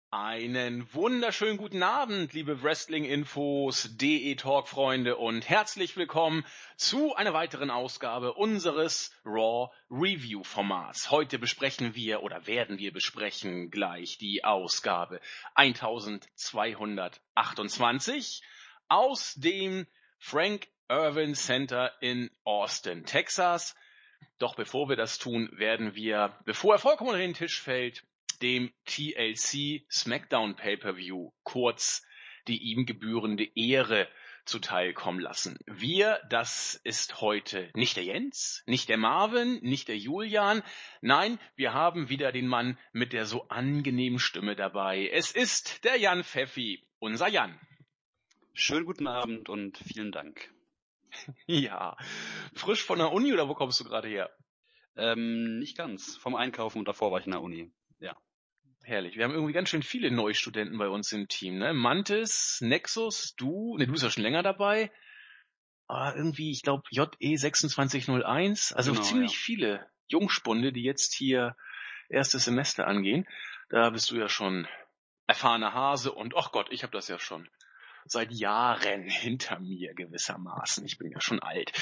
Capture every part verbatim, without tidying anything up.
Einen wunderschönen guten Abend, liebe Wrestling-Infos, D E-Talk-Freunde und herzlich willkommen zu einer weiteren Ausgabe unseres Raw Review-Formats. Heute besprechen wir oder werden wir besprechen gleich die Ausgabe zwölfhundertachtundzwanzig aus dem Frank Irvin Center in Austin, Texas. Doch bevor wir das tun, werden wir, bevor er vollkommen unter den Tisch fällt, dem T L C SmackDown Pay-Per-View kurz die ihm gebührende Ehre zuteilkommen lassen. Wir, das ist heute nicht der Jens, nicht der Marvin, nicht der Julian. Nein, wir haben wieder den Mann mit der so angenehmen Stimme dabei. Es ist der Jan Pfeffi, unser Jan. Schönen guten Abend und vielen Dank. Ja, frisch von der Uni oder wo kommst du gerade her? Ähm, nicht ganz. Vom Einkaufen und davor war ich in der Uni. Ja. Herrlich. Wir haben irgendwie ganz schön viele Neustudenten bei uns im Team, ne? Mantis, Nexus, du, ne, du bist ja schon länger dabei. Aber irgendwie, ich glaube, J E sechsundzwanzig null eins, also Genau, ziemlich ja. viele Jungspunde, die jetzt hier erstes Semester angehen. Da bist du ja schon erfahrener Hase und, ach Gott, ich habe das ja schon seit Jahren hinter mir gewissermaßen. Ich bin ja schon alt.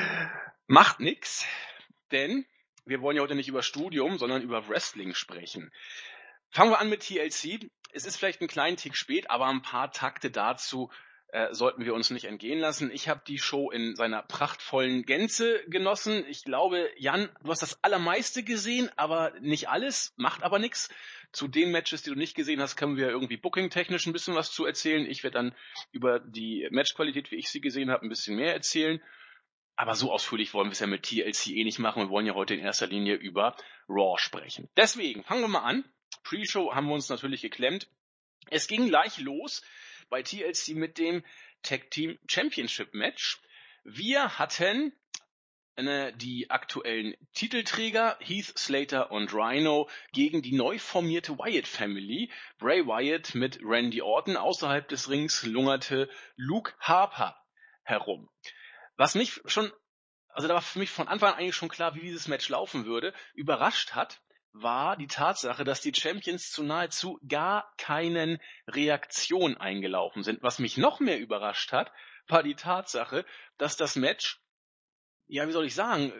Macht nix, denn wir wollen ja heute nicht über Studium, sondern über Wrestling sprechen. Fangen wir an mit T L C. Es ist vielleicht ein kleinen Tick spät, aber ein paar Takte dazu äh, sollten wir uns nicht entgehen lassen. Ich habe die Show in seiner prachtvollen Gänze genossen. Ich glaube, Jan, du hast das Allermeiste gesehen, aber nicht alles, macht aber nichts. Zu den Matches, die du nicht gesehen hast, können wir irgendwie booking-technisch ein bisschen was zu erzählen. Ich werde dann über die Matchqualität, wie ich sie gesehen habe, ein bisschen mehr erzählen. Aber so ausführlich wollen wir es ja mit T L C eh nicht machen. Wir wollen ja heute in erster Linie über Raw sprechen. Deswegen fangen wir mal an. Pre-Show haben wir uns natürlich geklemmt. Es ging gleich los bei T L C mit dem Tag Team Championship Match. Wir hatten äh, die aktuellen Titelträger Heath Slater und Rhino gegen die neu formierte Wyatt Family. Bray Wyatt mit Randy Orton. Außerhalb des Rings lungerte Luke Harper herum. Was mich schon, also da war für mich von Anfang an eigentlich schon klar, wie dieses Match laufen würde, überrascht hat, war die Tatsache, dass die Champions zu nahezu gar keinen Reaktion eingelaufen sind. Was mich noch mehr überrascht hat, war die Tatsache, dass das Match, ja, wie soll ich sagen,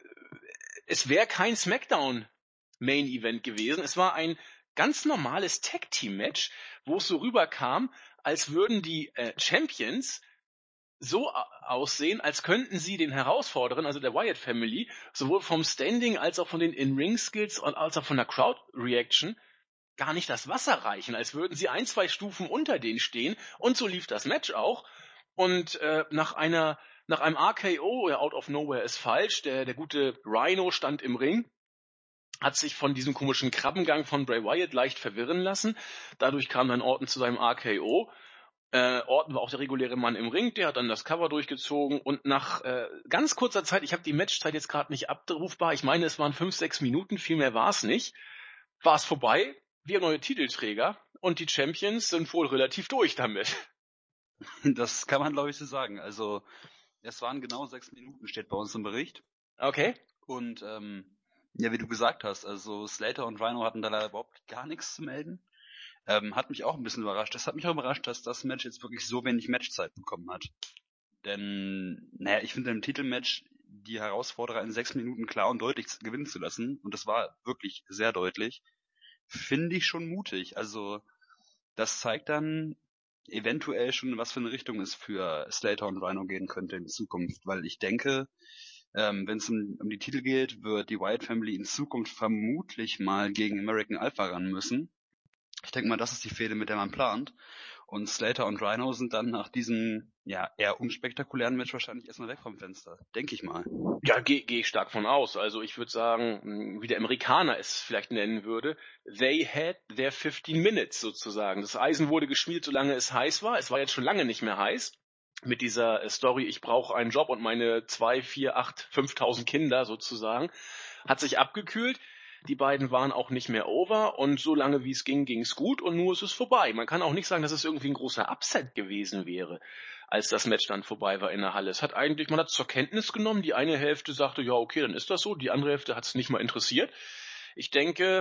es wäre kein SmackDown Main Event gewesen. Es war ein ganz normales Tag Team Match, wo es so rüberkam, als würden die äh, Champions so aussehen, als könnten sie den Herausforderern, also der Wyatt Family, sowohl vom Standing als auch von den In-Ring-Skills und als auch von der Crowd-Reaction gar nicht das Wasser reichen, als würden sie ein, zwei Stufen unter denen stehen. Und so lief das Match auch. Und äh, nach einer, nach einem R K O, ja, Out of Nowhere ist falsch, der, der gute Rhino stand im Ring, hat sich von diesem komischen Krabbengang von Bray Wyatt leicht verwirren lassen. Dadurch kam dann Orton zu seinem R K O. Äh, Orton war auch der reguläre Mann im Ring, der hat dann das Cover durchgezogen und nach äh, ganz kurzer Zeit, ich habe die Matchzeit jetzt gerade nicht abrufbar, ich meine es waren fünf, sechs Minuten, viel mehr war es nicht, war es vorbei, wir neue Titelträger und die Champions sind wohl relativ durch damit. Das kann man, glaube ich, so sagen. Also, es waren genau sechs Minuten, steht bei uns im Bericht. Okay. Und, ähm, ja, wie du gesagt hast, also Slater und Rhino hatten da leider überhaupt gar nichts zu melden. Ähm, hat mich auch ein bisschen überrascht. Das hat mich auch überrascht, dass das Match jetzt wirklich so wenig Matchzeit bekommen hat. Denn, naja, ich finde im Titelmatch die Herausforderer in sechs Minuten klar und deutlich gewinnen zu lassen, und das war wirklich sehr deutlich, finde ich schon mutig. Also, das zeigt dann eventuell schon, was für eine Richtung es für Slater und Rhino gehen könnte in Zukunft, weil ich denke, ähm, wenn es um, um die Titel geht, wird die Wyatt Family in Zukunft vermutlich mal gegen American Alpha ran müssen. Ich denke mal, das ist die Fehde, mit der man plant. Und Slater und Rhino sind dann nach diesem, ja, eher unspektakulären Match wahrscheinlich erstmal weg vom Fenster. Denke ich mal. Ja, gehe geh ich stark von aus. Also ich würde sagen, wie der Amerikaner es vielleicht nennen würde, they had their fifteen minutes sozusagen. Das Eisen wurde geschmiedet, solange es heiß war. Es war jetzt schon lange nicht mehr heiß. Mit dieser Story, ich brauche einen Job und meine zwei, vier, acht, fünftausend Kinder sozusagen, hat sich abgekühlt. Die beiden waren auch nicht mehr over und so lange wie es ging, ging es gut und nur ist es vorbei. Man kann auch nicht sagen, dass es irgendwie ein großer Upset gewesen wäre, als das Match dann vorbei war in der Halle. Es hat eigentlich, man hat es zur Kenntnis genommen, die eine Hälfte sagte, ja okay, dann ist das so, die andere Hälfte hat es nicht mal interessiert. Ich denke,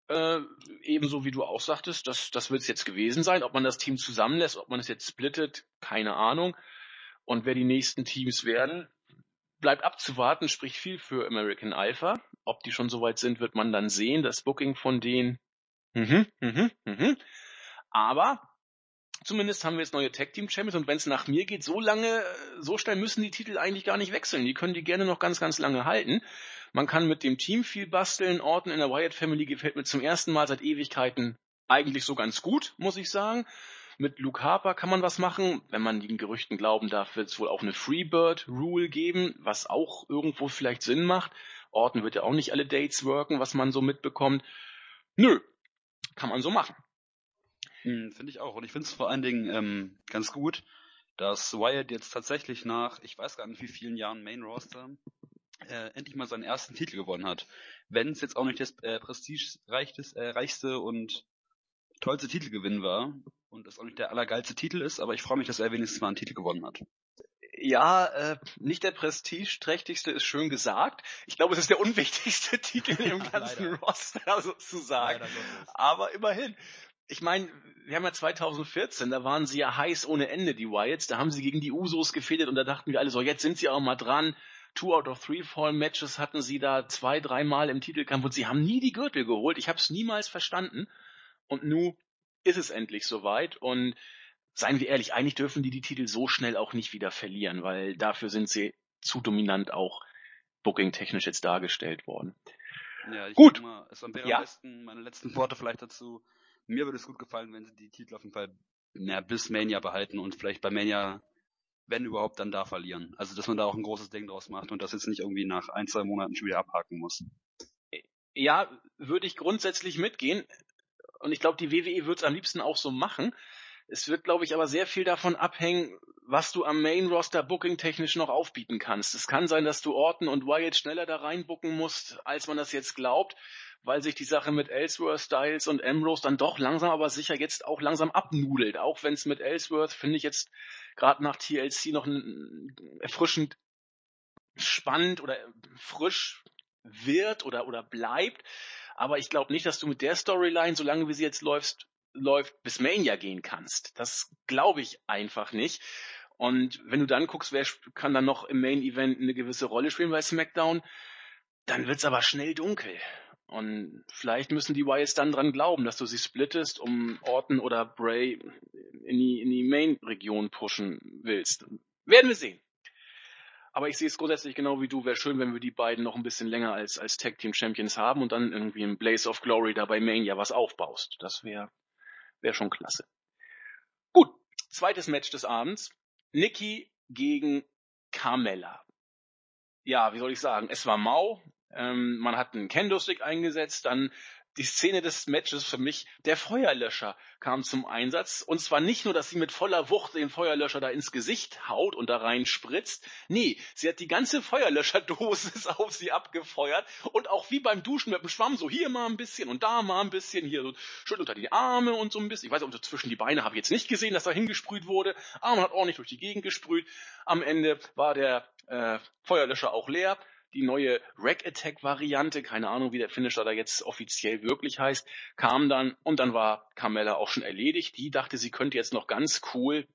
Äh, ebenso wie du auch sagtest, das, das wird es jetzt gewesen sein. Ob man das Team zusammenlässt, ob man es jetzt splittet, keine Ahnung. Und wer die nächsten Teams werden, bleibt abzuwarten, spricht viel für American Alpha. Ob die schon soweit sind, wird man dann sehen. Das Booking von denen. Mhm, mhm, mhm. Aber zumindest haben wir jetzt neue Tag-Team-Champions und wenn es nach mir geht, so lange, so schnell müssen die Titel eigentlich gar nicht wechseln. Die können die gerne noch ganz, ganz lange halten. Man kann mit dem Team viel basteln. Orton in der Wyatt Family gefällt mir zum ersten Mal seit Ewigkeiten eigentlich so ganz gut, muss ich sagen. Mit Luke Harper kann man was machen. Wenn man den Gerüchten glauben darf, wird es wohl auch eine Freebird-Rule geben, was auch irgendwo vielleicht Sinn macht. Orton wird ja auch nicht alle Dates worken, was man so mitbekommt. Nö, kann man so machen. Hm, finde ich auch. Und ich finde es vor allen Dingen ähm, ganz gut, dass Wyatt jetzt tatsächlich nach, ich weiß gar nicht wie vielen Jahren Main Roster, äh, endlich mal seinen ersten Titel gewonnen hat. Wenn es jetzt auch nicht das äh, prestigereichste äh, reichste und tollste Titelgewinn war und das auch nicht der allergeilste Titel ist, aber ich freue mich, dass er wenigstens mal einen Titel gewonnen hat. Ja, äh, nicht der prestigeträchtigste ist schön gesagt. Ich glaube, es ist der unwichtigste Titel im ganzen Leider. Roster sozusagen. Leider Gottes. Aber immerhin. Ich meine, wir haben ja zwanzig vierzehn, da waren sie ja heiß ohne Ende, die Wyatts. Da haben sie gegen die Usos gefädelt und da dachten wir alle so, jetzt sind sie auch mal dran. Two out of three Fall Matches hatten sie da zwei, dreimal im Titelkampf und sie haben nie die Gürtel geholt. Ich habe es niemals verstanden. Und nun ist es endlich soweit und seien wir ehrlich, eigentlich dürfen die die Titel so schnell auch nicht wieder verlieren, weil dafür sind sie zu dominant auch booking-technisch jetzt dargestellt worden. Ja, ich Gut. Mal, es wäre Ja? am besten, meine letzten Worte vielleicht dazu. Mir würde es gut gefallen, wenn sie die Titel auf jeden Fall ja, bis Mania behalten und vielleicht bei Mania, wenn überhaupt, dann da verlieren. Also, dass man da auch ein großes Ding draus macht und das jetzt nicht irgendwie nach ein, zwei Monaten schon wieder abhaken muss. Ja, würde ich grundsätzlich mitgehen. Und ich glaube, die W W E wird es am liebsten auch so machen. Es wird, glaube ich, aber sehr viel davon abhängen, was du am Main-Roster booking-technisch noch aufbieten kannst. Es kann sein, dass du Orton und Wyatt schneller da reinbooken musst, als man das jetzt glaubt, weil sich die Sache mit Ellsworth, Styles und Ambrose dann doch langsam, aber sicher jetzt auch langsam abnudelt. Auch wenn es mit Ellsworth, finde ich jetzt gerade nach T L C noch ein, erfrischend spannend oder frisch wird oder, oder bleibt. Aber ich glaube nicht, dass du mit der Storyline, solange wie sie jetzt läuft, läuft, bis Mania gehen kannst. Das glaube ich einfach nicht. Und wenn du dann guckst, wer kann dann noch im Main Event eine gewisse Rolle spielen bei SmackDown, dann wird's aber schnell dunkel. Und vielleicht müssen die Wyatts dann dran glauben, dass du sie splittest, um Orton oder Bray in die, in die Main-Region pushen willst. Werden wir sehen. Aber ich sehe es grundsätzlich genau wie du. Wäre schön, wenn wir die beiden noch ein bisschen länger als, als Tag Team Champions haben und dann irgendwie im Blaze of Glory da bei Mania was aufbaust. Das wäre wär schon klasse. Gut, zweites Match des Abends. Nikki gegen Carmella. Ja, wie soll ich sagen? Es war mau. Ähm, man hat einen Kendo-Stick eingesetzt, dann die Szene des Matches für mich, der Feuerlöscher kam zum Einsatz. Und zwar nicht nur, dass sie mit voller Wucht den Feuerlöscher da ins Gesicht haut und da rein spritzt. Nee, sie hat die ganze Feuerlöscherdosis auf sie abgefeuert. Und auch wie beim Duschen mit dem Schwamm, so hier mal ein bisschen und da mal ein bisschen, hier so schön unter die Arme und so ein bisschen. Ich weiß, so zwischen die Beine habe ich jetzt nicht gesehen, dass da hingesprüht wurde. Aber man hat ordentlich durch die Gegend gesprüht. Am Ende war der äh, Feuerlöscher auch leer. Die neue Rack-Attack-Variante, keine Ahnung, wie der Finisher da jetzt offiziell wirklich heißt, kam dann und dann war Carmella auch schon erledigt. Die dachte, sie könnte jetzt noch ganz cool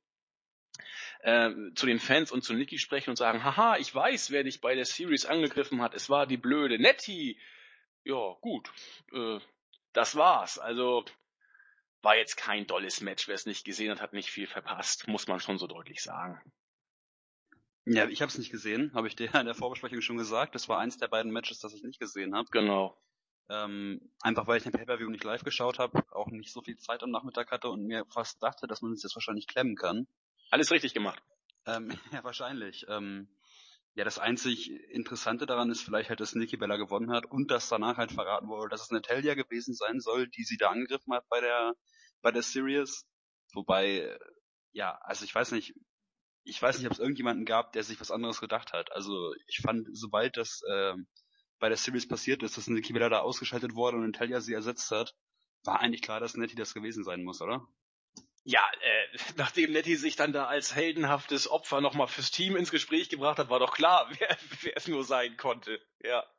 äh, zu den Fans und zu Nikki sprechen und sagen, haha, ich weiß, wer dich bei der Series angegriffen hat. Es war die blöde Nettie. Ja, gut. Äh, das war's. Also war jetzt kein dolles Match. Wer es nicht gesehen hat, hat nicht viel verpasst, muss man schon so deutlich sagen. Ja, ich habe es nicht gesehen, habe ich dir in der Vorbesprechung schon gesagt. Das war eins der beiden Matches, das ich nicht gesehen habe. Genau. Ähm, einfach weil ich den Pay-Per-View nicht live geschaut habe, auch nicht so viel Zeit am Nachmittag hatte und mir fast dachte, dass man es jetzt wahrscheinlich klemmen kann. Alles richtig gemacht. Ähm, ja, wahrscheinlich. Ähm, ja, das einzig Interessante daran ist vielleicht halt, dass Nikki Bella gewonnen hat und dass danach halt verraten wurde, dass es Natalya gewesen sein soll, die sie da angegriffen hat bei der bei der Series. Wobei, ja, also ich weiß nicht, ich weiß nicht, ob es irgendjemanden gab, der sich was anderes gedacht hat. Also ich fand, sobald das äh, bei der Series passiert ist, dass Nikki Bella da ausgeschaltet wurde und Natalya sie ersetzt hat, war eigentlich klar, dass Nettie das gewesen sein muss, oder? Ja, äh, nachdem Nettie sich dann da als heldenhaftes Opfer nochmal fürs Team ins Gespräch gebracht hat, war doch klar, wer, wer es nur sein konnte. Ja.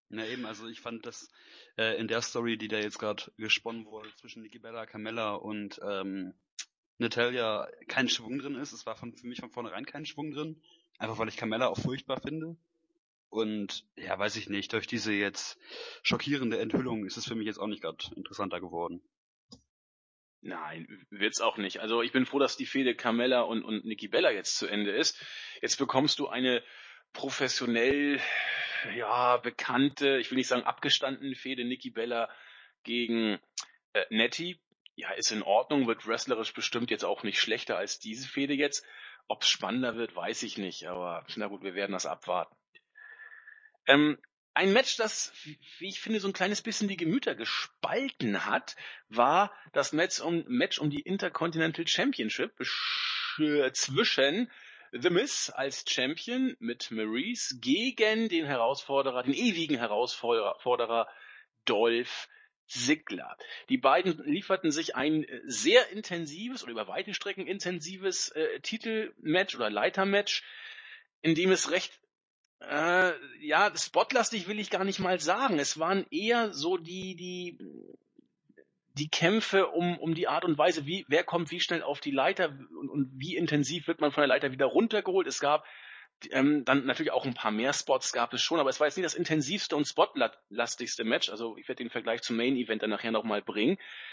Na eben, also ich fand das äh, in der Story, die da jetzt gerade gesponnen wurde zwischen Nikki Bella, Carmella und ähm, Natalya, kein Schwung drin ist. Es war von, für mich von vornherein kein Schwung drin, einfach weil ich Carmella auch furchtbar finde. Und ja, weiß ich nicht, durch diese jetzt schockierende Enthüllung ist es für mich jetzt auch nicht gerade interessanter geworden. Nein, wird's auch nicht. Also ich bin froh, dass die Fehde Carmella und, und Nikki Bella jetzt zu Ende ist. Jetzt bekommst du eine professionell, ja, bekannte, ich will nicht sagen abgestandene Fehde Nikki Bella gegen äh, Nettie. Ja, ist in Ordnung, wird wrestlerisch bestimmt jetzt auch nicht schlechter als diese Fehde jetzt. Ob's spannender wird, weiß ich nicht, aber na gut, wir werden das abwarten. Ähm, ein Match, das, wie ich finde, so ein kleines bisschen die Gemüter gespalten hat, war das Match um, Match um die Intercontinental Championship zwischen The Miz als Champion mit Maurice gegen den Herausforderer, den ewigen Herausforderer Dolph Ziggler. Die beiden lieferten sich ein sehr intensives oder über weite Strecken intensives äh, Titelmatch oder Leitermatch, in dem es recht Äh, ja, spotlastig will ich gar nicht mal sagen. Es waren eher so die, die, die Kämpfe um, um die Art und Weise, wie, wer kommt wie schnell auf die Leiter und, und wie intensiv wird man von der Leiter wieder runtergeholt. Es gab ähm, dann natürlich auch ein paar mehr Spots gab es schon, aber es war jetzt nicht das intensivste und spotlastigste Match. Also ich werde den Vergleich zum Main Event dann nachher nochmal bringen.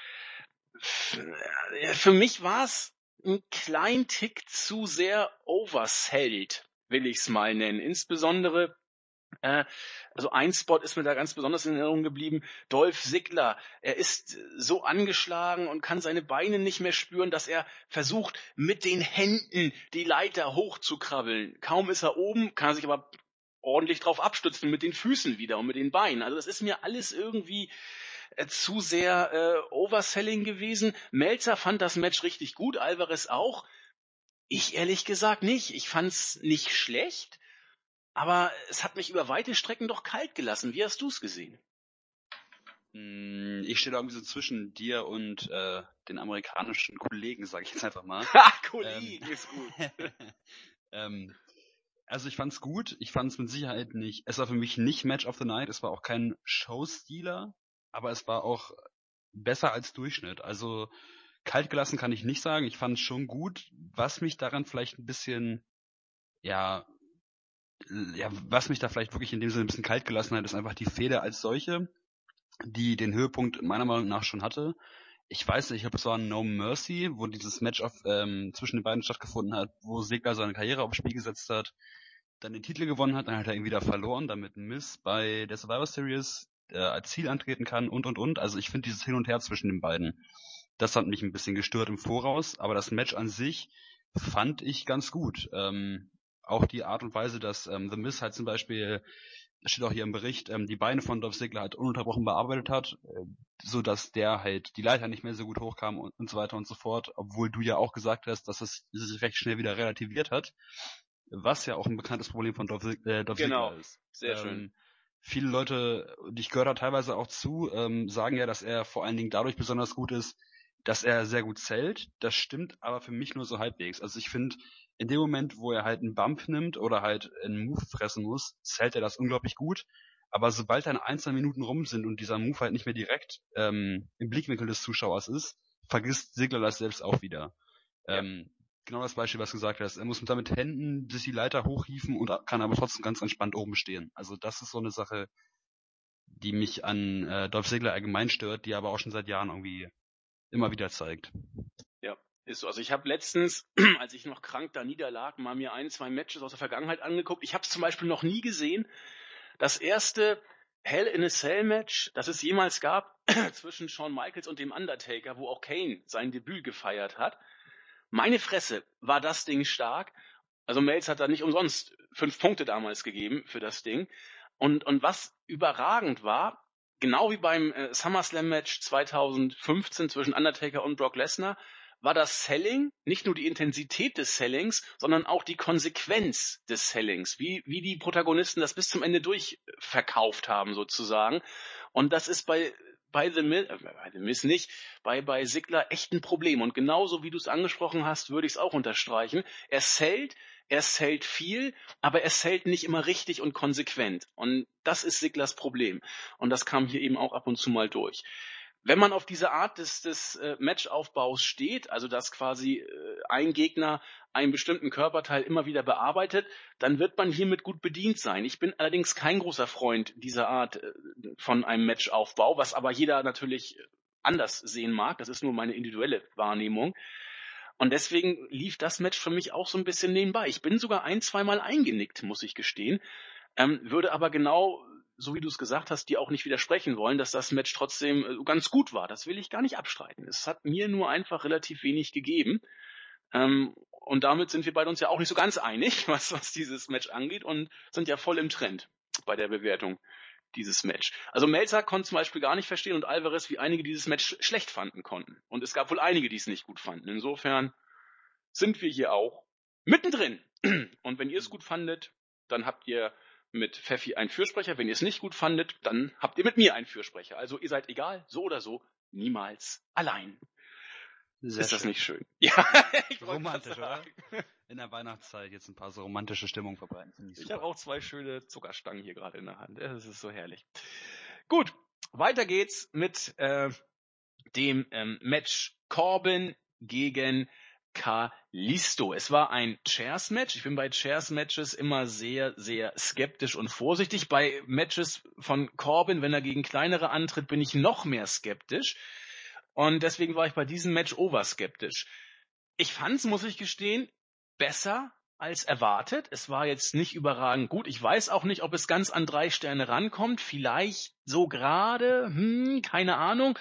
Für mich war es ein klein Tick zu sehr oversellt, will ich es mal nennen. Insbesondere Äh, also ein Spot ist mir da ganz besonders in Erinnerung geblieben. Dolph Ziggler, er ist so angeschlagen und kann seine Beine nicht mehr spüren, dass er versucht, mit den Händen die Leiter hochzukrabbeln. Kaum ist er oben, kann er sich aber ordentlich drauf abstützen mit den Füßen wieder und mit den Beinen. Also das ist mir alles irgendwie äh, zu sehr äh, Overselling gewesen. Meltzer fand das Match richtig gut, Alvarez auch. Ich ehrlich gesagt nicht. Ich fand's nicht schlecht. Aber es hat mich über weite Strecken doch kalt gelassen. Wie hast du es gesehen? Ich stehe da irgendwie so zwischen dir und äh, den amerikanischen Kollegen, sage ich jetzt einfach mal. Ha, Kollegen ähm, ist gut. ähm, also ich fand's gut. Ich fand's mit Sicherheit nicht. Es war für mich nicht Match of the Night. Es war auch kein Showstealer, aber es war auch besser als Durchschnitt. Also kalt gelassen kann ich nicht sagen. Ich fand es schon gut. Was mich daran vielleicht ein bisschen, ja, ja, was mich da vielleicht wirklich in dem Sinne ein bisschen kalt gelassen hat, ist einfach die Fehde als solche, die den Höhepunkt meiner Meinung nach schon hatte. Ich weiß nicht, ich glaube, es war No Mercy, wo dieses Match auf, ähm, zwischen den beiden stattgefunden hat, wo Ziggler seine Karriere aufs Spiel gesetzt hat, dann den Titel gewonnen hat, dann hat er ihn wieder verloren, damit Miz bei der Survivor Series äh, als Ziel antreten kann und und und. Also ich finde dieses Hin und Her zwischen den beiden, das hat mich ein bisschen gestört im Voraus, aber das Match an sich fand ich ganz gut. Ähm, auch die Art und Weise, dass ähm, The Miz halt zum Beispiel, das steht auch hier im Bericht, ähm, die Beine von Dolph Ziggler halt ununterbrochen bearbeitet hat, äh, so dass der halt die Leiter nicht mehr so gut hochkam und, und so weiter und so fort, obwohl du ja auch gesagt hast, dass es sich recht schnell wieder relativiert hat, was ja auch ein bekanntes Problem von Dolph, äh, Dolph genau. Ziggler ist. Sehr ähm, schön. Viele Leute, und ich gehöre da teilweise auch zu, ähm, sagen ja, dass er vor allen Dingen dadurch besonders gut ist, dass er sehr gut zählt. Das stimmt aber für mich nur so halbwegs. Also ich finde, in dem Moment, wo er halt einen Bump nimmt oder halt einen Move fressen muss, zählt er das unglaublich gut. Aber sobald dann ein, zwei Minuten rum sind und dieser Move halt nicht mehr direkt ähm, im Blickwinkel des Zuschauers ist, vergisst Ziggler das selbst auch wieder. Ja. Ähm, genau das Beispiel, was du gesagt hast. Er muss mit damit Händen sich die Leiter hochhieven und kann aber trotzdem ganz entspannt oben stehen. Also das ist so eine Sache, die mich an äh, Dolph Ziggler allgemein stört, die aber auch schon seit Jahren irgendwie immer wieder zeigt. Ja, ist so. Also ich habe letztens, als ich noch krank da niederlag, mal mir ein, zwei Matches aus der Vergangenheit angeguckt. Ich habe es zum Beispiel noch nie gesehen. Das erste Hell in a Cell Match, das es jemals gab zwischen Shawn Michaels und dem Undertaker, wo auch Kane sein Debüt gefeiert hat. Meine Fresse, war das Ding stark. Also Melz hat da nicht umsonst fünf Punkte damals gegeben für das Ding. Und, und was überragend war, genau wie beim äh, SummerSlam-Match zweitausendfünfzehn zwischen Undertaker und Brock Lesnar, war das Selling, nicht nur die Intensität des Sellings, sondern auch die Konsequenz des Sellings, wie, wie die Protagonisten das bis zum Ende durchverkauft haben sozusagen. Und das ist bei bei The Miz, äh, bei The Miz nicht, bei, bei Ziggler echt ein Problem. Und genauso wie du es angesprochen hast, würde ich es auch unterstreichen. Er sellt er zählt viel, aber er zählt nicht immer richtig und konsequent. Und das ist Ziglers Problem. Und das kam hier eben auch ab und zu mal durch. Wenn man auf diese Art des, des äh, Matchaufbaus steht, also dass quasi äh, ein Gegner einen bestimmten Körperteil immer wieder bearbeitet, dann wird man hiermit gut bedient sein. Ich bin allerdings kein großer Freund dieser Art äh, von einem Matchaufbau, was aber jeder natürlich anders sehen mag. Das ist nur meine individuelle Wahrnehmung. Und deswegen lief das Match für mich auch so ein bisschen nebenbei. Ich bin sogar ein, zweimal eingenickt, muss ich gestehen, ähm, würde aber genau, so wie du es gesagt hast, dir auch nicht widersprechen wollen, dass das Match trotzdem äh, ganz gut war. Das will ich gar nicht abstreiten. Es hat mir nur einfach relativ wenig gegeben. Ähm, und damit sind wir beide uns ja auch nicht so ganz einig, was, was dieses Match angeht, und sind ja voll im Trend bei der Bewertung dieses Match. Also Melzer konnte zum Beispiel gar nicht verstehen und Alvarez, wie einige dieses Match schlecht fanden konnten. Und es gab wohl einige, die es nicht gut fanden. Insofern sind wir hier auch mittendrin. Und wenn ihr es gut fandet, dann habt ihr mit Pfeffi einen Fürsprecher. Wenn ihr es nicht gut fandet, dann habt ihr mit mir einen Fürsprecher. Also ihr seid egal, so oder so, niemals allein. Sehr ist das schön. nicht schön? Ja, ich wollte Romantisch, gerade oder? sagen. In der Weihnachtszeit jetzt ein paar so romantische Stimmung verbreiten. Finde ich Ich super. habe auch zwei schöne Zuckerstangen hier gerade in der Hand. Das ist so herrlich. Gut, weiter geht's mit äh, dem ähm, Match Corbin gegen Kalisto. Es war ein Chairs-Match. Ich bin bei Chairs-Matches immer sehr, sehr skeptisch und vorsichtig. Bei Matches von Corbin, wenn er gegen kleinere antritt, bin ich noch mehr skeptisch. Und deswegen war ich bei diesem Match overskeptisch. Ich fand's, muss ich gestehen, besser als erwartet. Es war jetzt nicht überragend gut. Ich weiß auch nicht, ob es ganz an drei Sterne rankommt. Vielleicht so gerade, hm, keine Ahnung.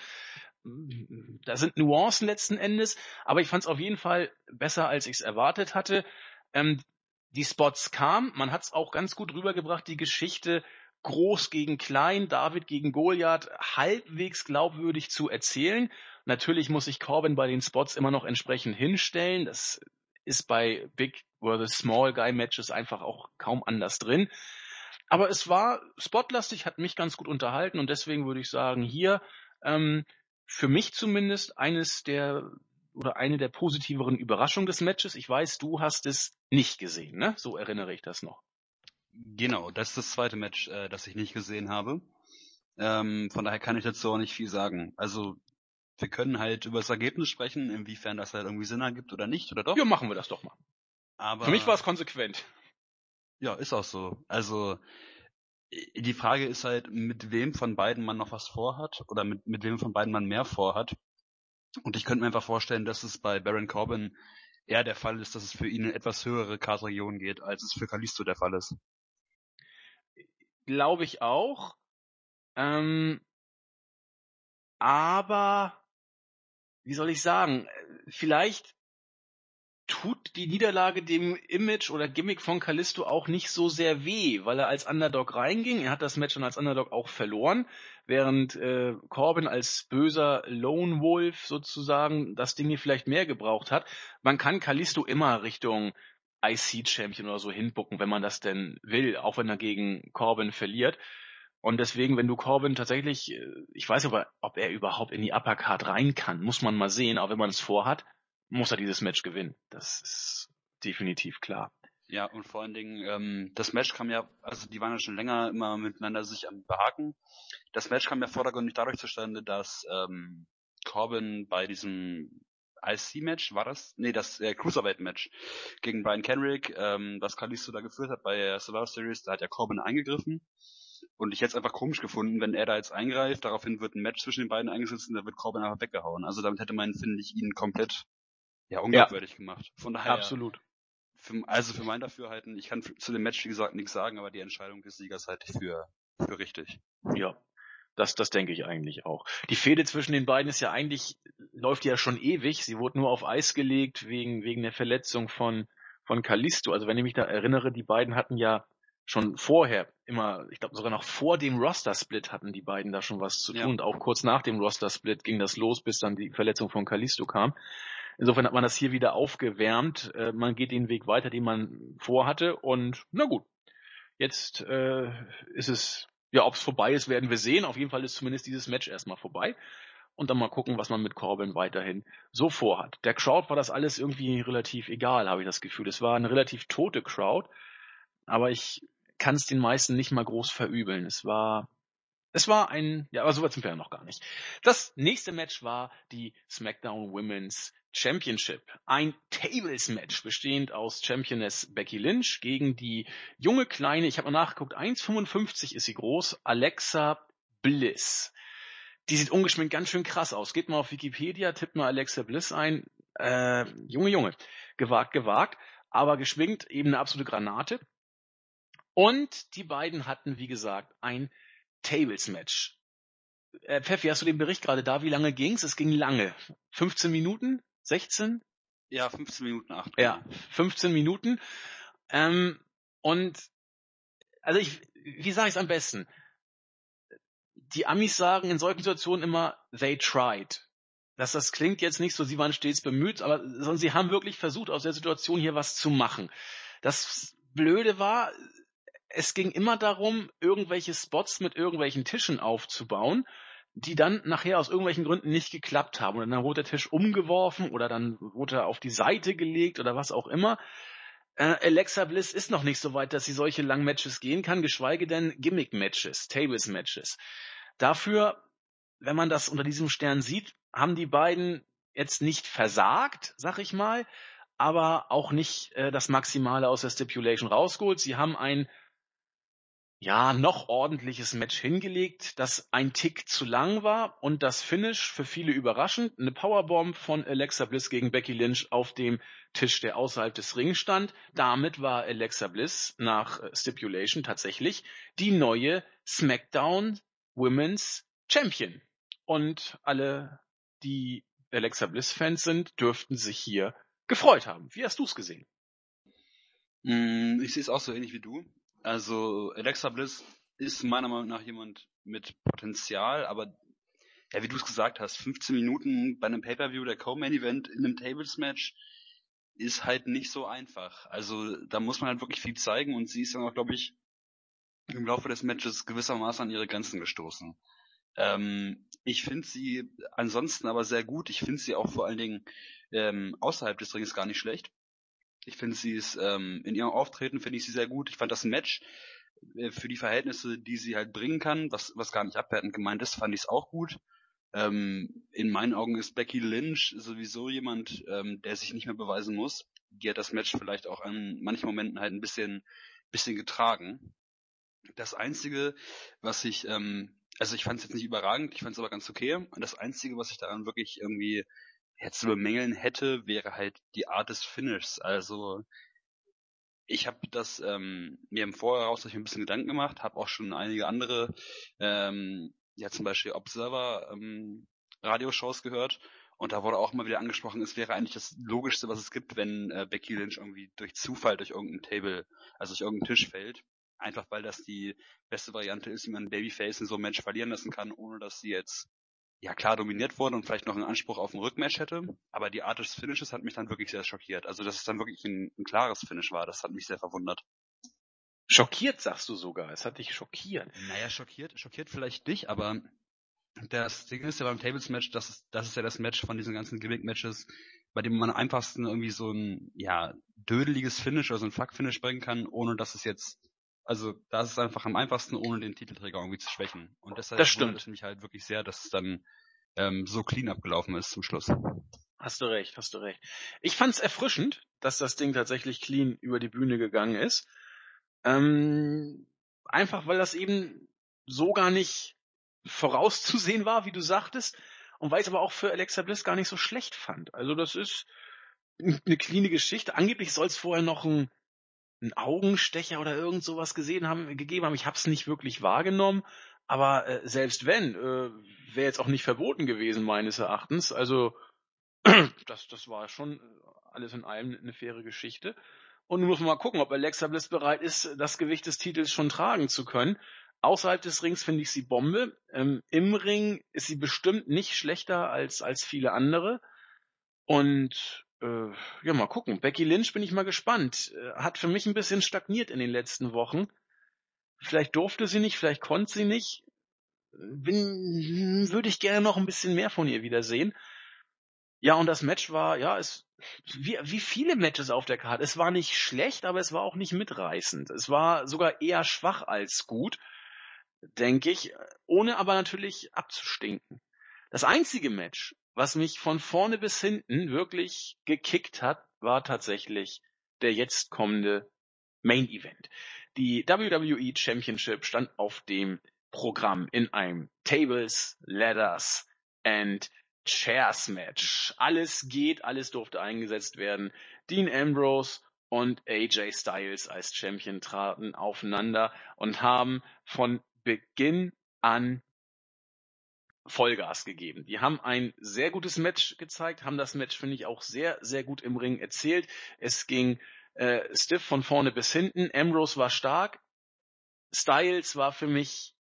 Da sind Nuancen letzten Endes, aber ich fand es auf jeden Fall besser, als ich es erwartet hatte. Ähm, die Spots kamen, man hat es auch ganz gut rübergebracht, die Geschichte groß gegen klein, David gegen Goliath, halbwegs glaubwürdig zu erzählen. Natürlich muss sich Corbin bei den Spots immer noch entsprechend hinstellen. Das ist bei Big versus Small Guy Matches einfach auch kaum anders drin. Aber es war spotlastig, hat mich ganz gut unterhalten und deswegen würde ich sagen, hier ähm, für mich zumindest eines der oder eine der positiveren Überraschungen des Matches. Ich weiß, du hast es nicht gesehen, ne? So erinnere ich das noch. Genau, das ist das zweite Match, äh, das ich nicht gesehen habe. Ähm, von daher kann ich dazu auch nicht viel sagen. Also wir können halt über das Ergebnis sprechen, inwiefern das halt irgendwie Sinn ergibt oder nicht, oder doch? Ja, machen wir das doch mal. Aber Für mich war es konsequent. ja, ist auch so. Also die Frage ist halt, mit wem von beiden man noch was vorhat oder mit, mit wem von beiden man mehr vorhat. Und ich könnte mir einfach vorstellen, dass es bei Baron Corbin eher der Fall ist, dass es für ihn in etwas höhere Kartregion geht, als es für Kalisto der Fall ist. Glaube ich auch. Ähm, aber, wie soll ich sagen, vielleicht tut die Niederlage dem Image oder Gimmick von Kalisto auch nicht so sehr weh, weil er als Underdog reinging. Er hat das Match dann als Underdog auch verloren, während äh, Corbin als böser Lone Wolf sozusagen das Ding hier vielleicht mehr gebraucht hat. Man kann Kalisto immer Richtung I C-Champion oder so hinbucken, wenn man das denn will, auch wenn er gegen Corbin verliert. Und deswegen, wenn du Corbin tatsächlich, äh, ich weiß aber, ob er überhaupt in die Uppercard rein kann, muss man mal sehen, auch wenn man es vorhat, muss er dieses Match gewinnen. Das ist definitiv klar. Ja, und vor allen Dingen, ähm, das Match kam ja, also die waren ja schon länger immer miteinander sich am Behaken. Das Match kam ja vordergründig dadurch zustande, dass ähm, Corbin bei diesem I C-Match, war das? Nee, das äh, Cruiserweight-Match gegen Brian Kenrick, ähm, was Kalisto da geführt hat bei der Survivor Series, da hat ja Corbin eingegriffen. Und ich hätte es einfach komisch gefunden, wenn er da jetzt eingreift, daraufhin wird ein Match zwischen den beiden eingesetzt und da wird Corbin einfach weggehauen. Also damit hätte man, finde ich, ihn komplett ja unglaubwürdig ja. gemacht. Von daher, absolut. Für, also für mein Dafürhalten, ich kann zu dem Match, wie gesagt, nichts sagen, aber die Entscheidung des Siegers halte ich für, für richtig. Ja, das, das denke ich eigentlich auch. Die Fehde zwischen den beiden ist ja eigentlich, läuft ja schon ewig. Sie wurde nur auf Eis gelegt wegen, wegen der Verletzung von, von Kalisto. Also wenn ich mich da erinnere, die beiden hatten ja schon vorher immer, ich glaube sogar noch vor dem Roster-Split hatten die beiden da schon was zu tun. Ja. Und auch kurz nach dem Roster-Split ging das los, bis dann die Verletzung von Kalisto kam. Insofern hat man das hier wieder aufgewärmt. Äh, man geht den Weg weiter, den man vorhatte. Und na gut, jetzt äh, ist es, ja, ob es vorbei ist, werden wir sehen. Auf jeden Fall ist zumindest dieses Match erstmal vorbei. und dann mal gucken, was man mit Corbin weiterhin so vorhat. Der Crowd war das alles irgendwie relativ egal, habe ich das Gefühl. Es war eine relativ tote Crowd, aber ich kann es den meisten nicht mal groß verübeln. Es war Es war ein, ja, aber so weit sind wir ja noch gar nicht. Das nächste Match war die SmackDown Women's Championship. Ein Tables-Match bestehend aus Championess Becky Lynch gegen die junge kleine, ich habe mal nachgeguckt, eins Komma fünfundfünfzig ist sie groß, Alexa Bliss. Die sieht ungeschminkt ganz schön krass aus. Geht mal auf Wikipedia, tippt mal Alexa Bliss ein. Äh, Junge, Junge. Gewagt, gewagt. Aber geschminkt eben eine absolute Granate. Und die beiden hatten, wie gesagt, ein Tables-Match. Äh, Pfeffi, hast du den Bericht gerade da? Wie lange ging's? Es ging lange. fünfzehn Minuten? sechzehn? Ja, fünfzehn Minuten acht. Ja, fünfzehn Minuten. Ähm, und also ich, wie sage ich es am besten? Die Amis sagen in solchen Situationen immer, they tried. Das, das klingt jetzt nicht so, sie waren stets bemüht, aber sondern sie haben wirklich versucht, aus der Situation hier was zu machen. Das Blöde war, es ging immer darum, irgendwelche Spots mit irgendwelchen Tischen aufzubauen, die dann nachher aus irgendwelchen Gründen nicht geklappt haben. Und dann wurde der Tisch umgeworfen oder dann wurde er auf die Seite gelegt oder was auch immer. Äh, Alexa Bliss ist noch nicht so weit, dass sie solche langen Matches gehen kann, geschweige denn Gimmick-Matches, Tables-Matches. Dafür, wenn man das unter diesem Stern sieht, haben die beiden jetzt nicht versagt, sag ich mal, aber auch nicht äh, das Maximale aus der Stipulation rausgeholt. Sie haben ein ja, noch ordentliches Match hingelegt, das ein Tick zu lang war und das Finish für viele überraschend. Eine Powerbomb von Alexa Bliss gegen Becky Lynch auf dem Tisch, der außerhalb des Rings stand. Damit war Alexa Bliss nach Stipulation tatsächlich die neue SmackDown Women's Champion. Und alle, die Alexa Bliss Fans sind, dürften sich hier gefreut haben. Wie hast du es gesehen? Ich sehe es auch so ähnlich wie du. Also Alexa Bliss ist meiner Meinung nach jemand mit Potenzial, aber ja, wie du es gesagt hast, fünfzehn Minuten bei einem Pay-Per-View, der Co-Main-Event in einem Tables-Match ist halt nicht so einfach. Also da muss man halt wirklich viel zeigen und sie ist dann auch, glaube ich, im Laufe des Matches gewissermaßen an ihre Grenzen gestoßen. Ähm, ich finde sie ansonsten aber sehr gut. Ich finde sie auch vor allen Dingen ähm, außerhalb des Rings gar nicht schlecht. Ich finde sie ist ähm, in ihrem Auftreten finde ich sie sehr gut. Ich fand das Match äh, für die Verhältnisse, die sie halt bringen kann, was was gar nicht abwertend gemeint ist, fand ich es auch gut. Ähm, in meinen Augen ist Becky Lynch sowieso jemand, ähm, der sich nicht mehr beweisen muss. Die hat das Match vielleicht auch an manchen Momenten halt ein bisschen bisschen getragen. Das Einzige, was ich, ähm, also ich fand es jetzt nicht überragend, ich fand es aber ganz okay. Und das Einzige, was ich daran wirklich irgendwie jetzt zu bemängeln hätte, wäre halt die Art des Finishes. Also ich habe das ähm, mir im Voraus ein bisschen Gedanken gemacht, habe auch schon einige andere, ähm, ja zum Beispiel Observer ähm, Radioshows gehört und da wurde auch mal wieder angesprochen, es wäre eigentlich das Logischste, was es gibt, wenn äh, Becky Lynch irgendwie durch Zufall durch irgendein Table, also durch irgendeinen Tisch fällt. Einfach weil das die beste Variante ist, wie man Babyface in so einem Match verlieren lassen kann, ohne dass sie jetzt ja klar dominiert wurde und vielleicht noch einen Anspruch auf ein Rückmatch hätte, aber die Art des Finishes hat mich dann wirklich sehr schockiert. Also dass es dann wirklich ein, ein klares Finish war, das hat mich sehr verwundert. Schockiert, sagst du sogar. Es hat dich schockiert. Naja, schockiert, schockiert vielleicht nicht, aber das Ding ist ja beim Tables-Match, das ist, das ist ja das Match von diesen ganzen Gimmick-Matches, bei dem man am einfachsten irgendwie so ein, ja, dödeliges Finish oder so ein Fuck-Finish bringen kann, ohne dass es jetzt, also da ist es einfach am einfachsten, ohne den Titelträger irgendwie zu schwächen. Und deshalb Das stimmt. wundert es mich halt wirklich sehr, dass es dann ähm, so clean abgelaufen ist zum Schluss. Hast du recht, hast du recht. Ich fand's erfrischend, dass das Ding tatsächlich clean über die Bühne gegangen ist. Ähm, einfach weil das eben so gar nicht vorauszusehen war, wie du sagtest, und weil ich es aber auch für Alexa Bliss gar nicht so schlecht fand. Also das ist eine cleane Geschichte. Angeblich soll es vorher noch ein, ein Augenstecher oder irgend sowas gesehen haben, gegeben haben. Ich habe es nicht wirklich wahrgenommen, aber äh, selbst wenn, äh, wäre jetzt auch nicht verboten gewesen, meines Erachtens. Also das, das war schon alles in allem eine faire Geschichte. Und nun muss man mal gucken, ob Alexa Bliss bereit ist, das Gewicht des Titels schon tragen zu können. Außerhalb des Rings finde ich sie Bombe. Ähm, Im Ring ist sie bestimmt nicht schlechter als, als viele andere. Und äh, ja, mal gucken. Becky Lynch bin ich mal gespannt. Äh, hat für mich ein bisschen stagniert in den letzten Wochen. Vielleicht durfte sie nicht, vielleicht konnte sie nicht. bin, würde ich gerne noch ein bisschen mehr von ihr wiedersehen. Ja, und das Match war, ja, es, wie, wie viele Matches auf der Karte. Es war nicht schlecht, aber es war auch nicht mitreißend. Es war sogar eher schwach als gut, denke ich, ohne aber natürlich abzustinken. Das einzige Match, was mich von vorne bis hinten wirklich gekickt hat, war tatsächlich der jetzt kommende Main Event. Die W W E Championship stand auf dem Programm in einem Tables, Ladders and Chairs Match. Alles geht, alles durfte eingesetzt werden. Dean Ambrose und A J Styles als Champion traten aufeinander und haben von Beginn an Vollgas gegeben. Die haben ein sehr gutes Match gezeigt, haben das Match, finde ich, auch sehr, sehr gut im Ring erzählt. Es ging äh, stiff von vorne bis hinten. Ambrose war stark. Styles war für mich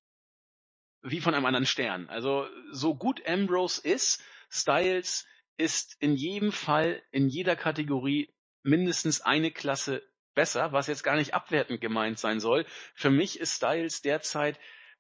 wie von einem anderen Stern. Also so gut Ambrose ist, Styles ist in jedem Fall, in jeder Kategorie mindestens eine Klasse besser, was jetzt gar nicht abwertend gemeint sein soll. Für mich ist Styles derzeit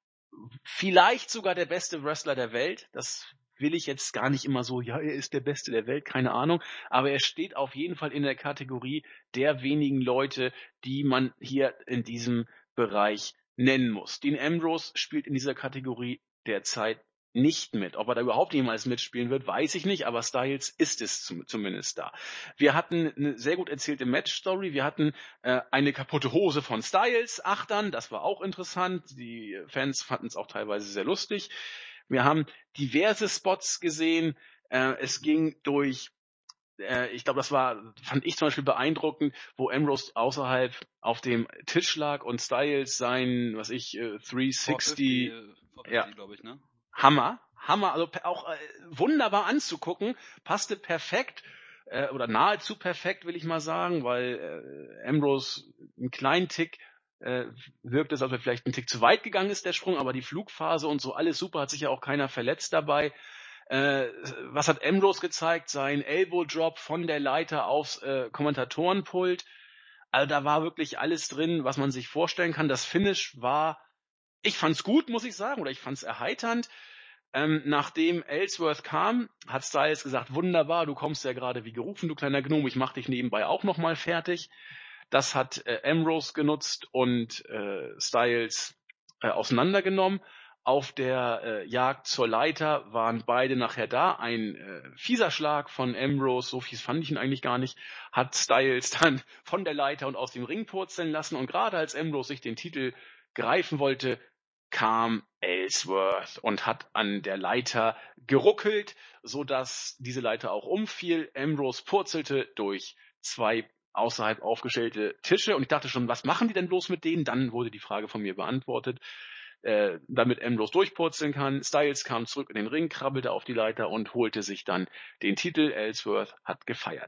vielleicht sogar der beste Wrestler der Welt. Das will ich jetzt gar nicht immer so, ja, er ist der Beste der Welt, keine Ahnung. Aber er steht auf jeden Fall in der Kategorie der wenigen Leute, die man hier in diesem Bereich nennen muss. Dean Ambrose spielt in dieser Kategorie derzeit nicht mit. Ob er da überhaupt jemals mitspielen wird, weiß ich nicht, aber Styles ist es zum, zumindest da. Wir hatten eine sehr gut erzählte Match-Story. Wir hatten äh, eine kaputte Hose von Styles, Achtern, das war auch interessant. Die Fans fanden es auch teilweise sehr lustig. Wir haben diverse Spots gesehen. Äh, es ging durch äh, ich glaube, das war, fand ich zum Beispiel beeindruckend, wo Ambrose außerhalb auf dem Tisch lag und Styles sein, was ich, äh, dreihundertsechzig, ja, glaube ich, ne? Hammer, Hammer, also auch äh, wunderbar anzugucken, passte perfekt äh, oder nahezu perfekt, will ich mal sagen, weil äh, Ambrose einen kleinen Tick äh, wirkt es, als ob er vielleicht einen Tick zu weit gegangen ist, der Sprung, aber die Flugphase und so, alles super, hat sich ja auch keiner verletzt dabei. Äh, was hat Ambrose gezeigt? Sein Elbow Drop von der Leiter aufs äh, Kommentatorenpult. Also da war wirklich alles drin, was man sich vorstellen kann. Das Finish war, ich fand's gut, muss ich sagen, oder ich fand's erheiternd. Ähm, nachdem Ellsworth kam, hat Styles gesagt, wunderbar, du kommst ja gerade wie gerufen, du kleiner Gnome, ich mach dich nebenbei auch nochmal fertig. Das hat äh, Ambrose genutzt und äh, Styles äh, auseinandergenommen. Auf der äh, Jagd zur Leiter waren beide nachher da. Ein äh, fieser Schlag von Ambrose, so fies fand ich ihn eigentlich gar nicht, hat Styles dann von der Leiter und aus dem Ring purzeln lassen. Und gerade als Ambrose sich den Titel greifen wollte, kam Ellsworth und hat an der Leiter geruckelt, so dass diese Leiter auch umfiel. Ambrose purzelte durch zwei außerhalb aufgestellte Tische und ich dachte schon, was machen die denn bloß mit denen? Dann wurde die Frage von mir beantwortet, äh, damit Ambrose durchpurzeln kann. Styles kam zurück in den Ring, krabbelte auf die Leiter und holte sich dann den Titel. Ellsworth hat gefeiert.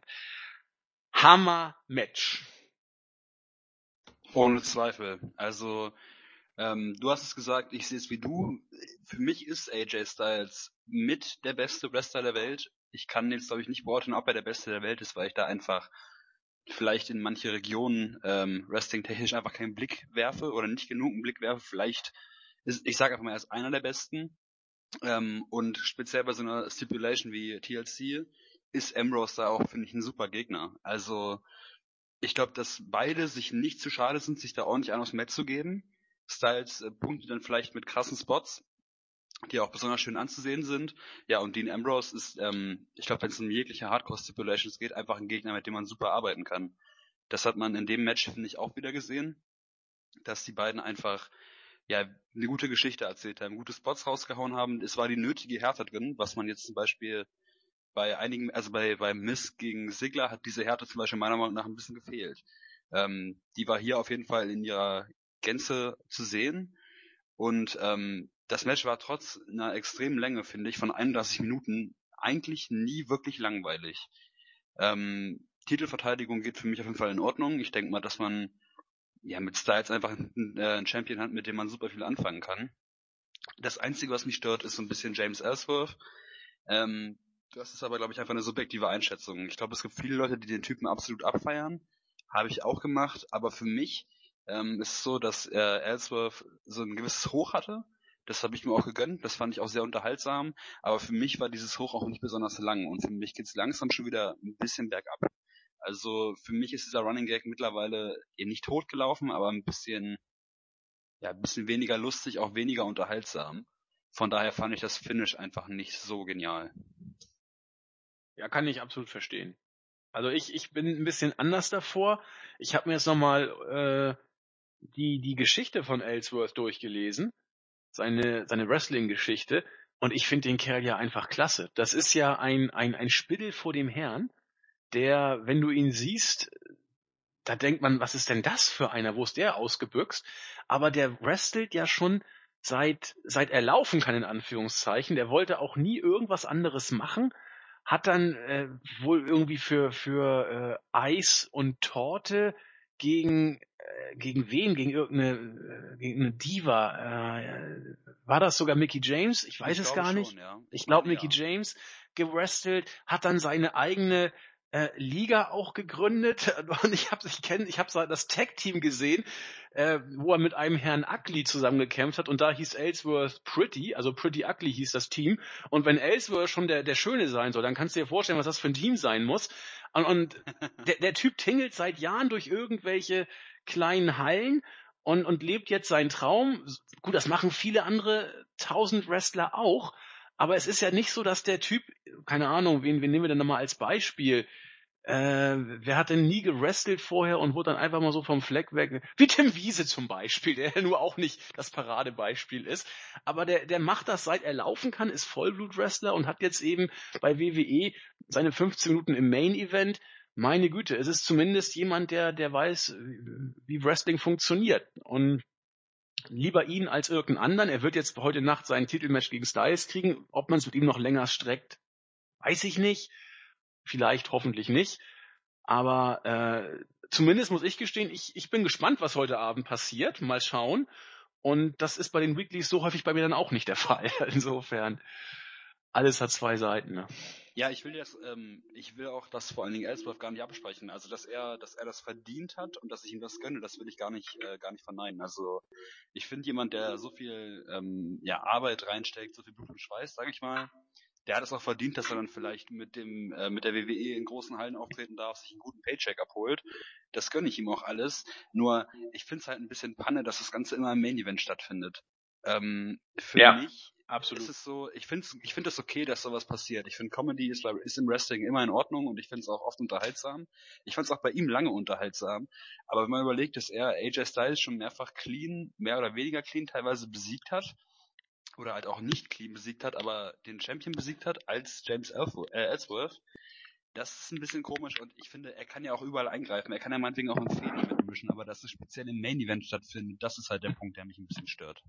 Hammer-Match. Ohne Zweifel. Also, ähm, du hast es gesagt, ich sehe es wie du. Für mich ist A J Styles mit der beste Wrestler der Welt. Ich kann jetzt, glaube ich, nicht beurteilen, ob er der Beste der Welt ist, weil ich da einfach vielleicht in manche Regionen ähm, wrestling-technisch einfach keinen Blick werfe oder nicht genug einen Blick werfe. Vielleicht ist, ich sage einfach mal, er ist einer der Besten. Ähm, und speziell bei so einer Stipulation wie T L C ist Ambrose da auch, finde ich, ein super Gegner. Also ich glaube, dass beide sich nicht zu schade sind, sich da ordentlich einen aufs Match zu geben. Styles äh, punktet dann vielleicht mit krassen Spots, die auch besonders schön anzusehen sind. Ja, und Dean Ambrose ist, ähm, ich glaube, wenn es um jegliche Hardcore-Stipulations geht, einfach ein Gegner, mit dem man super arbeiten kann. Das hat man in dem Match, finde ich, auch wieder gesehen, dass die beiden einfach ja eine gute Geschichte erzählt haben, gute Spots rausgehauen haben. Es war die nötige Härte drin, was man jetzt zum Beispiel bei einigen, also bei, bei Miz gegen Ziggler hat diese Härte zum Beispiel meiner Meinung nach ein bisschen gefehlt. Ähm, die war hier auf jeden Fall in ihrer Gänze zu sehen. Und ähm, das Match war trotz einer extremen Länge, finde ich, von einunddreißig Minuten eigentlich nie wirklich langweilig. Ähm, Titelverteidigung geht für mich auf jeden Fall in Ordnung. Ich denke mal, dass man ja mit Styles einfach einen, äh, einen Champion hat, mit dem man super viel anfangen kann. Das Einzige, was mich stört, ist so ein bisschen James Ellsworth. Ähm, das ist aber, glaube ich, einfach eine subjektive Einschätzung. Ich glaube, es gibt viele Leute, die den Typen absolut abfeiern. Habe ich auch gemacht. Aber für mich ähm, ist es so, dass äh, Ellsworth so ein gewisses Hoch hatte, Das habe ich mir auch gegönnt, das fand ich auch sehr unterhaltsam, aber für mich war dieses Hoch auch nicht besonders lang und für mich geht's langsam schon wieder ein bisschen bergab. Also für mich ist dieser Running Gag mittlerweile eben nicht totgelaufen, aber ein bisschen, ja, ein bisschen weniger lustig, auch weniger unterhaltsam. Von daher fand ich das Finish einfach nicht so genial. Ja, kann ich absolut verstehen. Also ich, ich bin ein bisschen anders davor. Ich habe mir jetzt nochmal äh, die, die Geschichte von Ellsworth durchgelesen, seine, seine Wrestling-Geschichte, und ich finde den Kerl ja einfach klasse. Das ist ja ein, ein, ein Spittel vor dem Herrn, der, wenn du ihn siehst, da denkt man, was ist denn das für einer? Wo ist der ausgebüxt? Aber der wrestelt ja schon seit, seit er laufen kann, in Anführungszeichen. Der wollte auch nie irgendwas anderes machen. Hat dann äh, wohl irgendwie für, für äh, Eis und Torte gegen, äh, gegen wen? Gegen irgendeine, äh, gegen eine Diva. Äh, war das sogar Mickie James? Ich weiß Ich es glaube gar schon, nicht. ja. Ich Ich glaube, meine, Mickie ja. James gewrestelt, hat dann seine eigene äh, Liga auch gegründet, und ich habe ich kenn, ich habe das Tag-Team gesehen, äh, wo er mit einem Herrn Ugly zusammengekämpft hat, und da hieß Ellsworth Pretty, also Pretty Ugly hieß das Team, und wenn Ellsworth schon der der Schöne sein soll, dann kannst du dir vorstellen, was das für ein Team sein muss, und, und der, der Typ tingelt seit Jahren durch irgendwelche kleinen Hallen und, und lebt jetzt seinen Traum. Gut, das machen viele andere tausend Wrestler auch, aber es ist ja nicht so, dass der Typ, keine Ahnung, wen, wen nehmen wir denn nochmal als Beispiel? Äh, wer hat denn nie gewrestelt vorher und wurde dann einfach mal so vom Fleck weg? Wie Tim Wiese zum Beispiel, der ja nur auch nicht das Paradebeispiel ist. Aber der, der macht das, seit er laufen kann, ist Vollblut-Wrestler und hat jetzt eben bei W W E seine fünfzehn Minuten im Main-Event. Meine Güte, es ist zumindest jemand, der, der weiß, wie Wrestling funktioniert. Und lieber ihn als irgendeinen anderen. Er wird jetzt heute Nacht sein Titelmatch gegen Styles kriegen. Ob man es mit ihm noch länger streckt, weiß ich nicht. Vielleicht, hoffentlich nicht. Aber äh, zumindest muss ich gestehen, ich, ich bin gespannt, was heute Abend passiert. Mal schauen. Und das ist bei den Weeklies so häufig bei mir dann auch nicht der Fall. Insofern, alles hat zwei Seiten. Ne? Ja, ich will das, ähm, ich will auch das vor allen Dingen Ellsworth gar nicht absprechen. Also, dass er, dass er das verdient hat und dass ich ihm das gönne, das will ich gar nicht, äh, gar nicht verneinen. Also, ich finde jemand, der so viel, ähm, ja, Arbeit reinsteckt, so viel Blut und Schweiß, sage ich mal, der hat es auch verdient, dass er dann vielleicht mit dem, äh, mit der W W E in großen Hallen auftreten darf, sich einen guten Paycheck abholt. Das gönne ich ihm auch alles. Nur, ich finde es halt ein bisschen Panne, dass das Ganze immer im Main Event stattfindet. Ähm, für Ja, mich absolut. ist es so, ich finde ich finde es okay, dass sowas passiert. Ich finde Comedy ist, ist im Wrestling immer in Ordnung und ich finde es auch oft unterhaltsam. Ich fand es auch bei ihm lange unterhaltsam. Aber wenn man überlegt, dass er A J Styles schon mehrfach clean, mehr oder weniger clean teilweise besiegt hat, oder halt auch nicht clean besiegt hat, aber den Champion besiegt hat als James Ellsworth, äh, Ellsworth, das ist ein bisschen komisch und ich finde, er kann ja auch überall eingreifen. Er kann ja meinetwegen auch im Fehler mitmischen, aber dass es speziell im Main Event stattfindet, das ist halt der Punkt, der mich ein bisschen stört.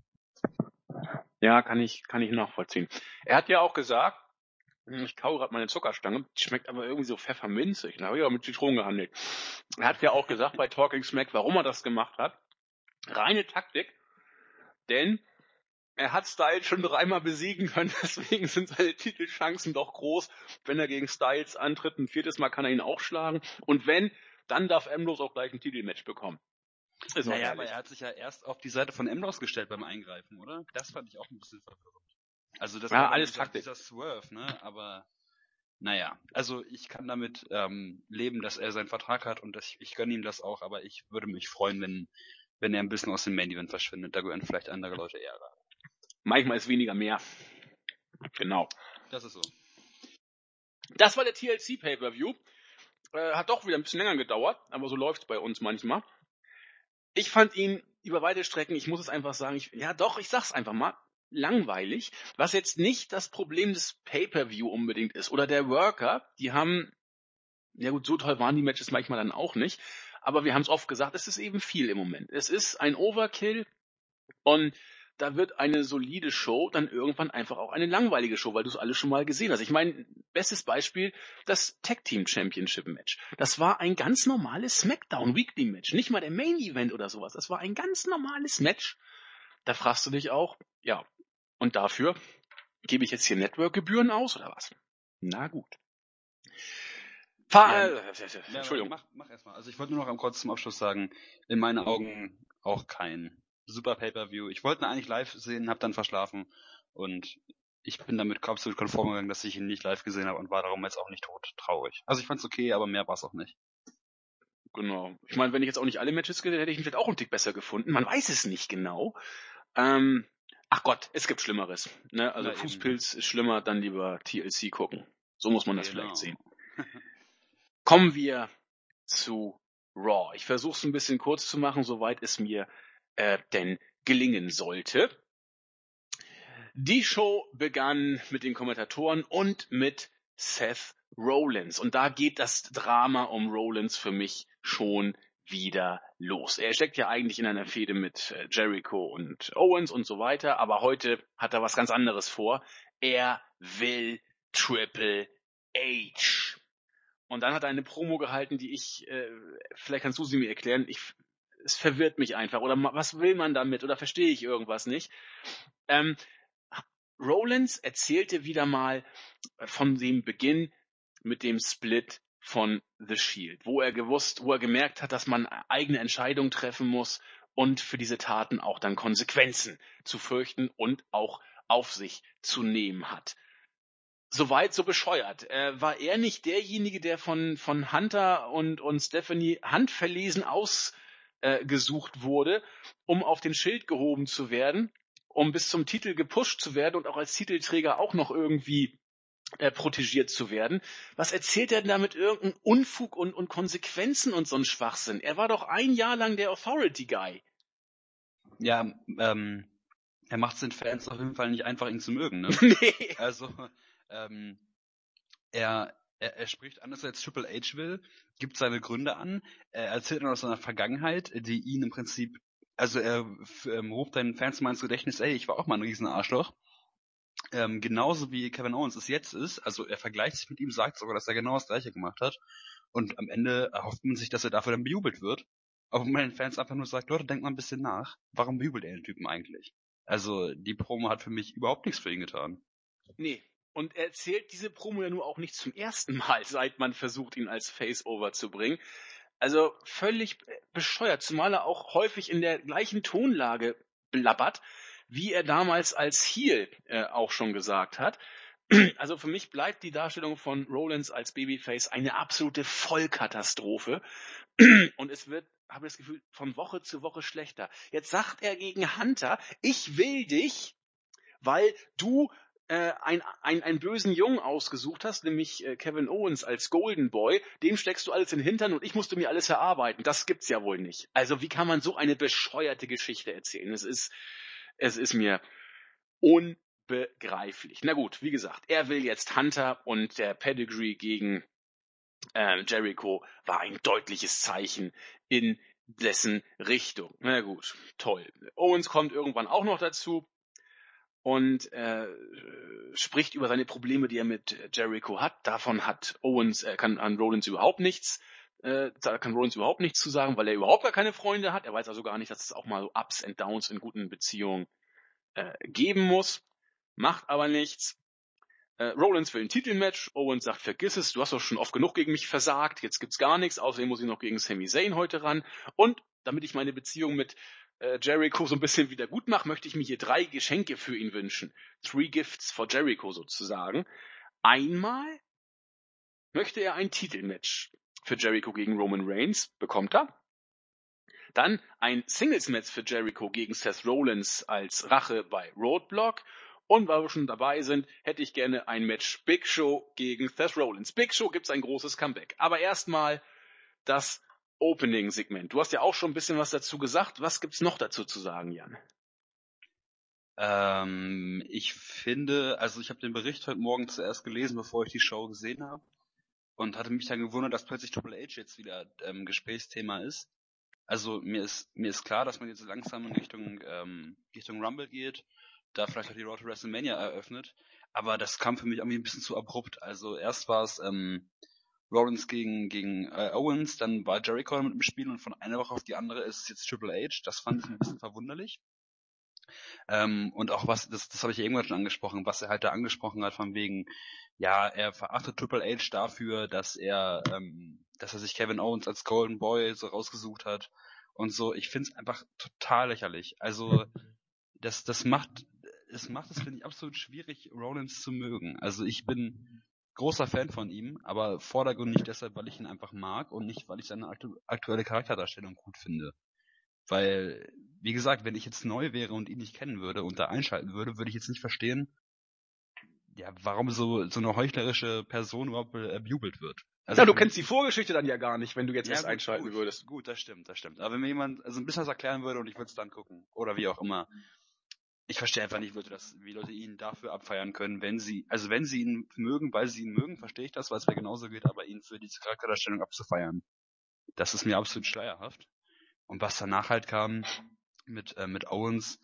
Ja, kann ich, kann ich nachvollziehen. Er hat ja auch gesagt, ich kaue gerade meine Zuckerstange, die schmeckt aber irgendwie so pfefferminzig. Da habe ich aber mit Zitronen gehandelt. Er hat ja auch gesagt bei Talking Smack, warum er das gemacht hat. Reine Taktik, denn er hat Styles schon dreimal besiegen können, deswegen sind seine Titelchancen doch groß. Wenn er gegen Styles antritt, ein viertes Mal kann er ihn auch schlagen. Und wenn, dann darf Ambrose auch gleich ein Titelmatch bekommen. Ist auch naja, aber ehrlich. er hat sich ja erst auf die Seite von Ambrose gestellt beim Eingreifen, oder? Das fand ich auch ein bisschen verwirrend. Also das Ja, war alles dieser, Taktik. dieser Swerve, ne? Aber naja, also ich kann damit ähm, leben, dass er seinen Vertrag hat und das, ich gönne ihm das auch, aber ich würde mich freuen, wenn, wenn er ein bisschen aus dem Main Event verschwindet. Da gehören vielleicht andere Leute eher rein. Manchmal ist weniger mehr. Genau. Das ist so. Das war der T L C Pay-Per-View. Äh, hat doch wieder ein bisschen länger gedauert, aber so läuft's bei uns manchmal. Ich fand ihn über weite Strecken, ich muss es einfach sagen, ich, ja doch, ich sag's einfach mal, langweilig, was jetzt nicht das Problem des Pay-Per-View unbedingt ist. Oder der Worker, die haben, ja gut, so toll waren die Matches manchmal dann auch nicht, aber wir haben es oft gesagt, es ist eben viel im Moment. Es ist ein Overkill und da wird eine solide Show dann irgendwann einfach auch eine langweilige Show, weil du es alles schon mal gesehen hast. Ich meine, bestes Beispiel, das Tag Team Championship Match. Das war ein ganz normales Smackdown Weekly Match. Nicht mal der Main Event oder sowas. Das war ein ganz normales Match. Da fragst du dich auch, ja, und dafür gebe ich jetzt hier Network-Gebühren aus oder was? Na gut. Fahr, Ja, äh, Entschuldigung. Ja, mach, mach erstmal. Also ich wollte nur noch kurz zum Abschluss sagen, in meinen Augen auch kein super Pay-Per-View. Ich wollte ihn eigentlich live sehen, habe dann verschlafen und ich bin damit absolut konform gegangen, dass ich ihn nicht live gesehen habe und war darum jetzt auch nicht tot traurig. Also ich fand's okay, aber mehr war's auch nicht. Genau. Ich meine, wenn ich jetzt auch nicht alle Matches gesehen hätte, hätte ich ihn vielleicht auch einen Tick besser gefunden. Man weiß es nicht genau. Ähm, ach Gott, es gibt Schlimmeres. Ne? Also Na eben. Fußpilz ist schlimmer, dann lieber T L C gucken. So muss man das Genau. vielleicht sehen. Kommen wir zu Raw. Ich versuche es ein bisschen kurz zu machen, soweit es mir äh, denn gelingen sollte. Die Show begann mit den Kommentatoren und mit Seth Rollins. Und da geht das Drama um Rollins für mich schon wieder los. Er steckt ja eigentlich in einer Fehde mit äh, Jericho und Owens und so weiter, aber heute hat er was ganz anderes vor. Er will Triple H. Und dann hat er eine Promo gehalten, die ich, äh, vielleicht kannst du sie mir erklären, ich, es verwirrt mich einfach. Oder ma- was will man damit? Oder verstehe ich irgendwas nicht? Ähm, Rollins erzählte wieder mal von dem Beginn mit dem Split von The Shield, wo er gewusst, wo er gemerkt hat, dass man eigene Entscheidungen treffen muss und für diese Taten auch dann Konsequenzen zu fürchten und auch auf sich zu nehmen hat. Soweit so bescheuert. Äh, war er nicht derjenige, der von, von Hunter und, und Stephanie handverlesen ausgesucht äh, wurde, um auf den Schild gehoben zu werden, um bis zum Titel gepusht zu werden und auch als Titelträger auch noch irgendwie äh, protegiert zu werden? Was erzählt er denn da mit irgendeinem Unfug und, und Konsequenzen und so ein Schwachsinn? Er war doch ein Jahr lang der Authority Guy. Ja, ähm, er macht es den Fans auf jeden Fall nicht einfach, ihn zu mögen, ne? Nee. Also, ähm, er, er, er spricht an, dass er jetzt Triple H will, gibt seine Gründe an, er erzählt dann aus seiner Vergangenheit, die ihn im Prinzip, also er f- ähm, ruft seinen Fans mal ins Gedächtnis, ey, ich war auch mal ein Riesenarschloch. Ähm, genauso wie Kevin Owens es jetzt ist, also er vergleicht sich mit ihm, sagt sogar, dass er genau das Gleiche gemacht hat. Und am Ende erhofft man sich, dass er dafür dann bejubelt wird. Aber man den Fans einfach nur sagt, Leute, denkt mal ein bisschen nach. Warum bejubelt er den Typen eigentlich? Also, die Promo hat für mich überhaupt nichts für ihn getan. Nee. Und er erzählt diese Promo ja nur auch nicht zum ersten Mal, seit man versucht, ihn als Face-Over zu bringen. Also völlig bescheuert, zumal er auch häufig in der gleichen Tonlage blabbert, wie er damals als Heel äh, auch schon gesagt hat. Also für mich bleibt die Darstellung von Rollins als Babyface eine absolute Vollkatastrophe. Und es wird, habe ich das Gefühl, von Woche zu Woche schlechter. Jetzt sagt er gegen Hunter, ich will dich, weil du äh, ein, ein, einen bösen Jungen ausgesucht hast, nämlich äh, Kevin Owens als Golden Boy, dem steckst du alles in den Hintern und ich musste mir alles erarbeiten. Das gibt's ja wohl nicht. Also wie kann man so eine bescheuerte Geschichte erzählen? Es ist, es ist mir unbegreiflich. Na gut, wie gesagt, er will jetzt Hunter und der Pedigree gegen äh, Jericho war ein deutliches Zeichen in dessen Richtung. Na gut, toll. Owens kommt irgendwann auch noch dazu und äh, spricht über seine Probleme, die er mit Jericho hat. Davon hat Owens, äh, kann an Rollins überhaupt nichts, äh, da kann Rollins überhaupt nichts zu sagen, weil er überhaupt gar keine Freunde hat. Er weiß also gar nicht, dass es auch mal so Ups and Downs in guten Beziehungen äh, geben muss. Macht aber nichts. Äh, Rollins will ein Titelmatch. Owens sagt, vergiss es, du hast doch schon oft genug gegen mich versagt. Jetzt gibt's gar nichts. Außerdem muss ich noch gegen Sami Zayn heute ran. Und damit ich meine Beziehung mit äh, Jericho so ein bisschen wieder gut mache, möchte ich mir hier drei Geschenke für ihn wünschen. Three Gifts for Jericho sozusagen. Einmal möchte er ein Titelmatch für Jericho gegen Roman Reigns. Bekommt er. Dann ein Singles-Match für Jericho gegen Seth Rollins als Rache bei Roadblock. Und weil wir schon dabei sind, hätte ich gerne ein Match Big Show gegen Seth Rollins. Big Show gibt's ein großes Comeback. Aber erstmal das Opening-Segment. Du hast ja auch schon ein bisschen was dazu gesagt. Was gibt's noch dazu zu sagen, Jan? Ähm, ich finde, also ich habe den Bericht heute Morgen zuerst gelesen, bevor ich die Show gesehen habe. Und hatte mich dann gewundert, dass plötzlich Triple H jetzt wieder ähm, Gesprächsthema ist. Also mir ist mir ist klar, dass man jetzt langsam in Richtung ähm, Richtung Rumble geht, da vielleicht auch die Road to WrestleMania eröffnet, aber das kam für mich irgendwie ein bisschen zu abrupt. Also erst war es ähm, Rollins gegen gegen äh, Owens, dann war Jericho mit im Spiel und von einer Woche auf die andere ist es jetzt Triple H. Das fand ich ein bisschen verwunderlich. Ähm, und auch was, das, das habe ich ja irgendwann schon angesprochen, was er halt da angesprochen hat, von wegen, ja, er verachtet Triple H dafür, dass er, ähm, dass er sich Kevin Owens als Golden Boy so rausgesucht hat und so. Ich find's einfach total lächerlich. Also, das, das macht, es macht es, finde ich, absolut schwierig, Rollins zu mögen. Also, ich bin großer Fan von ihm, aber vordergründig deshalb, weil ich ihn einfach mag und nicht, weil ich seine aktu- aktuelle Charakterdarstellung gut finde. Weil, wie gesagt, wenn ich jetzt neu wäre und ihn nicht kennen würde und da einschalten würde, würde ich jetzt nicht verstehen, ja, warum so, so eine heuchlerische Person überhaupt äh, bejubelt wird. Also ja, du für kennst mich die Vorgeschichte dann ja gar nicht, wenn du jetzt ja, erst gut, einschalten gut, würdest. gut, das stimmt, das stimmt. Aber wenn mir jemand also ein bisschen was erklären würde und ich würde es dann gucken, oder wie auch immer. Ich verstehe einfach nicht, wie Leute, das, wie Leute ihn dafür abfeiern können, wenn sie, also wenn sie ihn mögen, weil sie ihn mögen, verstehe ich das, weil es mir genauso geht, aber ihn für diese Charakterdarstellung abzufeiern, das ist mir absolut schleierhaft. Und was danach halt kam mit, äh, mit Owens,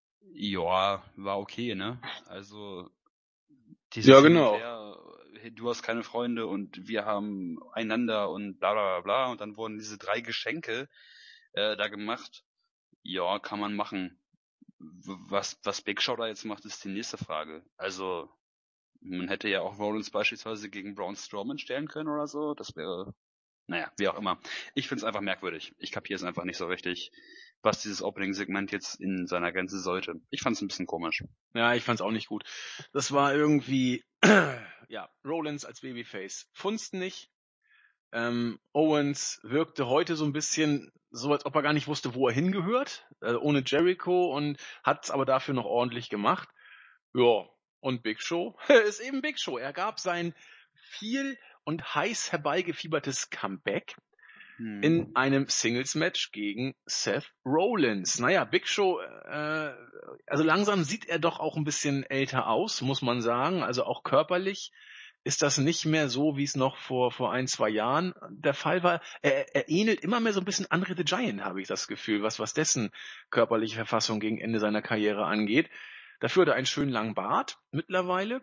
ja, war okay, ne? Also dieses Ja, Hin und genau. Her, hey, du hast keine Freunde und wir haben einander und bla bla bla bla und dann wurden diese drei Geschenke äh, da gemacht. Ja, kann man machen. W- Was, was Big Show da jetzt macht, ist die nächste Frage. Also, man hätte ja auch Rollins beispielsweise gegen Braun Strowman stellen können oder so. Das wäre, naja, wie auch immer. Ich find's einfach merkwürdig. Ich kapiere es einfach nicht so richtig, was dieses Opening-Segment jetzt in seiner Gänze sollte. Ich fand's ein bisschen komisch. Ja, ich fand's auch nicht gut. Das war irgendwie, ja, Rollins als Babyface funzt nicht. Ähm, Owens wirkte heute so ein bisschen so, als ob er gar nicht wusste, wo er hingehört, äh, ohne Jericho, und hat's aber dafür noch ordentlich gemacht. Ja, und Big Show ist eben Big Show. Er gab sein viel und heiß herbeigefiebertes Comeback in Hm. einem Singles-Match gegen Seth Rollins. Naja, Big Show, äh, also langsam sieht er doch auch ein bisschen älter aus, muss man sagen. Also auch körperlich ist das nicht mehr so, wie es noch vor, vor ein, zwei Jahren der Fall war. Er, er ähnelt immer mehr so ein bisschen Andre the Giant, habe ich das Gefühl, was, was dessen körperliche Verfassung gegen Ende seiner Karriere angeht. Dafür hat er einen schönen langen Bart mittlerweile.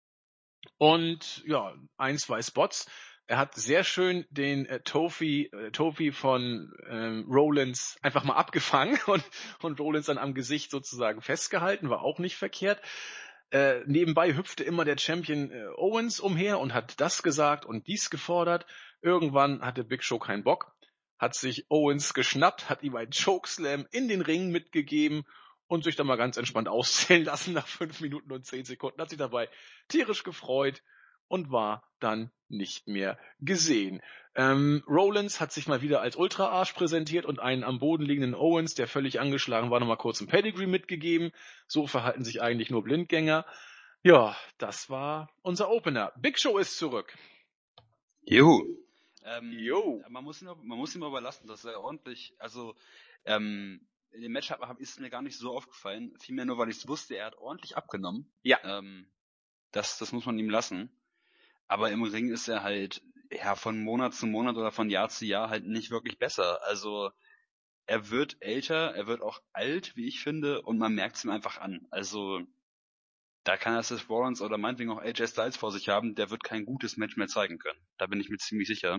Und ja, ein, zwei Spots. Er hat sehr schön den äh, Tofi, äh, Tofi von ähm, Rollins einfach mal abgefangen und, und Rollins dann am Gesicht sozusagen festgehalten, war auch nicht verkehrt. Äh, nebenbei hüpfte immer der Champion äh, Owens umher und hat das gesagt und dies gefordert. Irgendwann hatte Big Show keinen Bock, hat sich Owens geschnappt, hat ihm einen Chokeslam in den Ring mitgegeben und sich dann mal ganz entspannt auszählen lassen nach fünf Minuten und zehn Sekunden, hat sich dabei tierisch gefreut und war dann nicht mehr gesehen. Ähm, Rollins hat sich mal wieder als Ultra-Arsch präsentiert und einen am Boden liegenden Owens, der völlig angeschlagen war, nochmal kurz ein Pedigree mitgegeben. So verhalten sich eigentlich nur Blindgänger. Ja, das war unser Opener. Big Show ist zurück. Juhu. Ähm, Jo. man muss ihn, aber- man muss ihm aber lassen, dass er ordentlich, also ähm, in dem Match hab- ist mir gar nicht so aufgefallen, vielmehr nur, weil ich es wusste, er hat ordentlich abgenommen. Ja. Ähm, das, das muss man ihm lassen. Aber im Ring ist er halt ja von Monat zu Monat oder von Jahr zu Jahr halt nicht wirklich besser. Also er wird älter, er wird auch alt, wie ich finde, und man merkt es ihm einfach an. Also da kann er Seth Rollins oder meinetwegen auch A J Styles vor sich haben, der wird kein gutes Match mehr zeigen können. Da bin ich mir ziemlich sicher.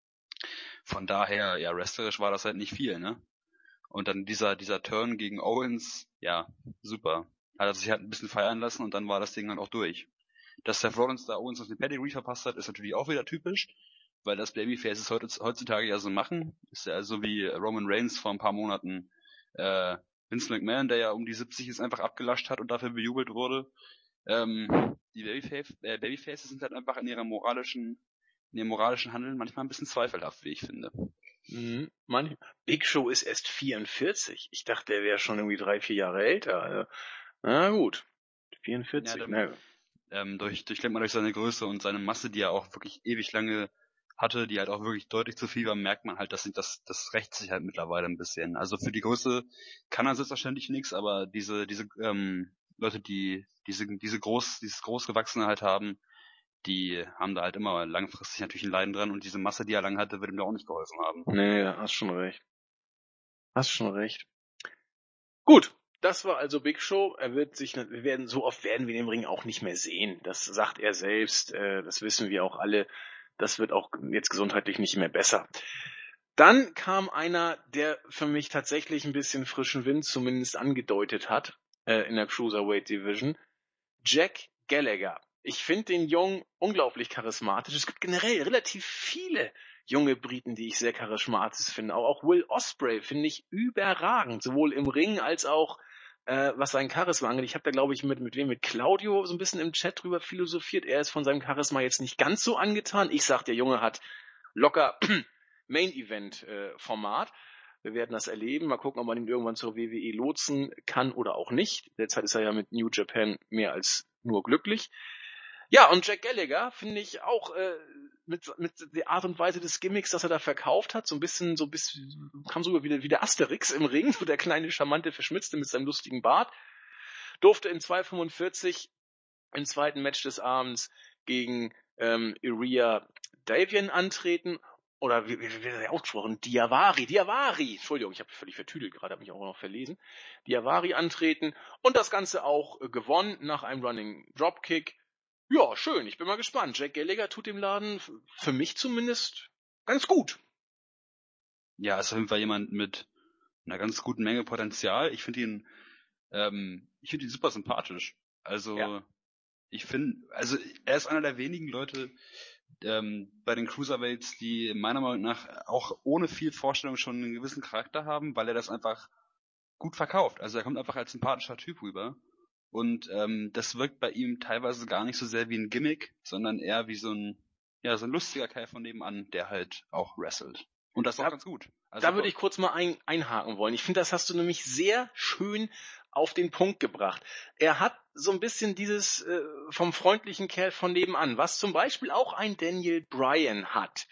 Von daher, ja, wrestlerisch war das halt nicht viel, ne? Und dann dieser, dieser Turn gegen Owens, ja, super. Hat er sich halt ein bisschen feiern lassen und dann war das Ding dann auch durch. Dass Seth Rollins da Owens auf den Pedigree verpasst hat, ist natürlich auch wieder typisch, weil das Babyfaces heutzutage ja so machen. Ist ja so wie Roman Reigns vor ein paar Monaten, äh, Vince McMahon, der ja um die siebzig ist, einfach abgelascht hat und dafür bejubelt wurde. Ähm, die Babyface, äh, Babyfaces sind halt einfach in ihrer moralischen, in ihrem moralischen Handeln manchmal ein bisschen zweifelhaft, wie ich finde. Mhm. Manch, Big Show ist erst vierundvierzig. Ich dachte, er wäre schon irgendwie drei, vier Jahre älter. Also, na gut. vierundvierzig, Ja, na dann, ähm, durch, durch, denkt man durch seine Größe und seine Masse, die er auch wirklich ewig lange hatte, die halt auch wirklich deutlich zu viel war, merkt man halt, dass sich das, das rächt sich halt mittlerweile ein bisschen. Also für die Größe kann er selbstverständlich nichts, aber diese, diese, ähm, Leute, die, diese, diese groß, dieses Großgewachsene halt haben, die haben da halt immer langfristig natürlich ein Leiden dran und diese Masse, die er lang hatte, wird ihm da auch nicht geholfen haben. Nee, hast schon recht. Hast schon recht. Gut, das war also Big Show. Er wird sich, wir werden, so oft werden wir ihn im Ring auch nicht mehr sehen. Das sagt er selbst, äh, das wissen wir auch alle. Das wird auch jetzt gesundheitlich nicht mehr besser. Dann kam einer, der für mich tatsächlich ein bisschen frischen Wind zumindest angedeutet hat, äh, in der Cruiserweight Division. Jack Gallagher. Ich finde den Jungen unglaublich charismatisch. Es gibt generell relativ viele junge Briten, die ich sehr charismatisch finde. Auch, auch Will Ospreay finde ich überragend, sowohl im Ring als auch äh, was sein Charisma angeht. Ich habe da, glaube ich, mit mit wem mit Claudio so ein bisschen im Chat drüber philosophiert. Er ist von seinem Charisma jetzt nicht ganz so angetan. Ich sag, der Junge hat locker Main-Event-Format. Wir werden das erleben. Mal gucken, ob man ihn irgendwann zur W W E lotsen kann oder auch nicht. Derzeit ist er ja mit New Japan mehr als nur glücklich. Ja, und Jack Gallagher finde ich auch äh, mit mit der Art und Weise des Gimmicks, das er da verkauft hat, so ein bisschen, so ein bisschen, kam so wie der, wie der Asterix im Ring, so der kleine, charmante, verschmitzte mit seinem lustigen Bart, durfte in zwei fünfundvierzig im zweiten Match des Abends gegen ähm, Uriah Davian antreten. Oder wie, wie, wie wird er ausgesprochen? Diavari, Diavari, Entschuldigung, ich habe völlig vertüdelt gerade, habe mich auch noch verlesen. Diavari antreten und das Ganze auch äh, gewonnen nach einem Running Dropkick. Ja, schön, ich bin mal gespannt. Jack Gallagher tut dem Laden f- für mich zumindest ganz gut. Ja, ist auf jeden Fall jemand mit einer ganz guten Menge Potenzial. Ich finde ihn, ähm, ich finde ihn super sympathisch. Also, Ja. ich finde, also er ist einer der wenigen Leute ähm, bei den Cruiserweights, die meiner Meinung nach auch ohne viel Vorstellung schon einen gewissen Charakter haben, weil er das einfach gut verkauft. Also er kommt einfach als sympathischer Typ rüber. Und ähm, das wirkt bei ihm teilweise gar nicht so sehr wie ein Gimmick, sondern eher wie so ein, ja, so ein lustiger Kerl von nebenan, der halt auch wrestelt. Und das ist auch Da, ganz gut. Also da würde ich kurz mal ein, einhaken wollen. Ich finde, das hast du nämlich sehr schön auf den Punkt gebracht. Er hat so ein bisschen dieses äh, vom freundlichen Kerl von nebenan, was zum Beispiel auch ein Daniel Bryan hat.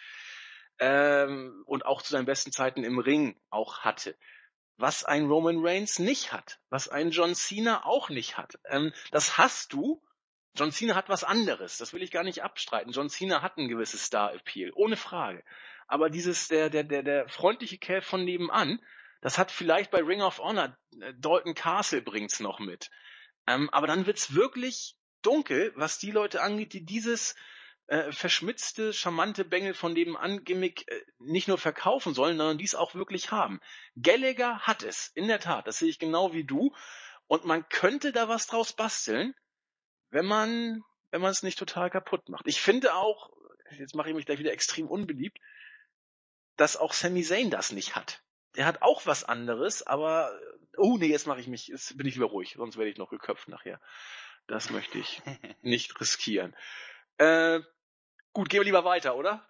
Ähm, und auch zu seinen besten Zeiten im Ring auch hatte. Was ein Roman Reigns nicht hat, was ein John Cena auch nicht hat. Ähm, das hast du. John Cena hat was anderes, das will ich gar nicht abstreiten. John Cena hat ein gewisses Star-Appeal, ohne Frage. Aber dieses, der, der, der, der freundliche Kerl von nebenan, das hat vielleicht bei Ring of Honor, äh, Dalton Castle bringt's noch mit. Ähm, aber dann wird's wirklich dunkel, was die Leute angeht, die dieses äh, verschmitzte, charmante Bengel von nebenan Gimmick äh, nicht nur verkaufen sollen, sondern dies auch wirklich haben. Gallagher hat es, in der Tat, das sehe ich genau wie du. Und man könnte da was draus basteln, wenn man, wenn man es nicht total kaputt macht. Ich finde auch, jetzt mache ich mich gleich wieder extrem unbeliebt, dass auch Sami Zayn das nicht hat. Der hat auch was anderes, aber, oh nee, jetzt mache ich mich, jetzt bin ich lieber ruhig, sonst werde ich noch geköpft nachher. Das möchte ich nicht riskieren. Äh, gut, gehen wir lieber weiter, oder?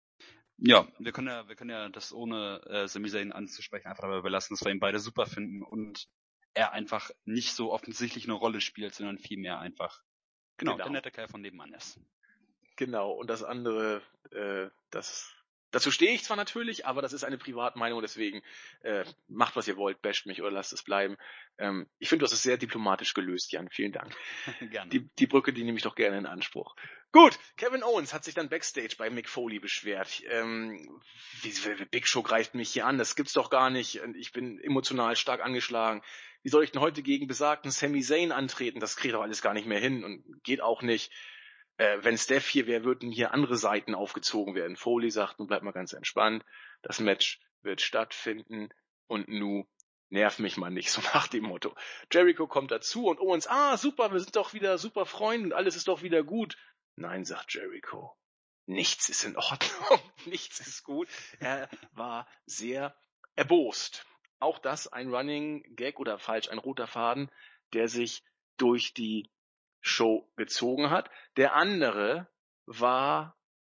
ja, wir können ja, wir können ja das ohne äh, Sami Zayn anzusprechen einfach dabei belassen, dass wir ihn beide super finden und er einfach nicht so offensichtlich eine Rolle spielt, sondern vielmehr einfach, genau, Genau. der nette Kerl von nebenan ist. Genau, und das andere, äh, das, dazu stehe ich zwar natürlich, aber das ist eine Privatmeinung, deswegen äh, macht, was ihr wollt, basht mich oder lasst es bleiben. Ähm, ich finde, du hast es sehr diplomatisch gelöst, Jan, vielen Dank. Gerne. Die, die Brücke, die nehme ich doch gerne in Anspruch. Gut, Kevin Owens hat sich dann Backstage bei Mick Foley beschwert. Ähm, wie, wie, Big Show greift mich hier an, das gibt's doch gar nicht. Ich bin emotional stark angeschlagen. Wie soll ich denn heute gegen besagten Sami Zayn antreten? Das kriegt doch alles gar nicht mehr hin und geht auch nicht. Äh, wenn Steph hier wäre, würden hier andere Seiten aufgezogen werden. Foley sagt, nun bleib mal ganz entspannt. Das Match wird stattfinden und nu nerv mich mal nicht, so nach dem Motto. Jericho kommt dazu und Owens, ah, super, wir sind doch wieder super Freunde und alles ist doch wieder gut. Nein, sagt Jericho. Nichts ist in Ordnung, nichts ist gut. Er war sehr erbost. Auch das ein Running Gag oder falsch, ein roter Faden, der sich durch die Show gezogen hat. Der andere war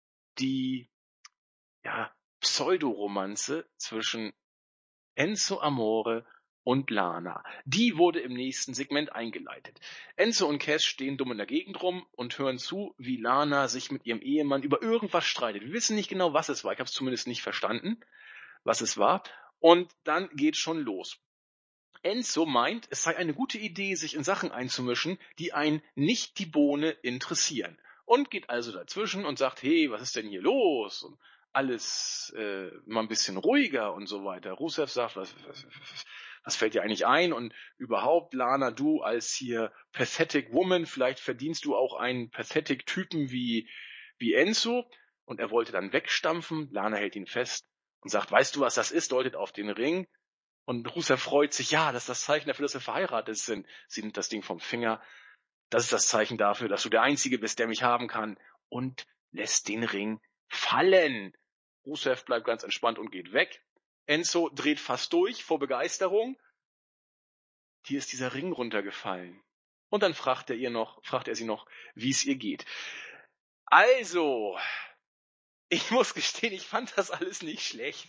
die ja, Pseudoromanze zwischen Enzo Amore und Lana. Die wurde im nächsten Segment eingeleitet. Enzo und Cass stehen dumm in der Gegend rum und hören zu, wie Lana sich mit ihrem Ehemann über irgendwas streitet. Wir wissen nicht genau, was es war. Ich habe es zumindest nicht verstanden, was es war. Und dann geht schon los. Enzo meint, es sei eine gute Idee, sich in Sachen einzumischen, die einen nicht die Bohne interessieren. Und geht also dazwischen und sagt, hey, was ist denn hier los? Und alles äh, mal ein bisschen ruhiger und so weiter. Rusev sagt, was, was, was fällt dir eigentlich ein? Und überhaupt, Lana, du als hier Pathetic Woman, vielleicht verdienst du auch einen Pathetic Typen wie, wie Enzo. Und er wollte dann wegstampfen. Lana hält ihn fest und sagt, weißt du, was das ist? Deutet auf den Ring. Und Rusev freut sich, ja, das ist das Zeichen dafür, dass wir verheiratet sind. Sie nimmt das Ding vom Finger. Das ist das Zeichen dafür, dass du der Einzige bist, der mich haben kann. Und lässt den Ring fallen. Rusev bleibt ganz entspannt und geht weg. Enzo dreht fast durch vor Begeisterung. Hier ist dieser Ring runtergefallen. Und dann fragt er ihr noch, fragt er sie noch, wie es ihr geht. Also, ich muss gestehen, ich fand das alles nicht schlecht.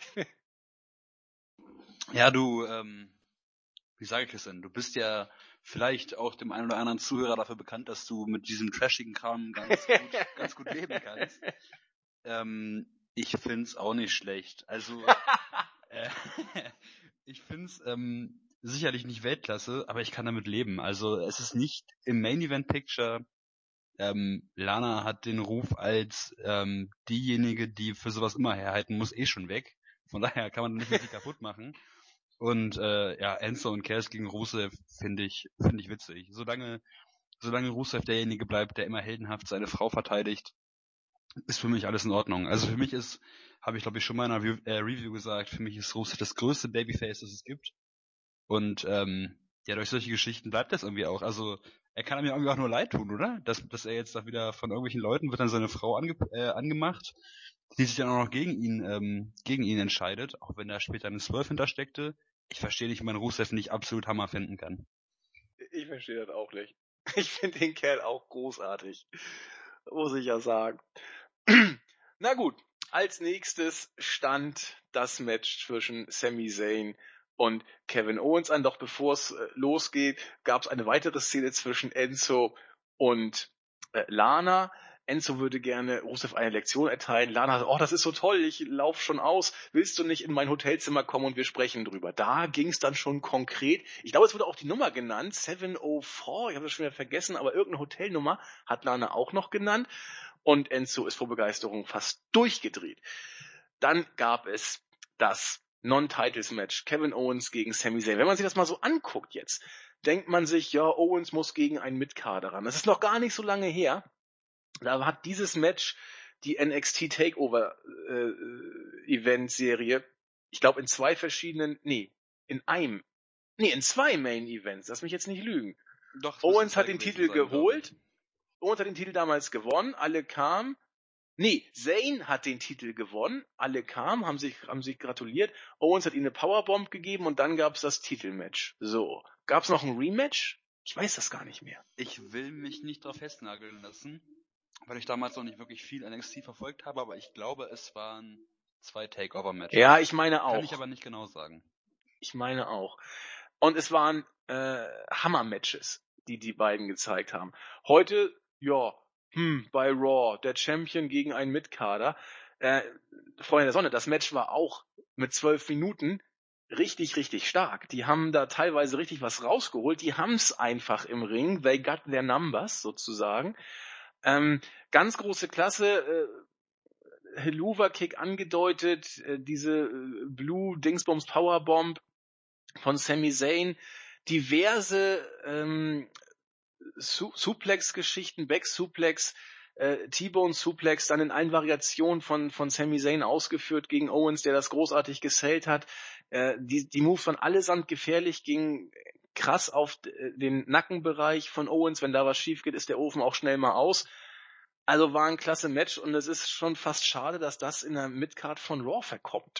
Ja, du, ähm, wie sage ich es denn? Du bist ja vielleicht auch dem einen oder anderen Zuhörer dafür bekannt, dass du mit diesem trashigen Kram ganz gut, ganz gut leben kannst. Ähm, ich find's auch nicht schlecht. Also, äh, ich find's ähm, sicherlich nicht Weltklasse, aber ich kann damit leben. Also, es ist nicht im Main Event Picture. Ähm, Lana hat den Ruf als ähm, diejenige, die für sowas immer herhalten muss, eh schon weg. Von daher kann man nicht mehr viel kaputt machen. Und äh, ja, Enzo und Cass gegen Rusev finde ich finde ich witzig. Solange solange Rusev derjenige bleibt, der immer heldenhaft seine Frau verteidigt, ist für mich alles in Ordnung. Also für mich ist, habe ich glaube ich schon mal in einer Re- äh, Review gesagt, für mich ist Rusev das größte Babyface, das es gibt. Und ähm, ja, durch solche Geschichten bleibt das irgendwie auch. Also er kann mir irgendwie auch nur leid tun, oder? Dass, dass er jetzt da wieder von irgendwelchen Leuten wird dann seine Frau ange äh, angemacht, die sich dann auch noch gegen ihn ähm, gegen ihn entscheidet, auch wenn da später eine Swerve hintersteckte. Ich verstehe nicht, wie man Rusev nicht absolut Hammer finden kann. Ich verstehe das auch nicht. Ich finde den Kerl auch großartig. Muss ich ja sagen. Na gut, als nächstes stand das Match zwischen Sami Zayn und Kevin Owens an. Doch bevor es äh, losgeht, gab es eine weitere Szene zwischen Enzo und äh, Lana. Enzo würde gerne Rusev eine Lektion erteilen. Lana sagt, oh, das ist so toll, ich lauf schon aus. Willst du nicht in mein Hotelzimmer kommen und wir sprechen drüber? Da ging es dann schon konkret. Ich glaube, es wurde auch die Nummer genannt, sieben null vier. Ich habe das schon wieder vergessen, aber irgendeine Hotelnummer hat Lana auch noch genannt. Und Enzo ist vor Begeisterung fast durchgedreht. Dann gab es das Non-Titles-Match. Kevin Owens gegen Sami Zayn. Wenn man sich das mal so anguckt jetzt, denkt man sich, ja, Owens muss gegen einen Mitkader ran. Das ist noch gar nicht so lange her. Da hat dieses Match die N X T Takeover äh, Event-Serie, ich glaube in zwei verschiedenen, nee, in einem, nee, in zwei Main-Events, lass mich jetzt nicht lügen. Doch, Owens hat den Titel sein, geholt, Owens hat den Titel damals gewonnen, alle kamen, nee, Zayn hat den Titel gewonnen, alle kamen, haben sich, haben sich gratuliert, Owens hat ihm eine Powerbomb gegeben und dann gab's das Titelmatch. So, gab's noch ein Rematch? Ich weiß das gar nicht mehr. Ich will mich nicht drauf festnageln lassen, weil ich damals noch nicht wirklich viel N X T verfolgt habe, aber ich glaube, es waren zwei Takeover-Matches. Ja, ich meine auch. Kann ich aber nicht genau sagen. Ich meine auch. Und es waren äh, Hammer-Matches, die die beiden gezeigt haben. Heute, ja, hm, bei Raw, der Champion gegen einen Mitkader. Äh, Freunde der Sonne, das Match war auch mit zwölf Minuten richtig, richtig stark. Die haben da teilweise richtig was rausgeholt. Die haben's einfach im Ring. They got their numbers, sozusagen. Ähm, ganz große Klasse. Äh, Helluva-Kick angedeutet. Äh, diese äh, Blue Dingsbums Powerbomb von Sami Zayn, diverse ähm, Su- Suplex-Geschichten, Back-Suplex, äh, T-Bone-Suplex, dann in allen Variationen von von Sami Zayn ausgeführt gegen Owens, der das großartig gesellt hat. Äh, die, die Moves waren allesamt gefährlich, gingen krass auf d- den Nackenbereich von Owens. Wenn da was schief geht, ist der Ofen auch schnell mal aus. Also war ein klasse Match und es ist schon fast schade, dass das in der Midcard von Raw verkommt.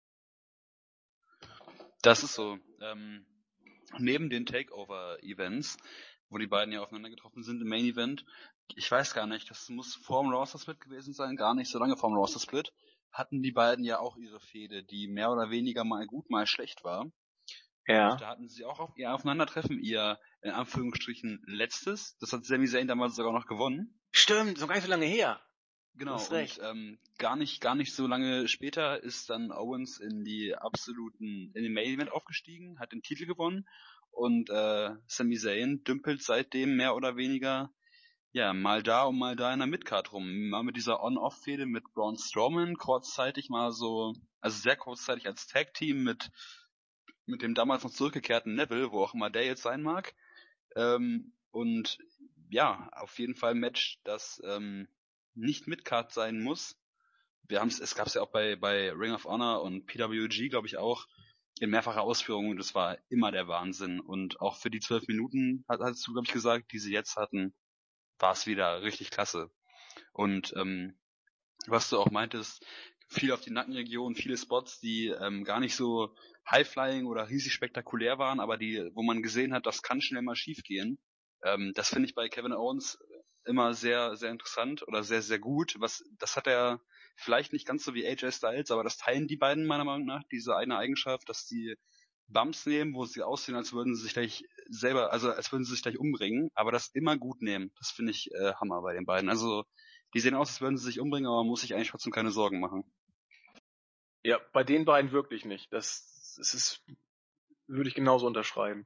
Das ist so. Ähm, neben den Takeover-Events, wo die beiden ja aufeinander getroffen sind im Main Event, ich weiß gar nicht, das muss vor dem Roster Split gewesen sein, gar nicht so lange vor dem Roster Split, hatten die beiden ja auch ihre Fehde, die mehr oder weniger mal gut, mal schlecht war. Ja. Und da hatten sie auch auf ihr Aufeinandertreffen, ihr in Anführungsstrichen letztes. Das hat Sami Zayn damals sogar noch gewonnen. Stimmt, so gar nicht so lange her. Genau, und ähm, gar nicht, gar nicht so lange später ist dann Owens in die absoluten, in den Main Event aufgestiegen, hat den Titel gewonnen und äh, Sami Zayn dümpelt seitdem mehr oder weniger ja mal da und mal da in der Midcard rum. Mal mit dieser On-Off-Fehde mit Braun Strowman, kurzzeitig mal so, also sehr kurzzeitig als Tag-Team mit mit dem damals noch zurückgekehrten Neville, wo auch immer der jetzt sein mag. Ähm, und ja, auf jeden Fall ein Match, das ähm, nicht Midcard sein muss. Wir haben's, es gab es ja auch bei bei Ring of Honor und P W G, glaube ich auch. in mehrfacher Ausführung, das war immer der Wahnsinn. Und auch für die zwölf Minuten, hat, hast du, glaube ich, gesagt, die sie jetzt hatten, war es wieder richtig klasse. Und ähm, was du auch meintest, viel auf die Nackenregion, viele Spots, die ähm, gar nicht so high-flying oder riesig spektakulär waren, aber die, wo man gesehen hat, das kann schnell mal schief gehen. Ähm, das finde ich bei Kevin Owens immer sehr, sehr interessant oder sehr, sehr gut. Was, das hat er vielleicht nicht ganz so wie A J Styles, aber das teilen die beiden meiner Meinung nach, diese eine Eigenschaft, dass die Bumps nehmen, wo sie aussehen, als würden sie sich gleich selber, also als würden sie sich gleich umbringen, aber das immer gut nehmen. Das finde ich äh, Hammer bei den beiden. Also die sehen aus, als würden sie sich umbringen, aber man muss sich eigentlich trotzdem keine Sorgen machen. Ja, bei den beiden wirklich nicht. Das, das ist, würde ich genauso unterschreiben.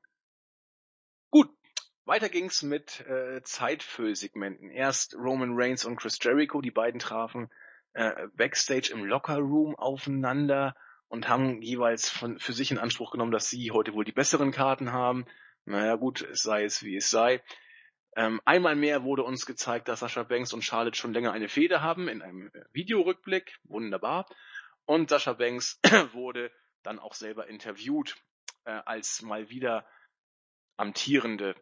Gut, weiter ging's mit äh, Zeitfüllsegmenten. Erst Roman Reigns und Chris Jericho, die beiden trafen äh, Backstage im Lockerroom aufeinander und haben jeweils von, für sich in Anspruch genommen, dass sie heute wohl die besseren Karten haben. Naja gut, es sei es wie es sei. Ähm, einmal mehr wurde uns gezeigt, dass Sasha Banks und Charlotte schon länger eine Fehde haben in einem äh, Videorückblick. Wunderbar. Und Sasha Banks wurde dann auch selber interviewt äh, als mal wieder amtierende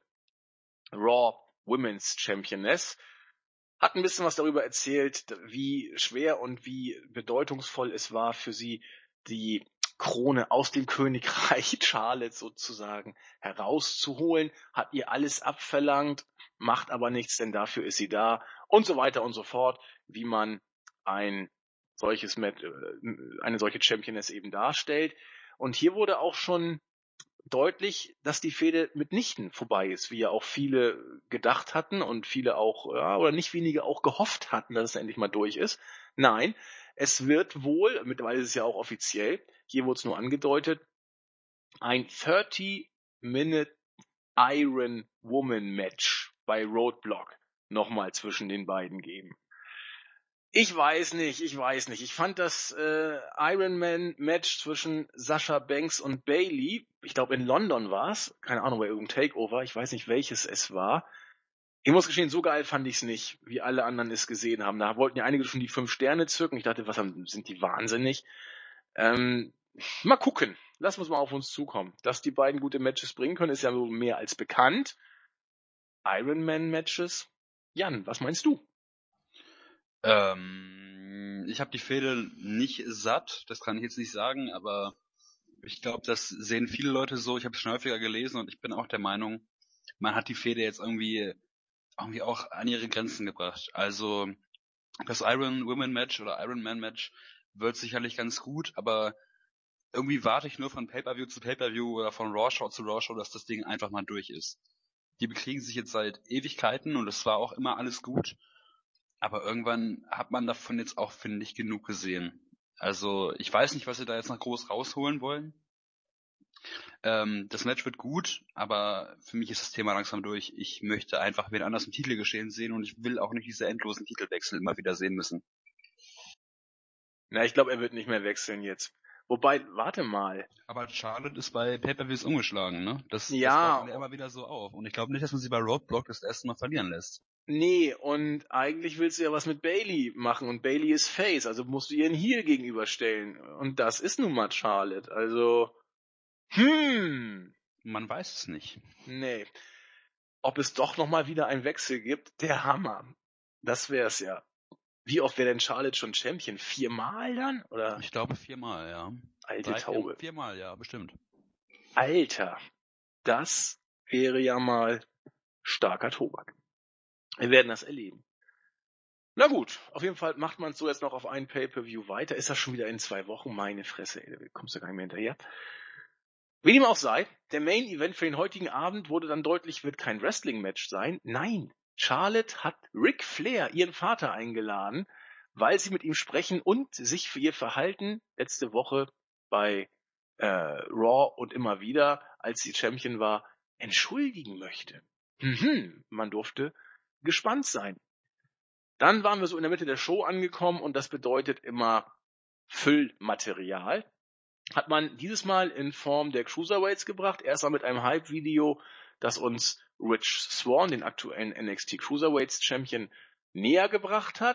Raw Women's Championess. Hat ein bisschen was darüber erzählt, wie schwer und wie bedeutungsvoll es war für sie, die Krone aus dem Königreich Charlotte sozusagen herauszuholen, hat ihr alles abverlangt, macht aber nichts, denn dafür ist sie da und so weiter und so fort, wie man ein solches eine solche Championess eben darstellt. Und hier wurde auch schon deutlich, dass die Fehde mitnichten vorbei ist, wie ja auch viele gedacht hatten und viele auch, ja, oder nicht wenige auch gehofft hatten, dass es endlich mal durch ist. Nein, es wird wohl, mittlerweile ist es ja auch offiziell, hier wurde es nur angedeutet, ein dreißig Minute Iron Woman Match bei Roadblock nochmal zwischen den beiden geben. Ich weiß nicht, ich weiß nicht. Ich fand das äh, Ironman-Match zwischen Sasha Banks und Bayley, ich glaube in London war's, keine Ahnung, bei irgendeinem Takeover, ich weiß nicht welches es war. Ich muss gestehen, so geil fand ich's nicht, wie alle anderen es gesehen haben. Da wollten ja einige schon die fünf Sterne zücken. Ich dachte, was haben, sind die wahnsinnig? Ähm, mal gucken. Lass uns mal auf uns zukommen. Dass die beiden gute Matches bringen können, ist ja so mehr als bekannt. Ironman-Matches? Jan, was meinst du? Ähm, ich habe die Fehde nicht satt, das kann ich jetzt nicht sagen, aber ich glaube, das sehen viele Leute so. Ich habe es schon häufiger gelesen und ich bin auch der Meinung, man hat die Fehde jetzt irgendwie irgendwie auch an ihre Grenzen gebracht. Also das Iron Women Match oder Iron Man Match wird sicherlich ganz gut, aber irgendwie warte ich nur von Pay-Per-View zu Pay-Per-View oder von Raw Show zu Raw Show, dass das Ding einfach mal durch ist. Die bekriegen sich jetzt seit Ewigkeiten und es war auch immer alles gut. Aber irgendwann hat man davon jetzt auch, finde ich, genug gesehen. Also ich weiß nicht, was sie da jetzt noch groß rausholen wollen. Ähm, das Match wird gut, aber für mich ist das Thema langsam durch. Ich möchte einfach wen anders im Titel geschehen sehen und ich will auch nicht diese endlosen Titelwechsel immer wieder sehen müssen. Na, ich glaube, er wird nicht mehr wechseln jetzt. Wobei, warte mal. Aber Charlotte ist bei Pay-Per-Views umgeschlagen, ne? Das, ja, das baut man ja immer wieder so auf. Und ich glaube nicht, dass man sie bei Roadblock das erste Mal verlieren lässt. Nee, und eigentlich willst du ja was mit Bayley machen und Bayley ist Face, also musst du ihr einen Heel gegenüberstellen. Und das ist nun mal Charlotte, also hm. Man weiß es nicht. Nee. Ob es doch nochmal wieder einen Wechsel gibt, der Hammer. Das wär's ja. Wie oft wäre denn Charlotte schon Champion? Viermal dann? Oder? Ich glaube viermal, ja. Alte Drei, Taube. Vier, viermal, ja, bestimmt. Alter, das wäre ja mal starker Tobak. Wir werden das erleben. Na gut, auf jeden Fall macht man es so jetzt noch auf einen Pay-Per-View weiter. Ist das schon wieder in zwei Wochen? Meine Fresse, ey, da kommst du gar nicht mehr hinterher. Wie dem auch sei, der Main-Event für den heutigen Abend wurde dann deutlich, wird kein Wrestling-Match sein. Nein, Charlotte hat Ric Flair, ihren Vater, eingeladen, weil sie mit ihm sprechen und sich für ihr Verhalten letzte Woche bei äh, Raw und immer wieder, als sie Champion war, entschuldigen möchte. Mhm, man durfte gespannt sein. Dann waren wir so in der Mitte der Show angekommen und das bedeutet immer Füllmaterial. Hat man dieses Mal in Form der Cruiserweights gebracht. Erstmal mit einem Hype-Video, das uns Rich Swann, den aktuellen N X T Cruiserweights Champion, näher gebracht hat.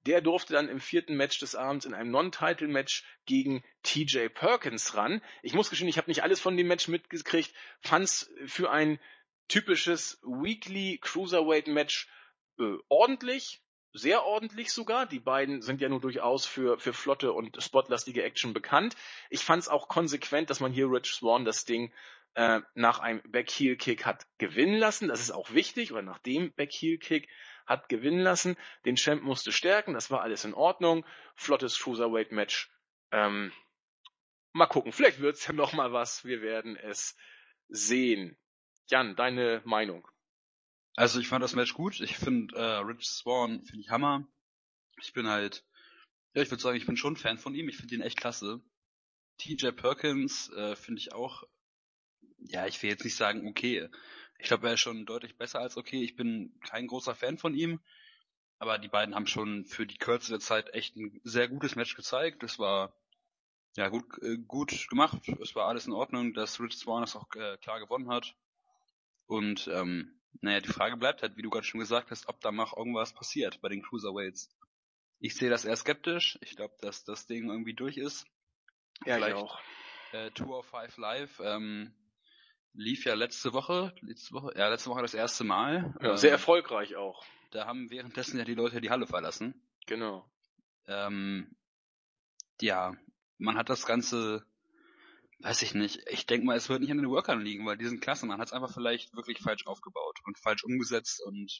der durfte dann im vierten Match des Abends in einem Non-Title-Match gegen T J Perkins ran. Ich muss gestehen, ich habe nicht alles von dem Match mitgekriegt, fand's für ein typisches Weekly Cruiserweight-Match äh, ordentlich, sehr ordentlich sogar. Die beiden sind ja nur durchaus für, für flotte und spotlastige Action bekannt. Ich fand's auch konsequent, dass man hier Rich Swann das Ding äh, nach einem Back-Heel-Kick hat gewinnen lassen. Das ist auch wichtig, oder nach dem Back-Heel-Kick hat gewinnen lassen. Den Champ musste stärken, das war alles in Ordnung. Flottes Cruiserweight-Match. Ähm, mal gucken, vielleicht wird's ja noch mal was. Wir werden es sehen. Jan, deine Meinung? Also ich fand das Match gut. Ich finde äh, Rich Swann finde ich Hammer. Ich bin halt, ja, ich würde sagen, ich bin schon Fan von ihm. Ich finde ihn echt klasse. T J Perkins äh, finde ich auch, ja, ich will jetzt nicht sagen okay. Ich glaube, er ist schon deutlich besser als okay. Ich bin kein großer Fan von ihm. Aber die beiden haben schon für die Kürze der Zeit echt ein sehr gutes Match gezeigt. Es war ja gut, äh, gut gemacht. Es war alles in Ordnung, dass Rich Swann das auch äh, klar gewonnen hat. Und ähm, naja, die Frage bleibt halt, wie du gerade schon gesagt hast, ob da noch irgendwas passiert bei den Cruiserweights. Ich sehe das eher skeptisch. Ich glaube, dass das Ding irgendwie durch ist. Ja, Vielleicht ich auch. Äh, Tour of Five Live ähm, lief ja letzte Woche, letzte Woche, ja letzte Woche das erste Mal. Ja, ähm, sehr erfolgreich auch. Da haben währenddessen ja die Leute die Halle verlassen. Genau. Ähm, ja, man hat das Ganze, weiß ich nicht, ich denke mal, es wird nicht an den Workern liegen, weil die sind klasse. Man hat es einfach vielleicht wirklich falsch aufgebaut und falsch umgesetzt und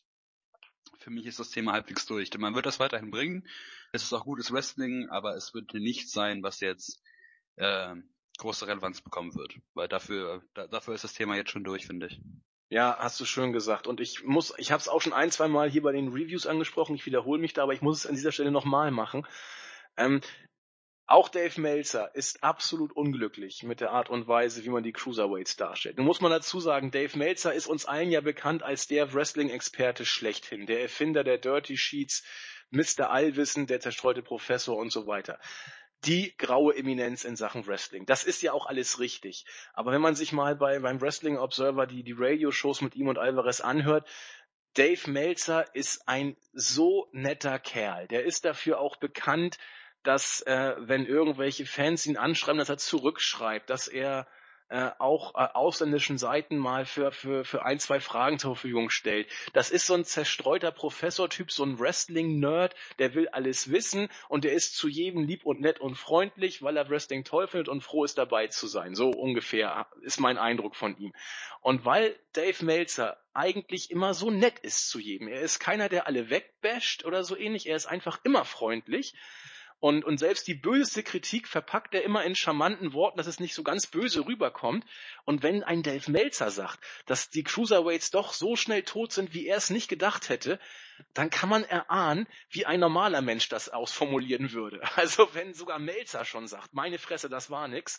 für mich ist das Thema halbwegs durch. Denn man wird das weiterhin bringen. Es ist auch gutes Wrestling, aber es wird nicht sein, was jetzt äh, große Relevanz bekommen wird. Weil dafür, da, dafür ist das Thema jetzt schon durch, finde ich. Ja, hast du schön gesagt. Und ich muss, ich habe es auch schon ein, zwei Mal hier bei den Reviews angesprochen. Ich wiederhole mich da, aber ich muss es an dieser Stelle nochmal machen. Ähm, Auch Dave Meltzer ist absolut unglücklich mit der Art und Weise, wie man die Cruiserweights darstellt. Nun muss man dazu sagen, Dave Meltzer ist uns allen ja bekannt als der Wrestling-Experte schlechthin, der Erfinder der Dirty Sheets, Mister Allwissen, der zerstreute Professor und so weiter. Die graue Eminenz in Sachen Wrestling. Das ist ja auch alles richtig. Aber wenn man sich mal bei, beim Wrestling Observer die, die Radio-Shows mit ihm und Alvarez anhört, Dave Meltzer ist ein so netter Kerl. Der ist dafür auch bekannt, dass äh, wenn irgendwelche Fans ihn anschreiben, dass er zurückschreibt, dass er äh, auch äh, ausländischen Seiten mal für, für, für ein, zwei Fragen zur Verfügung stellt. Das ist so ein zerstreuter Professor-Typ, so ein Wrestling-Nerd, der will alles wissen und der ist zu jedem lieb und nett und freundlich, weil er Wrestling toll findet und froh ist, dabei zu sein. So ungefähr ist mein Eindruck von ihm. Und weil Dave Meltzer eigentlich immer so nett ist zu jedem, er ist keiner, der alle wegbasht oder so ähnlich, er ist einfach immer freundlich. Und, und selbst die böseste Kritik verpackt er immer in charmanten Worten, dass es nicht so ganz böse rüberkommt. Und wenn ein Dave Meltzer sagt, dass die Cruiserweights doch so schnell tot sind, wie er es nicht gedacht hätte, dann kann man erahnen, wie ein normaler Mensch das ausformulieren würde. Also wenn sogar Meltzer schon sagt, meine Fresse, das war nix,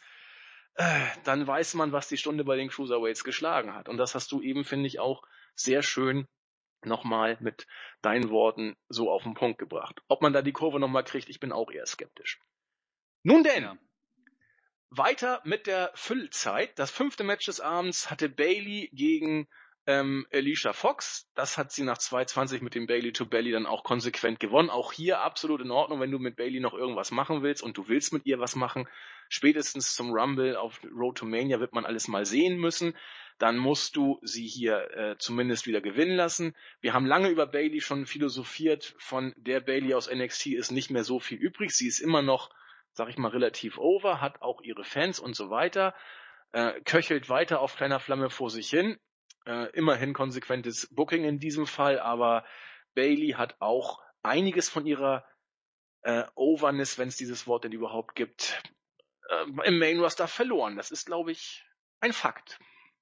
äh, dann weiß man, was die Stunde bei den Cruiserweights geschlagen hat. Und das hast du eben, finde ich, auch sehr schön nochmal mit deinen Worten so auf den Punkt gebracht. Ob man da die Kurve nochmal kriegt, ich bin auch eher skeptisch. Nun denn, ja. Weiter mit der Füllzeit. Das fünfte Match des Abends hatte Bayley gegen ähm, Alicia Fox. Das hat sie nach zwei zwanzig mit dem Bayley to Belly dann auch konsequent gewonnen. Auch hier absolut in Ordnung, wenn du mit Bayley noch irgendwas machen willst und du willst mit ihr was machen. Spätestens zum Rumble auf Road to Mania wird man alles mal sehen müssen. Dann musst du sie hier äh, zumindest wieder gewinnen lassen. Wir haben lange über Bayley schon philosophiert. Von der Bayley aus N X T ist nicht mehr so viel übrig. Sie ist immer noch, sag ich mal, relativ over, hat auch ihre Fans und so weiter, äh, köchelt weiter auf kleiner Flamme vor sich hin. Äh, immerhin konsequentes Booking in diesem Fall, aber Bayley hat auch einiges von ihrer äh, Overness, wenn es dieses Wort denn überhaupt gibt, äh, im Main Roster verloren. Das ist, glaube ich, ein Fakt.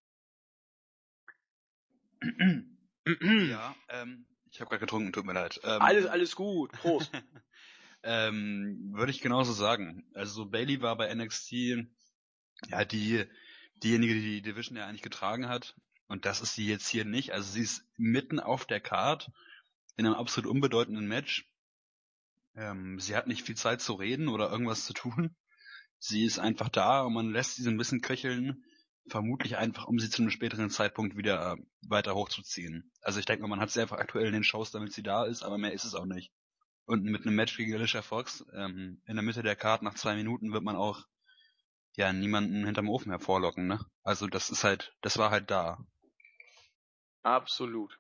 Ja, ähm, ich habe gerade getrunken, tut mir leid. Ähm, alles, alles gut, Prost. ähm, würde ich genauso sagen. Also Bayley war bei N X T ja die diejenige, die die Division ja eigentlich getragen hat. Und das ist sie jetzt hier nicht. Also sie ist mitten auf der Card in einem absolut unbedeutenden Match. Ähm, sie hat nicht viel Zeit zu reden oder irgendwas zu tun. Sie ist einfach da und man lässt sie so ein bisschen köcheln. Vermutlich einfach, um sie zu einem späteren Zeitpunkt wieder weiter hochzuziehen. Also ich denke mal, man hat sie einfach aktuell in den Shows, damit sie da ist, aber mehr ist es auch nicht. Und mit einem Match gegen Alicia Fox ähm, in der Mitte der Card nach zwei Minuten wird man auch ja niemanden hinterm Ofen hervorlocken, ne? Also das ist halt, das war halt da. Absolut.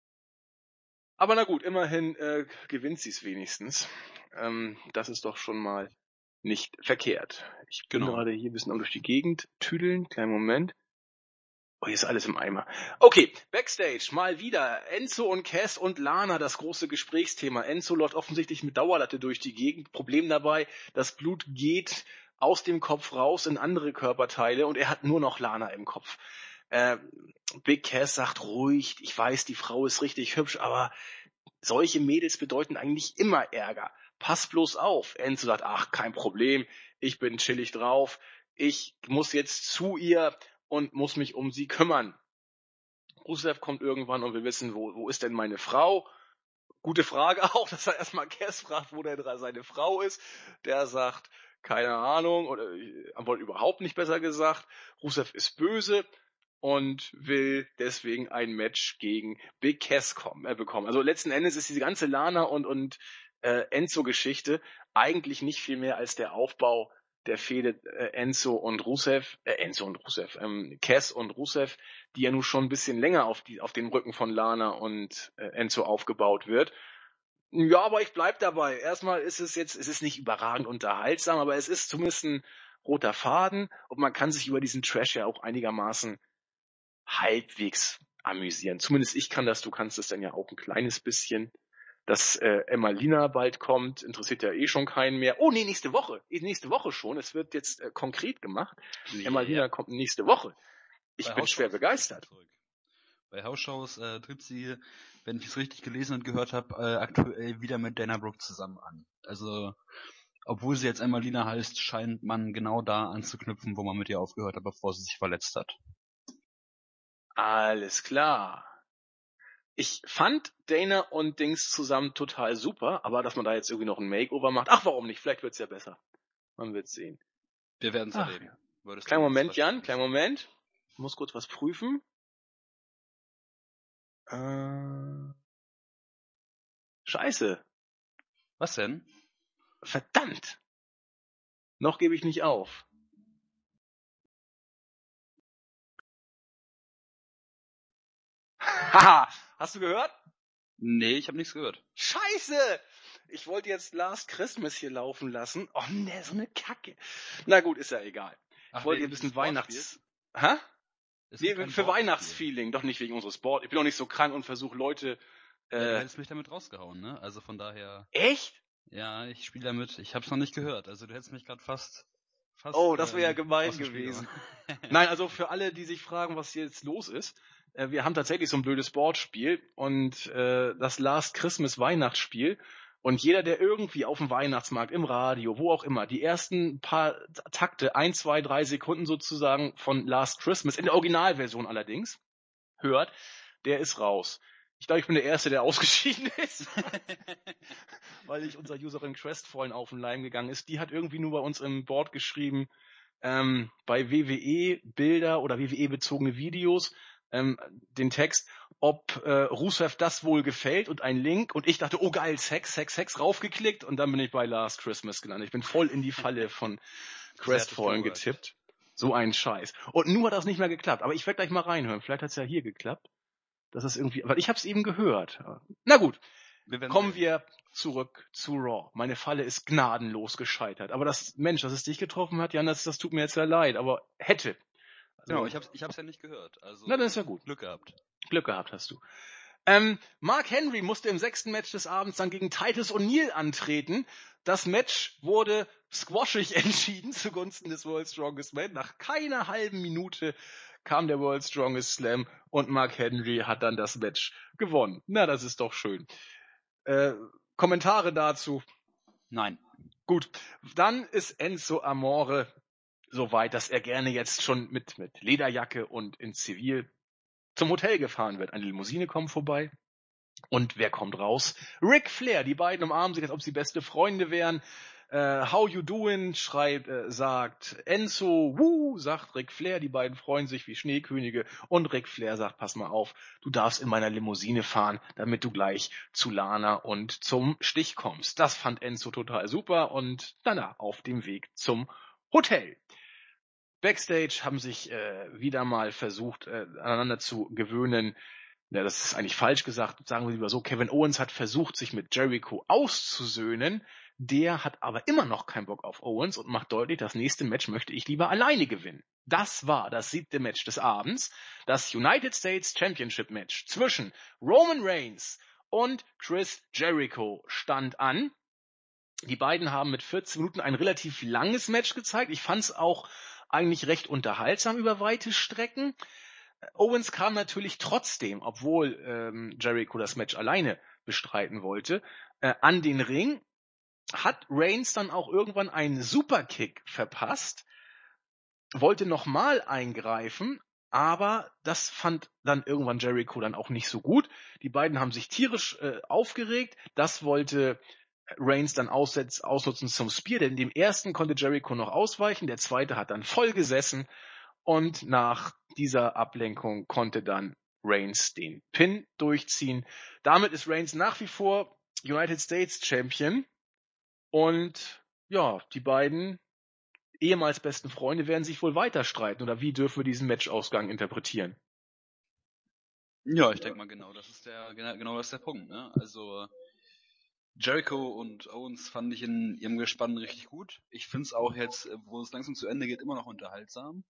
Aber na gut, immerhin äh, gewinnt sie es wenigstens. Ähm, das ist doch schon mal nicht verkehrt. Ich bin Genau. gerade hier ein bisschen am durch die Gegend tüdeln. Kleinen Moment. Oh, hier ist alles im Eimer. Okay, Backstage, mal wieder. Enzo und Cass und Lana, das große Gesprächsthema. Enzo läuft offensichtlich mit Dauerlatte durch die Gegend. Problem dabei, das Blut geht aus dem Kopf raus in andere Körperteile und er hat nur noch Lana im Kopf. Äh, Big Cass sagt ruhig, ich weiß, die Frau ist richtig hübsch, aber solche Mädels bedeuten eigentlich immer Ärger. Pass bloß auf. Enzo sagt, ach, kein Problem, ich bin chillig drauf. Ich muss jetzt zu ihr und muss mich um sie kümmern. Rusev kommt irgendwann und will wissen, wo, wo ist denn meine Frau? Gute Frage auch, dass er erstmal Cass fragt, wo denn seine Frau ist. Der sagt, keine Ahnung, oder aber überhaupt nicht besser gesagt. Rusev ist böse und will deswegen ein Match gegen Big Cass kommen, äh, bekommen. Also letzten Endes ist diese ganze Lana und, und äh, Enzo-Geschichte eigentlich nicht viel mehr als der Aufbau der Fehde äh, Enzo und Rusev, äh, Enzo und Rusev, ähm, Cass und Rusev, die ja nun schon ein bisschen länger auf, die, auf den Rücken von Lana und äh, Enzo aufgebaut wird. Ja, aber ich bleib dabei. Erstmal ist es jetzt, es ist nicht überragend unterhaltsam, aber es ist zumindest ein roter Faden und man kann sich über diesen Trash ja auch einigermaßen halbwegs amüsieren. Zumindest ich kann das, du kannst es dann ja auch ein kleines bisschen. Dass äh, Emmalina bald kommt, interessiert ja eh schon keinen mehr. Oh nee, nächste Woche. Nächste Woche schon. Es wird jetzt äh, konkret gemacht. Yeah. Emmalina kommt nächste Woche. Ich Bei bin schwer Hausshows begeistert. Bei Hausshows äh, tritt sie, wenn ich es richtig gelesen und gehört habe, äh, aktuell wieder mit Dana Brooke zusammen an. Also, obwohl sie jetzt Emmalina heißt, scheint man genau da anzuknüpfen, wo man mit ihr aufgehört hat, bevor sie sich verletzt hat. Alles klar. Ich fand Dana und Dings zusammen total super, aber dass man da jetzt irgendwie noch ein Makeover macht, ach, warum nicht? Vielleicht wird's ja besser. Man wird's sehen. Wir werden es Ach, erleben. Würdest Kleinen du uns Moment, Jan, wahrscheinlich kleinen sagen. Moment. Ich muss kurz was prüfen. Äh, Scheiße. Was denn? Verdammt. Noch gebe ich nicht auf. Haha, hast du gehört? Nee, ich habe nichts gehört. Scheiße! Ich wollte jetzt Last Christmas hier laufen lassen. Oh ne, so eine Kacke. Na gut, ist ja egal. Ach, Ich wollte wegen hier ein bisschen dieses Weihnachts... Wortspiels? Hä? Es Nee, gibt kein für Wortspiel. Weihnachtsfeeling, doch nicht wegen unseres Sport. Ich bin auch nicht so krank und versuche Leute... Ja, du Äh, hättest mich damit rausgehauen, ne? Also von daher, echt? ja, ich spiele damit. Ich hab's noch nicht gehört. Also du hättest mich gerade fast, fast. Oh, das wäre ja ähm, gemein aus dem Spiel gewesen. gehauen. Nein, also für alle, die sich fragen, was hier jetzt los ist, äh, wir haben tatsächlich so ein blödes Boardspiel und äh, das Last Christmas Weihnachtsspiel. Und jeder, der irgendwie auf dem Weihnachtsmarkt, im Radio, wo auch immer, die ersten paar Takte, ein, zwei, drei Sekunden sozusagen von Last Christmas, in der Originalversion allerdings, hört, der ist raus. Ich glaube, ich bin der Erste, der ausgeschieden ist, weil ich unserer Userin Crestfallen auf den Leim gegangen ist. Die hat irgendwie nur bei uns im Board geschrieben, ähm, bei W W E Bilder oder W W E-bezogene Videos, ähm, den Text, ob äh, Rusev das wohl gefällt und ein Link und ich dachte, oh geil, Sex, Sex, Sex, raufgeklickt und dann bin ich bei Last Christmas gelandet. Ich bin voll in die Falle von Crestfallen getippt. So ein Scheiß. Und nur hat das nicht mehr geklappt. Aber ich werde gleich mal reinhören. Vielleicht hat es ja hier geklappt. Das ist irgendwie, weil ich habe es eben gehört. Na gut, Wir kommen sehen. wir zurück zu Raw. Meine Falle ist gnadenlos gescheitert. Aber das, Mensch, dass es dich getroffen hat, Jan, das, das tut mir jetzt ja leid, aber hätte. Also, Genau, ich hab's, ich hab's ja nicht gehört. Also na, das ist ja gut. Glück gehabt. Glück gehabt hast du. Ähm, Mark Henry musste im sechsten Match des Abends dann gegen Titus O'Neil antreten. Das Match wurde squashig entschieden zugunsten des World's Strongest Man. Nach keiner halben Minute kam der World's Strongest Slam und Mark Henry hat dann das Match gewonnen. Na, das ist doch schön. Äh, Kommentare dazu? Nein. Gut, dann ist Enzo Amore so weit, dass er gerne jetzt schon mit, mit Lederjacke und in Zivil zum Hotel gefahren wird. Eine Limousine kommt vorbei. Und wer kommt raus? Ric Flair. Die beiden umarmen sich, als ob sie beste Freunde wären. Äh, how you doing, schreibt, äh, sagt Enzo, wuh, sagt Ric Flair, die beiden freuen sich wie Schneekönige und Ric Flair sagt, pass mal auf, du darfst in meiner Limousine fahren, damit du gleich zu Lana und zum Stich kommst. Das fand Enzo total super und danach auf dem Weg zum Hotel. Backstage haben sich äh, wieder mal versucht, äh, aneinander zu gewöhnen. Ja, das ist eigentlich falsch gesagt, sagen wir lieber so, Kevin Owens hat versucht, sich mit Jericho auszusöhnen, der hat aber immer noch keinen Bock auf Owens und macht deutlich, das nächste Match möchte ich lieber alleine gewinnen. Das war das siebte Match des Abends, das United States Championship Match zwischen Roman Reigns und Chris Jericho stand an. Die beiden haben mit vierzehn Minuten ein relativ langes Match gezeigt. Ich fand es auch eigentlich recht unterhaltsam über weite Strecken. Owens kam natürlich trotzdem, obwohl ähm, Jericho das Match alleine bestreiten wollte, äh, an den Ring, hat Reigns dann auch irgendwann einen Superkick verpasst, wollte nochmal eingreifen, aber das fand dann irgendwann Jericho dann auch nicht so gut. Die beiden haben sich tierisch äh, aufgeregt, das wollte Reigns dann aussetz, ausnutzen zum Spear, denn dem ersten konnte Jericho noch ausweichen, der zweite hat dann voll gesessen. Und nach dieser Ablenkung konnte dann Reigns den Pin durchziehen. Damit ist Reigns nach wie vor United States Champion. Und ja, die beiden ehemals besten Freunde werden sich wohl weiter streiten. Oder wie dürfen wir diesen Matchausgang interpretieren? Ja, ich denke mal genau, das ist der genau das ist der Punkt. Ne? Also Jericho und Owens fand ich in ihrem Gespann richtig gut. Ich finde es auch jetzt, wo es langsam zu Ende geht, immer noch unterhaltsam.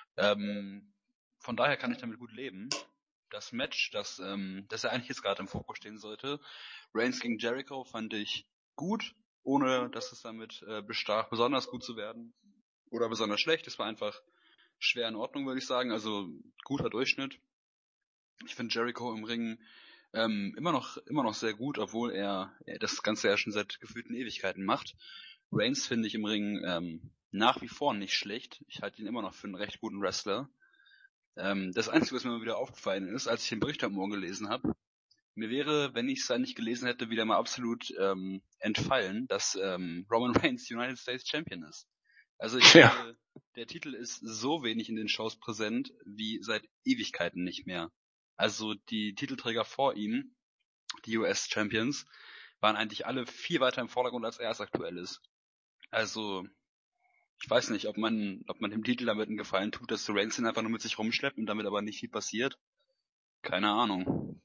Ähm, von daher kann ich damit gut leben. Das Match, das, ähm, das ja eigentlich jetzt gerade im Fokus stehen sollte, Reigns gegen Jericho, fand ich gut, ohne dass es damit äh, bestach, besonders gut zu werden oder besonders schlecht. Es war einfach schwer in Ordnung, würde ich sagen. Also guter Durchschnitt. Ich finde Jericho im Ring ähm, immer noch immer noch sehr gut, obwohl er, er das Ganze ja schon seit gefühlten Ewigkeiten macht. Reigns finde ich im Ring ähm, nach wie vor nicht schlecht. Ich halte ihn immer noch für einen recht guten Wrestler. Ähm, das Einzige, was mir mal wieder aufgefallen ist, als ich den Bericht am Morgen gelesen habe, mir wäre, wenn ich es nicht gelesen hätte, wieder mal absolut ähm, entfallen, dass ähm, Roman Reigns United States Champion ist. Also ich Ja. finde, der Titel ist so wenig in den Shows präsent wie seit Ewigkeiten nicht mehr. Also die Titelträger vor ihm, die U S Champions, waren eigentlich alle viel weiter im Vordergrund, als er es aktuell ist. Also ich weiß nicht, ob man, ob man dem Titel damit einen Gefallen tut, dass Reigns ihn einfach nur mit sich rumschleppt und damit aber nicht viel passiert. Keine Ahnung.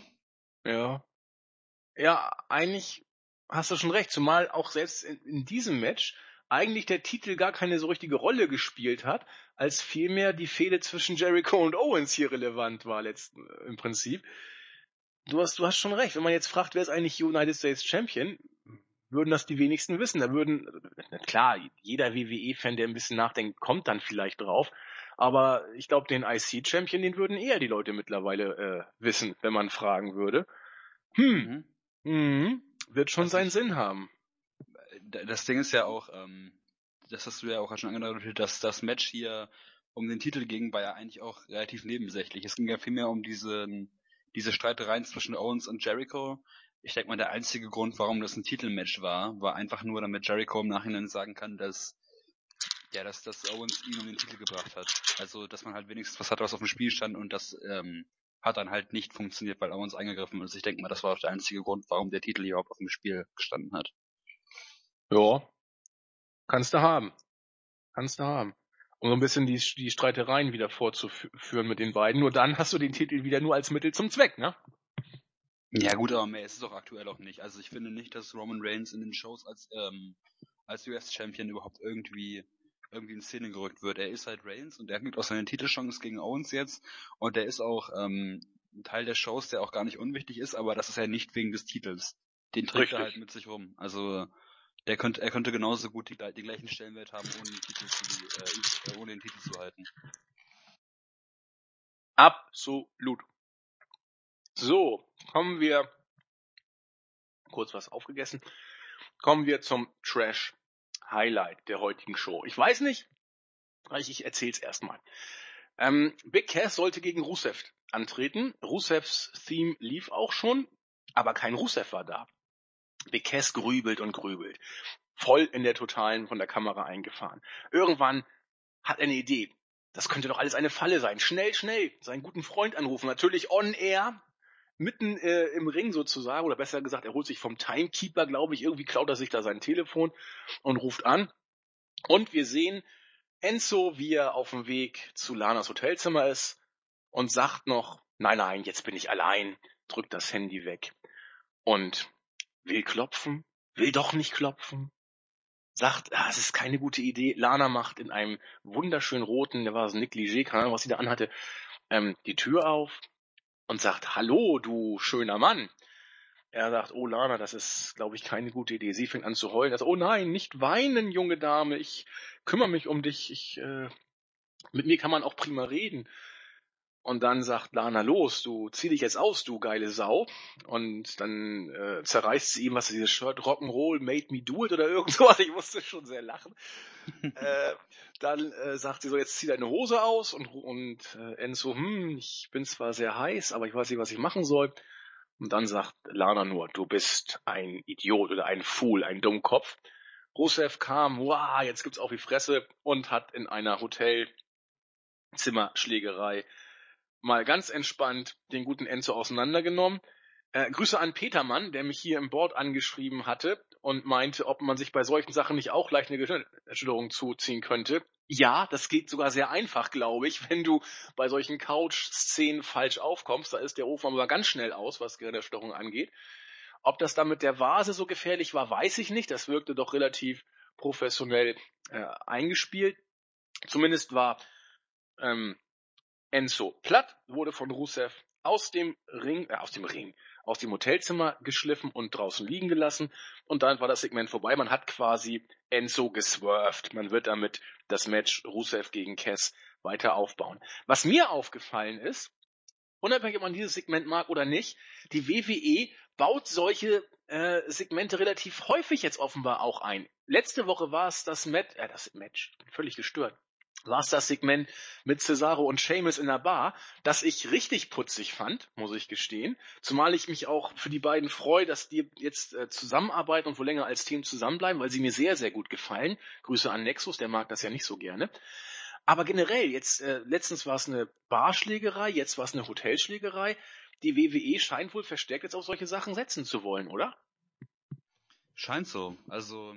Ja. Ja, eigentlich hast du schon recht, zumal auch selbst in, in diesem Match eigentlich der Titel gar keine so richtige Rolle gespielt hat, als vielmehr die Fehde zwischen Jericho und Owens hier relevant war letzten, im Prinzip. Du hast, du hast schon recht, wenn man jetzt fragt, wer ist eigentlich United States Champion, würden das die wenigsten wissen. Da würden, klar, jeder W W E-Fan, der ein bisschen nachdenkt, kommt dann vielleicht drauf. Aber ich glaube, den I C-Champion, den würden eher die Leute mittlerweile äh, wissen, wenn man fragen würde. Hm, Mhm. mhm. Wird schon Also seinen ich, Sinn haben. das Ding ist ja auch, ähm, das hast du ja auch schon angedeutet, dass das Match hier um den Titel ging, war ja eigentlich auch relativ nebensächlich. Es ging ja vielmehr um diesen, diese Streitereien zwischen Owens und Jericho. Ich denke mal, der einzige Grund, warum das ein Titelmatch war, war einfach nur, damit Jericho im Nachhinein sagen kann, dass ja, dass, dass Owens ihn um den Titel gebracht hat. Also, dass man halt wenigstens was hat, was auf dem Spiel stand, und das ähm, hat dann halt nicht funktioniert, weil Owens eingegriffen ist. Ich denke mal, das war auch der einzige Grund, warum der Titel hier überhaupt auf dem Spiel gestanden hat. Ja, kannst du haben. Kannst du haben. Um so ein bisschen die, die Streitereien wieder fortzuführen mit den beiden. Nur dann hast du den Titel wieder nur als Mittel zum Zweck, ne? Ja gut, aber mehr ist es doch aktuell auch nicht. Also ich finde nicht, dass Roman Reigns in den Shows als ähm, als U S-Champion überhaupt irgendwie irgendwie in Szene gerückt wird. Er ist halt Reigns und er kriegt auch seine Titelchance gegen Owens jetzt, und der ist auch ähm, ein Teil der Shows, der auch gar nicht unwichtig ist, aber das ist ja nicht wegen des Titels. Den trägt Richtig. er halt mit sich rum. Also der könnte, er könnte genauso gut die, die gleichen Stellenwert haben, ohne den Titel zu, äh, ohne den Titel zu halten. Absolut. So, kommen wir, kurz was aufgegessen, kommen wir zum Trash-Highlight der heutigen Show. Ich weiß nicht, ich, ich erzähl's erstmal. Ähm, Big Cass sollte gegen Rusev antreten. Rusevs Theme lief auch schon, aber kein Rusev war da. Big Cass grübelt und grübelt. voll in der Totalen von der Kamera eingefahren. Irgendwann hat er eine Idee. Das könnte doch alles eine Falle sein. Schnell, schnell seinen guten Freund anrufen. Natürlich on air, mitten äh, im Ring sozusagen. Oder besser gesagt, er holt sich vom Timekeeper, glaube ich. Irgendwie klaut er sich da sein Telefon und ruft an. Und wir sehen Enzo, wie er auf dem Weg zu Lanas Hotelzimmer ist und sagt noch, nein, nein, jetzt bin ich allein, drückt das Handy weg und will klopfen, will doch nicht klopfen, sagt, ah, es ist keine gute Idee. Lana macht in einem wunderschönen roten, der war so ein Negligé, keine Ahnung, was sie da anhatte, ähm, die Tür auf und sagt, hallo, du schöner Mann. Er sagt, oh Lana, das ist, glaube ich, keine gute Idee. Sie fängt an zu heulen. Er sagt, oh nein, nicht weinen, junge Dame, ich kümmere mich um dich, ich, äh, mit mir kann man auch prima reden. Und dann sagt Lana, los, du zieh dich jetzt aus, du geile Sau. Und dann äh, zerreißt sie ihm, was ist dieses Shirt, Rock'n'Roll made me do it oder irgend sowas. Ich musste schon sehr lachen. äh, dann äh, sagt sie so, jetzt zieh deine Hose aus. Und, und äh, Enzo, hm, ich bin zwar sehr heiß, aber ich weiß nicht, was ich machen soll. Und dann sagt Lana nur, du bist ein Idiot oder ein Fool, ein Dummkopf. Rusev kam, wow, jetzt gibt's auf die Fresse und hat in einer Hotelzimmerschlägerei mal ganz entspannt den guten Enzo auseinandergenommen. Äh, Grüße an Petermann, der mich hier im Board angeschrieben hatte und meinte, ob man sich bei solchen Sachen nicht auch leicht eine Gehirnerschütterung zuziehen könnte. Ja, das geht sogar sehr einfach, glaube ich, wenn du bei solchen Couch-Szenen falsch aufkommst. Da ist der Ofen aber ganz schnell aus, was Gehirnerschütterung angeht. Ob das dann mit der Vase so gefährlich war, weiß ich nicht. Das wirkte doch relativ professionell äh, eingespielt. Zumindest war ähm, Enzo platt, wurde von Rusev aus dem Ring, äh, aus dem Ring, aus dem Hotelzimmer geschliffen und draußen liegen gelassen. Und dann war das Segment vorbei. Man hat quasi Enzo geswerved. Man wird damit das Match Rusev gegen Cass weiter aufbauen. Was mir aufgefallen ist, unabhängig ob man dieses Segment mag oder nicht, die W W E baut solche äh, Segmente relativ häufig jetzt offenbar auch ein. Letzte Woche war es das Match, äh, das Match, völlig gestört. War es das Segment mit Cesaro und Sheamus in der Bar, das ich richtig putzig fand, muss ich gestehen. Zumal ich mich auch für die beiden freue, dass die jetzt äh, zusammenarbeiten und wohl länger als Team zusammenbleiben, weil sie mir sehr, sehr gut gefallen. Grüße an Nexus, der mag das ja nicht so gerne. Aber generell, jetzt äh, letztens war es eine Barschlägerei, jetzt war es eine Hotelschlägerei. Die W W E scheint wohl verstärkt jetzt auf solche Sachen setzen zu wollen, oder? Scheint so. Also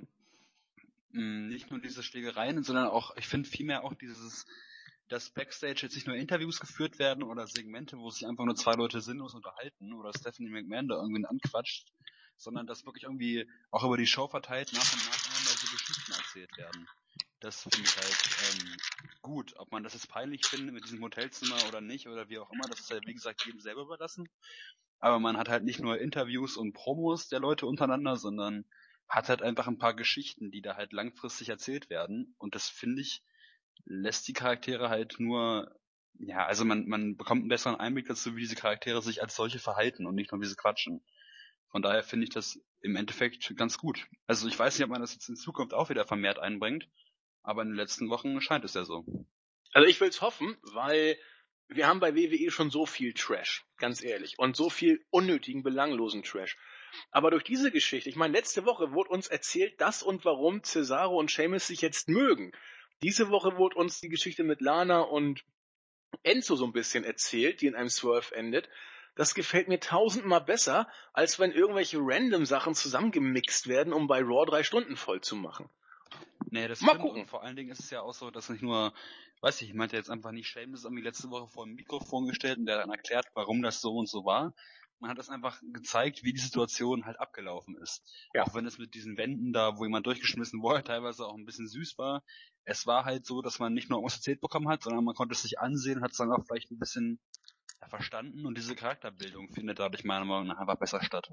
mh, nicht nur diese Schlägereien, sondern auch, ich finde vielmehr auch dieses, dass Backstage jetzt nicht nur Interviews geführt werden oder Segmente, wo sich einfach nur zwei Leute sinnlos unterhalten oder Stephanie McMahon da irgendwie anquatscht, sondern dass wirklich irgendwie auch über die Show verteilt nach und nach immer so Geschichten erzählt werden. Das finde ich halt ähm, gut. Ob man das jetzt peinlich findet mit diesem Hotelzimmer oder nicht oder wie auch immer, das ist ja wie gesagt jedem selber überlassen. Aber man hat halt nicht nur Interviews und Promos der Leute untereinander, sondern hat halt einfach ein paar Geschichten, die da halt langfristig erzählt werden. Und das, finde ich, lässt die Charaktere halt nur, ja, also man, man bekommt einen besseren Einblick dazu, wie diese Charaktere sich als solche verhalten und nicht nur wie sie quatschen. Von daher finde ich das im Endeffekt ganz gut. Also ich weiß nicht, ob man das jetzt in Zukunft auch wieder vermehrt einbringt, aber in den letzten Wochen scheint es ja so. Also ich will's hoffen, weil wir haben bei W W E schon so viel Trash, ganz ehrlich, und so viel unnötigen, belanglosen Trash. Aber durch diese Geschichte, ich meine, letzte Woche wurde uns erzählt, dass und warum Cesaro und Sheamus sich jetzt mögen. Diese Woche wurde uns die Geschichte mit Lana und Enzo so ein bisschen erzählt, die in einem Swerve endet. Das gefällt mir tausendmal besser, als wenn irgendwelche random Sachen zusammengemixt werden, um bei Raw drei Stunden voll zu machen. Nee, das Mal stimmt. gucken. Und vor allen Dingen ist es ja auch so, dass nicht nur, weiß ich, ich meinte jetzt einfach nicht, Sheamus irgendwie letzte Woche vor dem Mikrofon gestellt und der dann erklärt, warum das so und so war. Man hat das einfach gezeigt, wie die Situation halt abgelaufen ist. Ja. Auch wenn es mit diesen Wänden da, wo jemand durchgeschmissen wurde, teilweise auch ein bisschen süß war. Es war halt so, dass man nicht nur irgendwas erzählt bekommen hat, sondern man konnte es sich ansehen und hat es dann auch vielleicht ein bisschen ja, verstanden und diese Charakterbildung findet dadurch meiner Meinung nach einfach besser statt.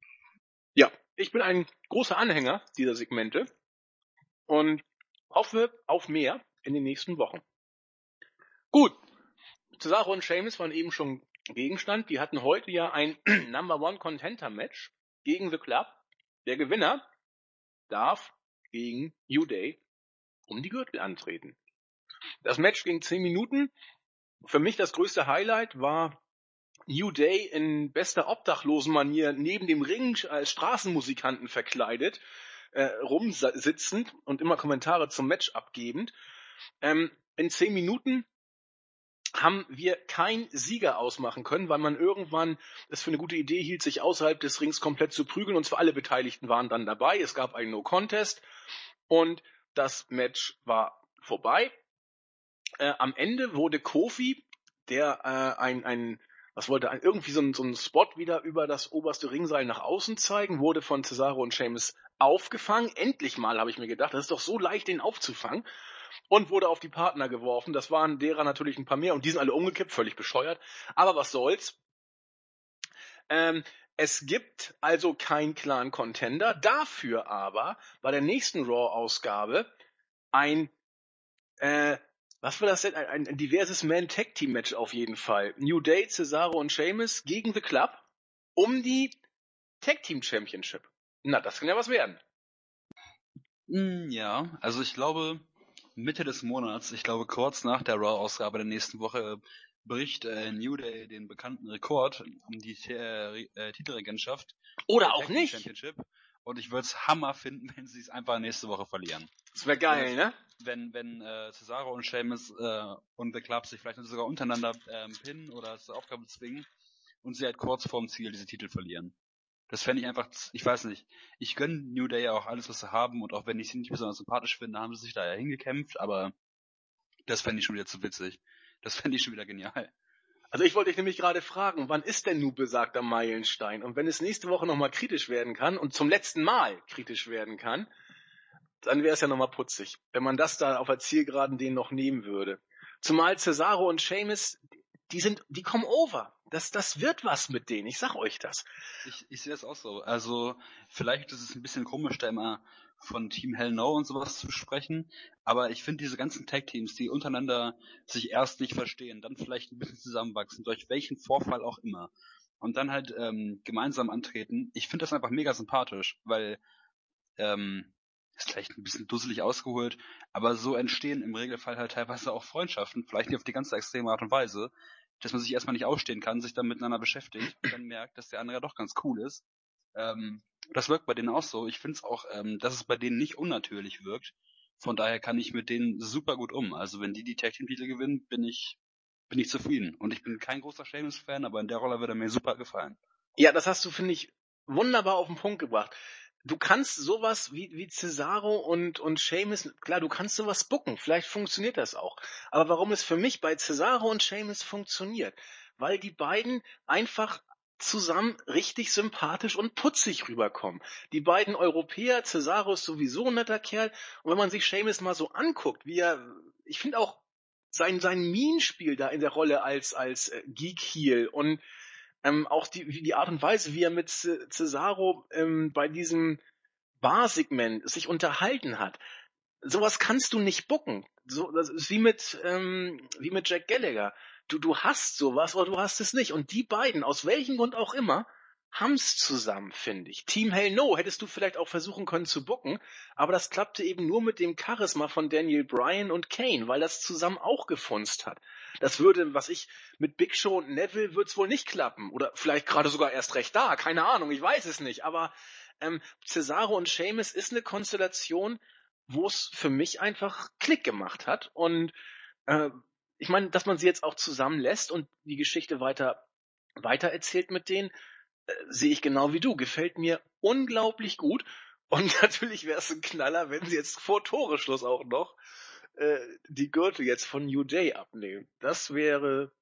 Ja, ich bin ein großer Anhänger dieser Segmente und hoffe auf mehr in den nächsten Wochen. Gut, Cesaro und Sheamus waren eben schon Gegenstand. Die hatten heute ja ein Number One Contender Match gegen The Club. Der Gewinner darf gegen New Day um die Gürtel antreten. Das Match ging zehn Minuten. Für mich das größte Highlight war New Day in bester Obdachlosenmanier neben dem Ring als Straßenmusikanten verkleidet, äh, rumsitzend und immer Kommentare zum Match abgebend. Ähm, in zehn Minuten haben wir keinen Sieger ausmachen können, weil man irgendwann es für eine gute Idee hielt, sich außerhalb des Rings komplett zu prügeln, und zwar alle Beteiligten waren dann dabei. Es gab einen No-Contest und das Match war vorbei. Äh, am Ende wurde Kofi, der äh, ein, ein, was wollte, ein, irgendwie so ein, so ein Spot wieder über das oberste Ringseil nach außen zeigen, wurde von Cesaro und Sheamus aufgefangen. Endlich mal, habe ich mir gedacht, das ist doch so leicht, den aufzufangen. Und wurde auf die Partner geworfen. Das waren derer natürlich ein paar mehr und die sind alle umgekippt, völlig bescheuert. Aber was soll's. Ähm, es gibt also keinen klaren Contender. Dafür aber bei der nächsten Raw-Ausgabe ein, äh, was war das denn? Ein, ein diverses Man-Tag-Team-Match auf jeden Fall. New Day, Cesaro und Sheamus gegen The Club um die Tag-Team-Championship. Na, das kann ja was werden. Ja, also ich glaube, Mitte des Monats, ich glaube kurz nach der Raw-Ausgabe der nächsten Woche, bricht äh, New Day den bekannten Rekord um die äh, äh, Titelregentschaft. Oder auch nicht. Championship. Und ich würde es Hammer finden, wenn sie es einfach nächste Woche verlieren. Das wäre geil, ne? Wenn, wenn äh, Cesaro und Sheamus äh, und The Club sich vielleicht sogar untereinander ähm, pinnen oder zur Aufgabe zwingen und sie halt kurz vorm Ziel diese Titel verlieren. Das fände ich einfach, ich weiß nicht, ich gönne New Day ja auch alles, was sie haben, und auch wenn ich sie nicht besonders sympathisch finde, haben sie sich da ja hingekämpft, aber das fände ich schon wieder zu witzig. Das fände ich schon wieder genial. Also ich wollte dich nämlich gerade fragen, wann ist denn nun besagter Meilenstein? Und wenn es nächste Woche nochmal kritisch werden kann und zum letzten Mal kritisch werden kann, dann wäre es ja nochmal putzig, wenn man das da auf der Zielgeraden denen noch nehmen würde. Zumal Cesaro und Sheamus, die sind, die kommen over. Das, das wird was mit denen, ich sag euch das. Ich, ich sehe das auch so. Also vielleicht ist es ein bisschen komisch, da immer von Team Hell No und sowas zu sprechen, aber ich finde diese ganzen Tag-Teams, die untereinander sich erst nicht verstehen, dann vielleicht ein bisschen zusammenwachsen, durch welchen Vorfall auch immer, und dann halt ähm, gemeinsam antreten, ich finde das einfach mega sympathisch, weil ähm, ist vielleicht ein bisschen dusselig ausgeholt, aber so entstehen im Regelfall halt teilweise auch Freundschaften, vielleicht nicht auf die ganz extreme Art und Weise, dass man sich erstmal nicht ausstehen kann, sich dann miteinander beschäftigt und dann merkt, dass der andere ja doch ganz cool ist. Ähm, das wirkt bei denen auch so. Ich finde es auch, ähm, dass es bei denen nicht unnatürlich wirkt. Von daher kann ich mit denen super gut um. Also wenn die die Tag Team Titel gewinnen, bin ich bin ich zufrieden. Und ich bin kein großer Sheamus-Fan, aber in der Rolle wird er mir super gefallen. Ja, das hast du, finde ich, wunderbar auf den Punkt gebracht. Du kannst sowas wie, wie Cesaro und, und Sheamus, klar, du kannst sowas booken, vielleicht funktioniert das auch. Aber warum es für mich bei Cesaro und Sheamus funktioniert? Weil die beiden einfach zusammen richtig sympathisch und putzig rüberkommen. Die beiden Europäer, Cesaro ist sowieso ein netter Kerl, und wenn man sich Sheamus mal so anguckt, wie er, ich finde auch sein, sein Minenspiel da in der Rolle als, als äh, Geek-Heel und ähm, auch die, die Art und Weise, wie er mit C- Cesaro ähm, bei diesem Barsegment sich unterhalten hat. Sowas kannst du nicht booken. So, das ist wie mit, ähm, wie mit Jack Gallagher. Du, du hast sowas oder du hast es nicht. Und die beiden, aus welchem Grund auch immer, haben's zusammen, finde ich. Team Hell No hättest du vielleicht auch versuchen können zu booken, aber das klappte eben nur mit dem Charisma von Daniel Bryan und Kane, weil das zusammen auch gefunzt hat. Das würde, was ich, mit Big Show und Neville wird's wohl nicht klappen. Oder vielleicht gerade sogar erst recht da, keine Ahnung, ich weiß es nicht. Aber ähm, Cesaro und Sheamus ist eine Konstellation, wo es für mich einfach Klick gemacht hat. Und äh, ich meine, dass man sie jetzt auch zusammenlässt und die Geschichte weiter weitererzählt mit denen, äh, sehe ich genau wie du. Gefällt mir unglaublich gut. Und natürlich wäre es ein Knaller, wenn sie jetzt vor Toreschluss auch noch äh, die Gürtel jetzt von New Day abnehmen. Das wäre,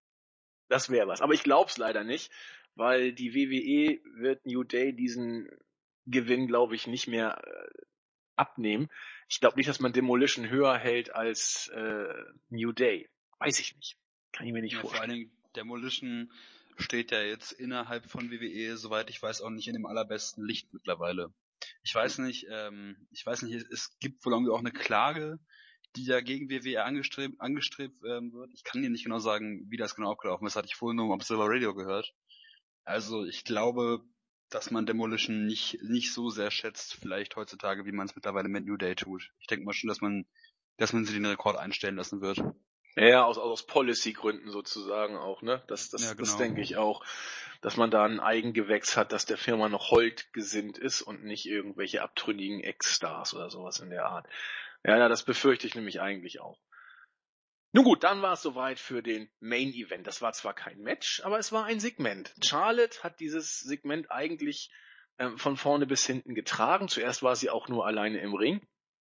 das wäre was. Aber ich glaube es leider nicht, weil die W W E wird New Day diesen Gewinn, glaube ich, nicht mehr äh, abnehmen. Ich glaube nicht, dass man Demolition höher hält als äh, New Day. Weiß ich nicht. Kann ich mir nicht Ja, vorstellen. vor allen Dingen Demolition steht ja jetzt innerhalb von W W E, soweit ich weiß, auch nicht in dem allerbesten Licht mittlerweile. Ich weiß nicht, ähm, ich weiß nicht, es gibt wohl irgendwie auch eine Klage, die ja gegen W W E angestrebt, angestrebt ähm, wird. Ich kann dir nicht genau sagen, wie das genau abgelaufen ist. Hatte ich vorhin nur im Observer Radio gehört. Also ich glaube, dass man Demolition nicht nicht so sehr schätzt, vielleicht heutzutage, wie man es mittlerweile mit New Day tut. Ich denke mal schon, dass man dass man sie den Rekord einstellen lassen wird. Ja, aus, aus Policy-Gründen sozusagen auch, ne? Das, das, Ja, das genau. denke ich auch, dass man da ein Eigengewächs hat, dass der Firma noch Holt gesinnt ist und nicht irgendwelche abtrünnigen Ex-Stars oder sowas in der Art. Ja, ja, das befürchte ich nämlich eigentlich auch. Nun gut, dann war es soweit für den Main Event. Das war zwar kein Match, aber es war ein Segment. Charlotte hat dieses Segment eigentlich ähm, von vorne bis hinten getragen. Zuerst war sie auch nur alleine im Ring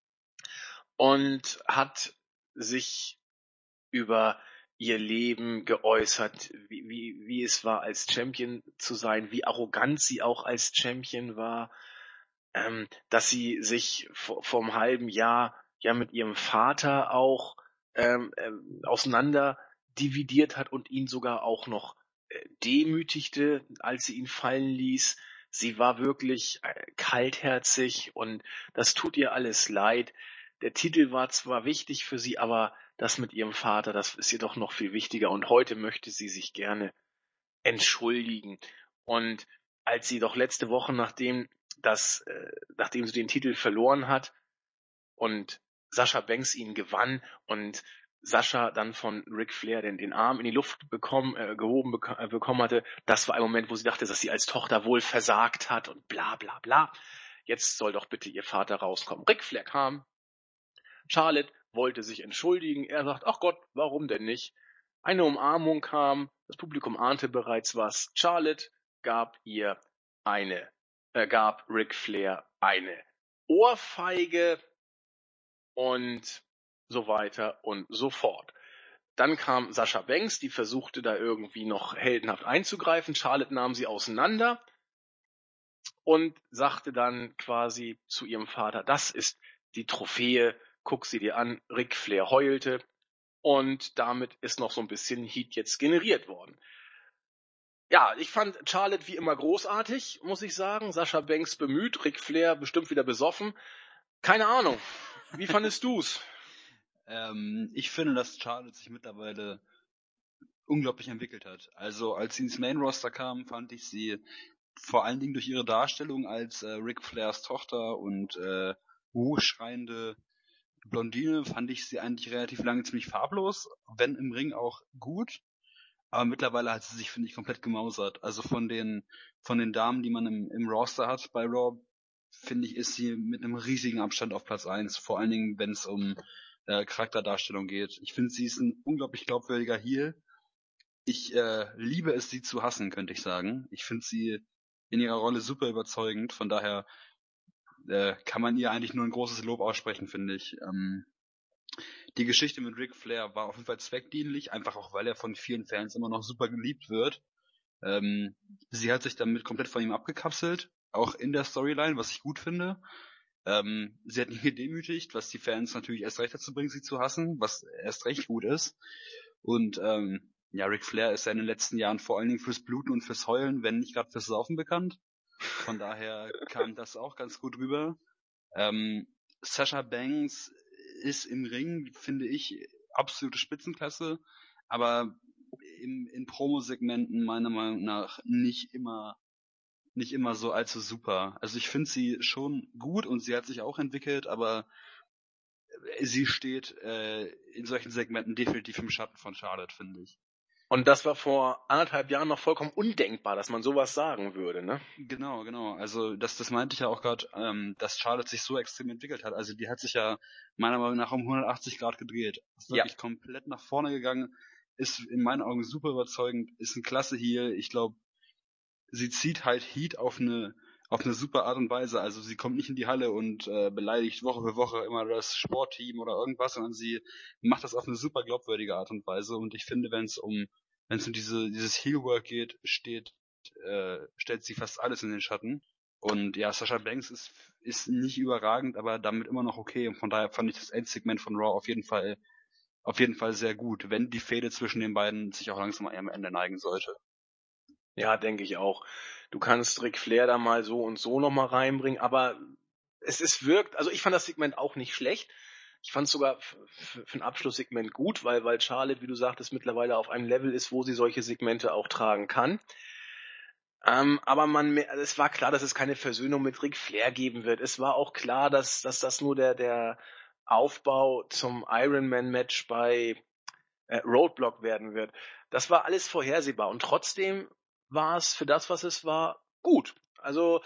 und hat sich über ihr Leben geäußert, wie, wie, wie es war, als Champion zu sein, wie arrogant sie auch als Champion war, ähm, dass sie sich vor, vor einem halben Jahr ja mit ihrem Vater auch ähm, ähm, auseinander dividiert hat und ihn sogar auch noch äh, demütigte, als sie ihn fallen ließ. Sie war wirklich äh, kaltherzig und das tut ihr alles leid. Der Titel war zwar wichtig für sie, aber das mit ihrem Vater, das ist ihr doch noch viel wichtiger. Und heute möchte sie sich gerne entschuldigen. Und als sie doch letzte Woche, nachdem das, äh, nachdem sie den Titel verloren hat und Sascha Banks ihn gewann und Sascha dann von Ric Flair den, den Arm in die Luft bekommen, äh, gehoben bek äh, bekommen hatte, das war ein Moment, wo sie dachte, dass sie als Tochter wohl versagt hat und bla bla bla. Jetzt soll doch bitte ihr Vater rauskommen. Ric Flair kam, Charlotte wollte sich entschuldigen. Er sagt, ach Gott, warum denn nicht? Eine Umarmung kam, das Publikum ahnte bereits was. Charlotte gab ihr eine, äh, gab Ric Flair eine Ohrfeige und so weiter und so fort. Dann kam Sascha Banks, die versuchte da irgendwie noch heldenhaft einzugreifen. Charlotte nahm sie auseinander und sagte dann quasi zu ihrem Vater, das ist die Trophäe, guck sie dir an. Ric Flair heulte und damit ist noch so ein bisschen Heat jetzt generiert worden. Ja, ich fand Charlotte wie immer großartig, muss ich sagen. Sascha Banks bemüht, Ric Flair bestimmt wieder besoffen. Keine Ahnung. Wie fandest du's? Ähm, ich finde, dass Charlotte sich mittlerweile unglaublich entwickelt hat. Also als sie ins Main Roster kam, fand ich sie vor allen Dingen durch ihre Darstellung als äh, Ric Flairs Tochter und äh, hochschreiende Blondine fand ich sie eigentlich relativ lange ziemlich farblos, wenn im Ring auch gut. Aber mittlerweile hat sie sich, finde ich, komplett gemausert. Also von den von den Damen, die man im, im Roster hat bei Raw, finde ich, ist sie mit einem riesigen Abstand auf Platz eins. Vor allen Dingen, wenn es um äh, Charakterdarstellung geht. Ich finde, sie ist ein unglaublich glaubwürdiger Heel. Ich äh, liebe es, sie zu hassen, könnte ich sagen. Ich finde sie in ihrer Rolle super überzeugend. Von daher äh, kann man ihr eigentlich nur ein großes Lob aussprechen, finde ich. Ähm, die Geschichte mit Ric Flair war auf jeden Fall zweckdienlich, einfach auch, weil er von vielen Fans immer noch super geliebt wird. Ähm, sie hat sich damit komplett von ihm abgekapselt, auch in der Storyline, was ich gut finde. Ähm, sie hat ihn gedemütigt, was die Fans natürlich erst recht dazu bringt, sie zu hassen, was erst recht gut ist. Und ähm, ja, Ric Flair ist ja in den letzten Jahren vor allen Dingen fürs Bluten und fürs Heulen, wenn nicht gerade fürs Saufen bekannt. Von daher kam das auch ganz gut rüber. Ähm, Sasha Banks ist im Ring, finde ich, absolute Spitzenklasse, aber im, in Promo-Segmenten meiner Meinung nach nicht immer nicht immer so allzu super. Also ich finde sie schon gut und sie hat sich auch entwickelt, aber sie steht äh, in solchen Segmenten definitiv im Schatten von Charlotte, finde ich. Und das war vor anderthalb Jahren noch vollkommen undenkbar, dass man sowas sagen würde, ne? Genau, genau. Also das, das meinte ich ja auch gerade, ähm, dass Charlotte sich so extrem entwickelt hat. Also die hat sich ja meiner Meinung nach um hundertachtzig Grad gedreht. Ist Ja. wirklich komplett nach vorne gegangen. Ist in meinen Augen super überzeugend. Ist ein klasse Heel. Ich glaube, sie zieht halt Heat auf eine auf eine super Art und Weise. Also sie kommt nicht in die Halle und äh, beleidigt Woche für Woche immer das Sportteam oder irgendwas, sondern sie macht das auf eine super glaubwürdige Art und Weise. Und ich finde, wenn es um wenn es um diese dieses Heelwork geht, steht äh, stellt sie fast alles in den Schatten. Und ja, Sasha Banks ist ist nicht überragend, aber damit immer noch okay. Und von daher fand ich das Endsegment von Raw auf jeden Fall auf jeden Fall sehr gut, wenn die Fehde zwischen den beiden sich auch langsam am Ende neigen sollte. Ja, denke ich auch. Du kannst Ric Flair da mal so und so nochmal reinbringen, aber es, es wirkt, also ich fand das Segment auch nicht schlecht. Ich fand es sogar für ein Abschlusssegment gut, weil, weil Charlotte, wie du sagtest, mittlerweile auf einem Level ist, wo sie solche Segmente auch tragen kann. Ähm, aber man, es war klar, dass es keine Versöhnung mit Ric Flair geben wird. Es war auch klar, dass, dass das nur der, der Aufbau zum Ironman-Match bei äh, Roadblock werden wird. Das war alles vorhersehbar und trotzdem war es für das, was es war, gut. Also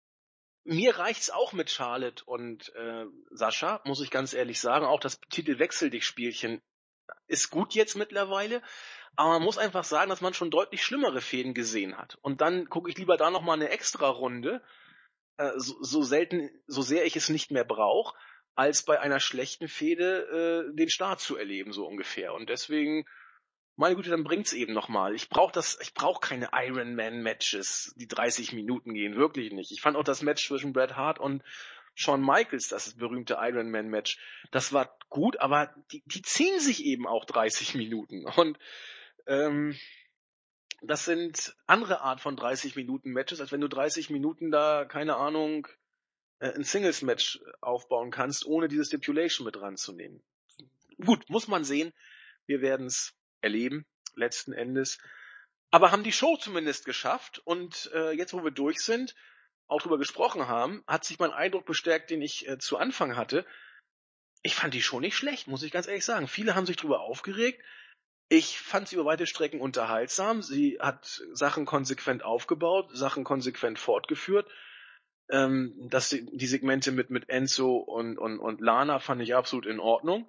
mir reicht's auch mit Charlotte und äh, Sascha, muss ich ganz ehrlich sagen. Auch das Titel-Wechsel-Dich-Spielchen ist gut jetzt mittlerweile. Aber man muss einfach sagen, dass man schon deutlich schlimmere Fäden gesehen hat. Und dann gucke ich lieber da nochmal eine extra Runde, äh, so, so selten, so sehr ich es nicht mehr brauche, als bei einer schlechten Fehde äh, den Start zu erleben, so ungefähr. Und deswegen, meine Güte, dann bringt's eben nochmal. Ich brauche das, ich brauche keine Ironman-Matches, die dreißig Minuten gehen, wirklich nicht. Ich fand auch das Match zwischen Bret Hart und Shawn Michaels, das berühmte Ironman-Match, das war gut, aber die, die ziehen sich eben auch dreißig Minuten. Und ähm, das sind andere Art von dreißig Minuten Matches, als wenn du dreißig Minuten da, keine Ahnung, äh, ein Singles-Match aufbauen kannst, ohne diese Stipulation mit ranzunehmen. Gut, muss man sehen. Wir werden es erleben, letzten Endes. Aber haben die Show zumindest geschafft. Und äh, jetzt, wo wir durch sind, auch drüber gesprochen haben, hat sich mein Eindruck bestärkt, den ich äh, zu Anfang hatte. Ich fand die Show nicht schlecht, muss ich ganz ehrlich sagen. Viele haben sich drüber aufgeregt. Ich fand sie über weite Strecken unterhaltsam. Sie hat Sachen konsequent aufgebaut, Sachen konsequent fortgeführt. Ähm, das, die Segmente mit, mit Enzo und, und, und Lana fand ich absolut in Ordnung.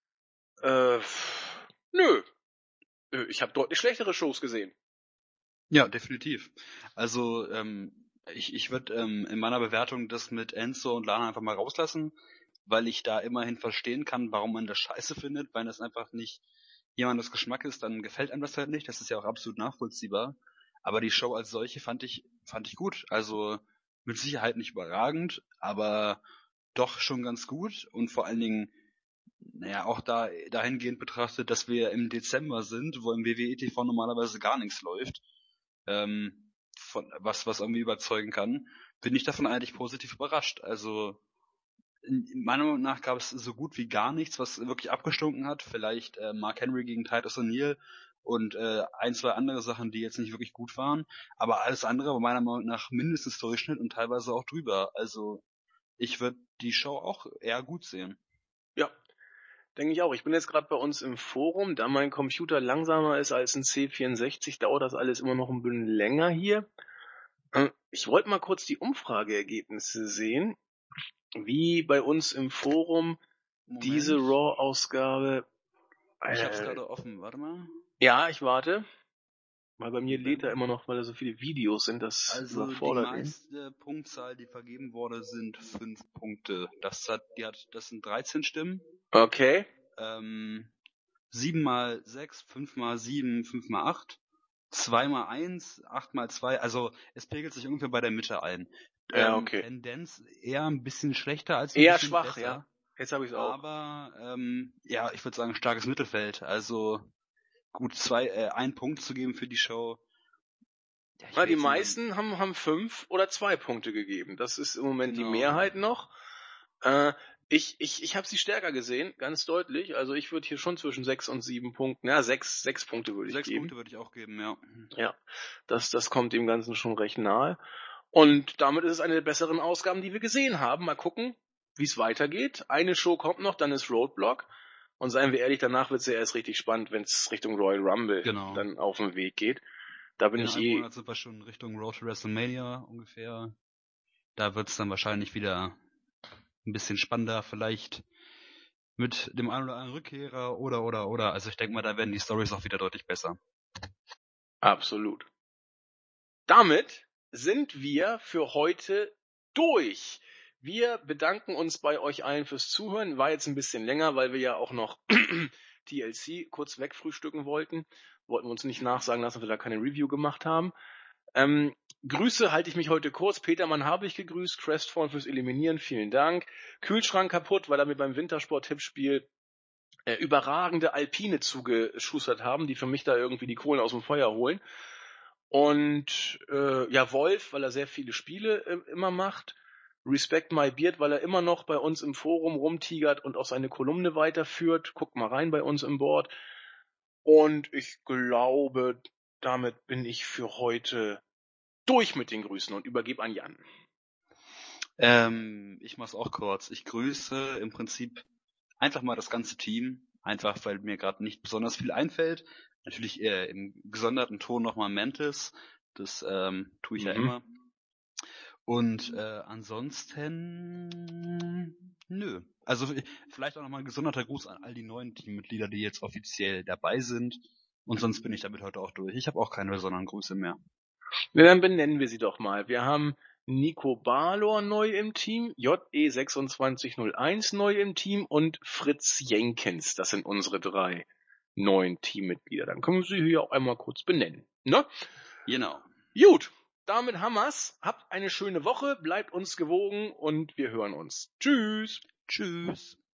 Äh, nö. Ich habe deutlich schlechtere Shows gesehen. Ja, definitiv. Also ähm, ich, ich würde ähm, in meiner Bewertung das mit Enzo und Lana einfach mal rauslassen, weil ich da immerhin verstehen kann, warum man das scheiße findet, weil das einfach nicht jemandes Geschmack ist, dann gefällt einem das halt nicht. Das ist ja auch absolut nachvollziehbar. Aber die Show als solche fand ich fand ich gut. Also mit Sicherheit nicht überragend, aber doch schon ganz gut und vor allen Dingen, naja, auch da dahingehend betrachtet, dass wir im Dezember sind, wo im W W E T V normalerweise gar nichts läuft, ähm, von was was irgendwie überzeugen kann, bin ich davon eigentlich positiv überrascht. Also in, meiner Meinung nach gab es so gut wie gar nichts, was wirklich abgestunken hat. Vielleicht äh, Mark Henry gegen Titus O'Neil und äh, ein, zwei andere Sachen, die jetzt nicht wirklich gut waren. Aber alles andere war meiner Meinung nach mindestens Durchschnitt und teilweise auch drüber. Also ich würde die Show auch eher gut sehen. Ja, denke ich auch. Ich bin jetzt gerade bei uns im Forum. Da mein Computer langsamer ist als ein C vierundsechzig, dauert das alles immer noch ein bisschen länger hier. Äh, Ich wollte mal kurz die Umfrageergebnisse sehen, wie bei uns im Forum Moment. diese Raw-Ausgabe... Ich hab's Äh, gerade offen, warte mal. ja, ich warte. Weil bei mir Wenn- lädt er immer noch, weil da so viele Videos sind, das Also die überfordert ihn. meiste Punktzahl, die vergeben wurde, sind fünf Punkte. Das hat, die hat, das sind dreizehn Stimmen. Okay. Ähm, sieben mal sechs, fünf mal sieben, fünf mal acht, zwei mal eins, acht mal zwei. Also es pegelt sich ungefähr bei der Mitte ein. Ja, Ähm, okay. Tendenz eher ein bisschen schlechter als ein Eher bisschen schwach, besser. ja. Jetzt habe ich es auch. Aber ähm, ja, ich würde sagen starkes Mittelfeld. Also gut zwei, äh, ein Punkt zu geben für die Show. Ja, ich Ja, will die jetzt niemand- meisten haben, haben fünf oder zwei Punkte gegeben. Das ist im Moment die Genau. Mehrheit noch. Äh, ich ich, ich habe sie stärker gesehen, ganz deutlich. Also ich würde hier schon zwischen sechs und sieben Punkten, ja, sechs, sechs Punkte würde ich Sechs geben. Punkte würde ich auch geben, ja. Ja, das, das kommt dem Ganzen schon recht nahe. Und damit ist es eine der besseren Ausgaben, die wir gesehen haben. Mal gucken, wie es weitergeht. Eine Show kommt noch, dann ist Roadblock. Und seien wir ehrlich, danach wird es ja erst richtig spannend, wenn es Richtung Royal Rumble Genau. dann auf den Weg geht. Da bin In ich einem eh... Monat sind wir schon Richtung Road to WrestleMania ungefähr. Da wird's dann wahrscheinlich wieder ein bisschen spannender, vielleicht mit dem einen oder anderen Rückkehrer oder oder oder. Also ich denke mal, da werden die Storys auch wieder deutlich besser. Absolut. Damit sind wir für heute durch. Wir bedanken uns bei euch allen fürs Zuhören. War jetzt ein bisschen länger, weil wir ja auch noch T L C kurz wegfrühstücken wollten. Wollten wir uns nicht nachsagen lassen, dass wir da keine Review gemacht haben. Ähm, Grüße halte ich mich heute kurz. Petermann habe ich gegrüßt. Crestfallen fürs Eliminieren. Vielen Dank. Kühlschrank kaputt, weil er mir beim Wintersport-Tippspiel äh, überragende Alpine zugeschustert haben, die für mich da irgendwie die Kohlen aus dem Feuer holen. Und äh, ja, Wolf, weil er sehr viele Spiele äh, immer macht. Respect My Beard, weil er immer noch bei uns im Forum rumtigert und auch seine Kolumne weiterführt. Guckt mal rein bei uns im Board. Und ich glaube, damit bin ich für heute durch mit den Grüßen und übergebe an Jan. Ähm, ich mach's auch kurz. Ich grüße im Prinzip einfach mal das ganze Team. Einfach, weil mir gerade nicht besonders viel einfällt. Natürlich eher im gesonderten Ton nochmal Mantis. Das ähm, tue ich Mhm. ja immer. Und äh, ansonsten nö. Also vielleicht auch nochmal ein gesonderter Gruß an all die neuen Teammitglieder, die jetzt offiziell dabei sind. Und sonst bin ich damit heute auch durch. Ich habe auch keine besonderen Grüße mehr. Ja, dann benennen wir sie doch mal. Wir haben Nico Balor neu im Team, J E zwei sechs null eins neu im Team und Fritz Jenkins. Das sind unsere drei neuen Teammitglieder. Dann können wir sie hier auch einmal kurz benennen. Ne? Genau. Gut, damit haben wir's. Habt eine schöne Woche, bleibt uns gewogen und wir hören uns. Tschüss. Tschüss.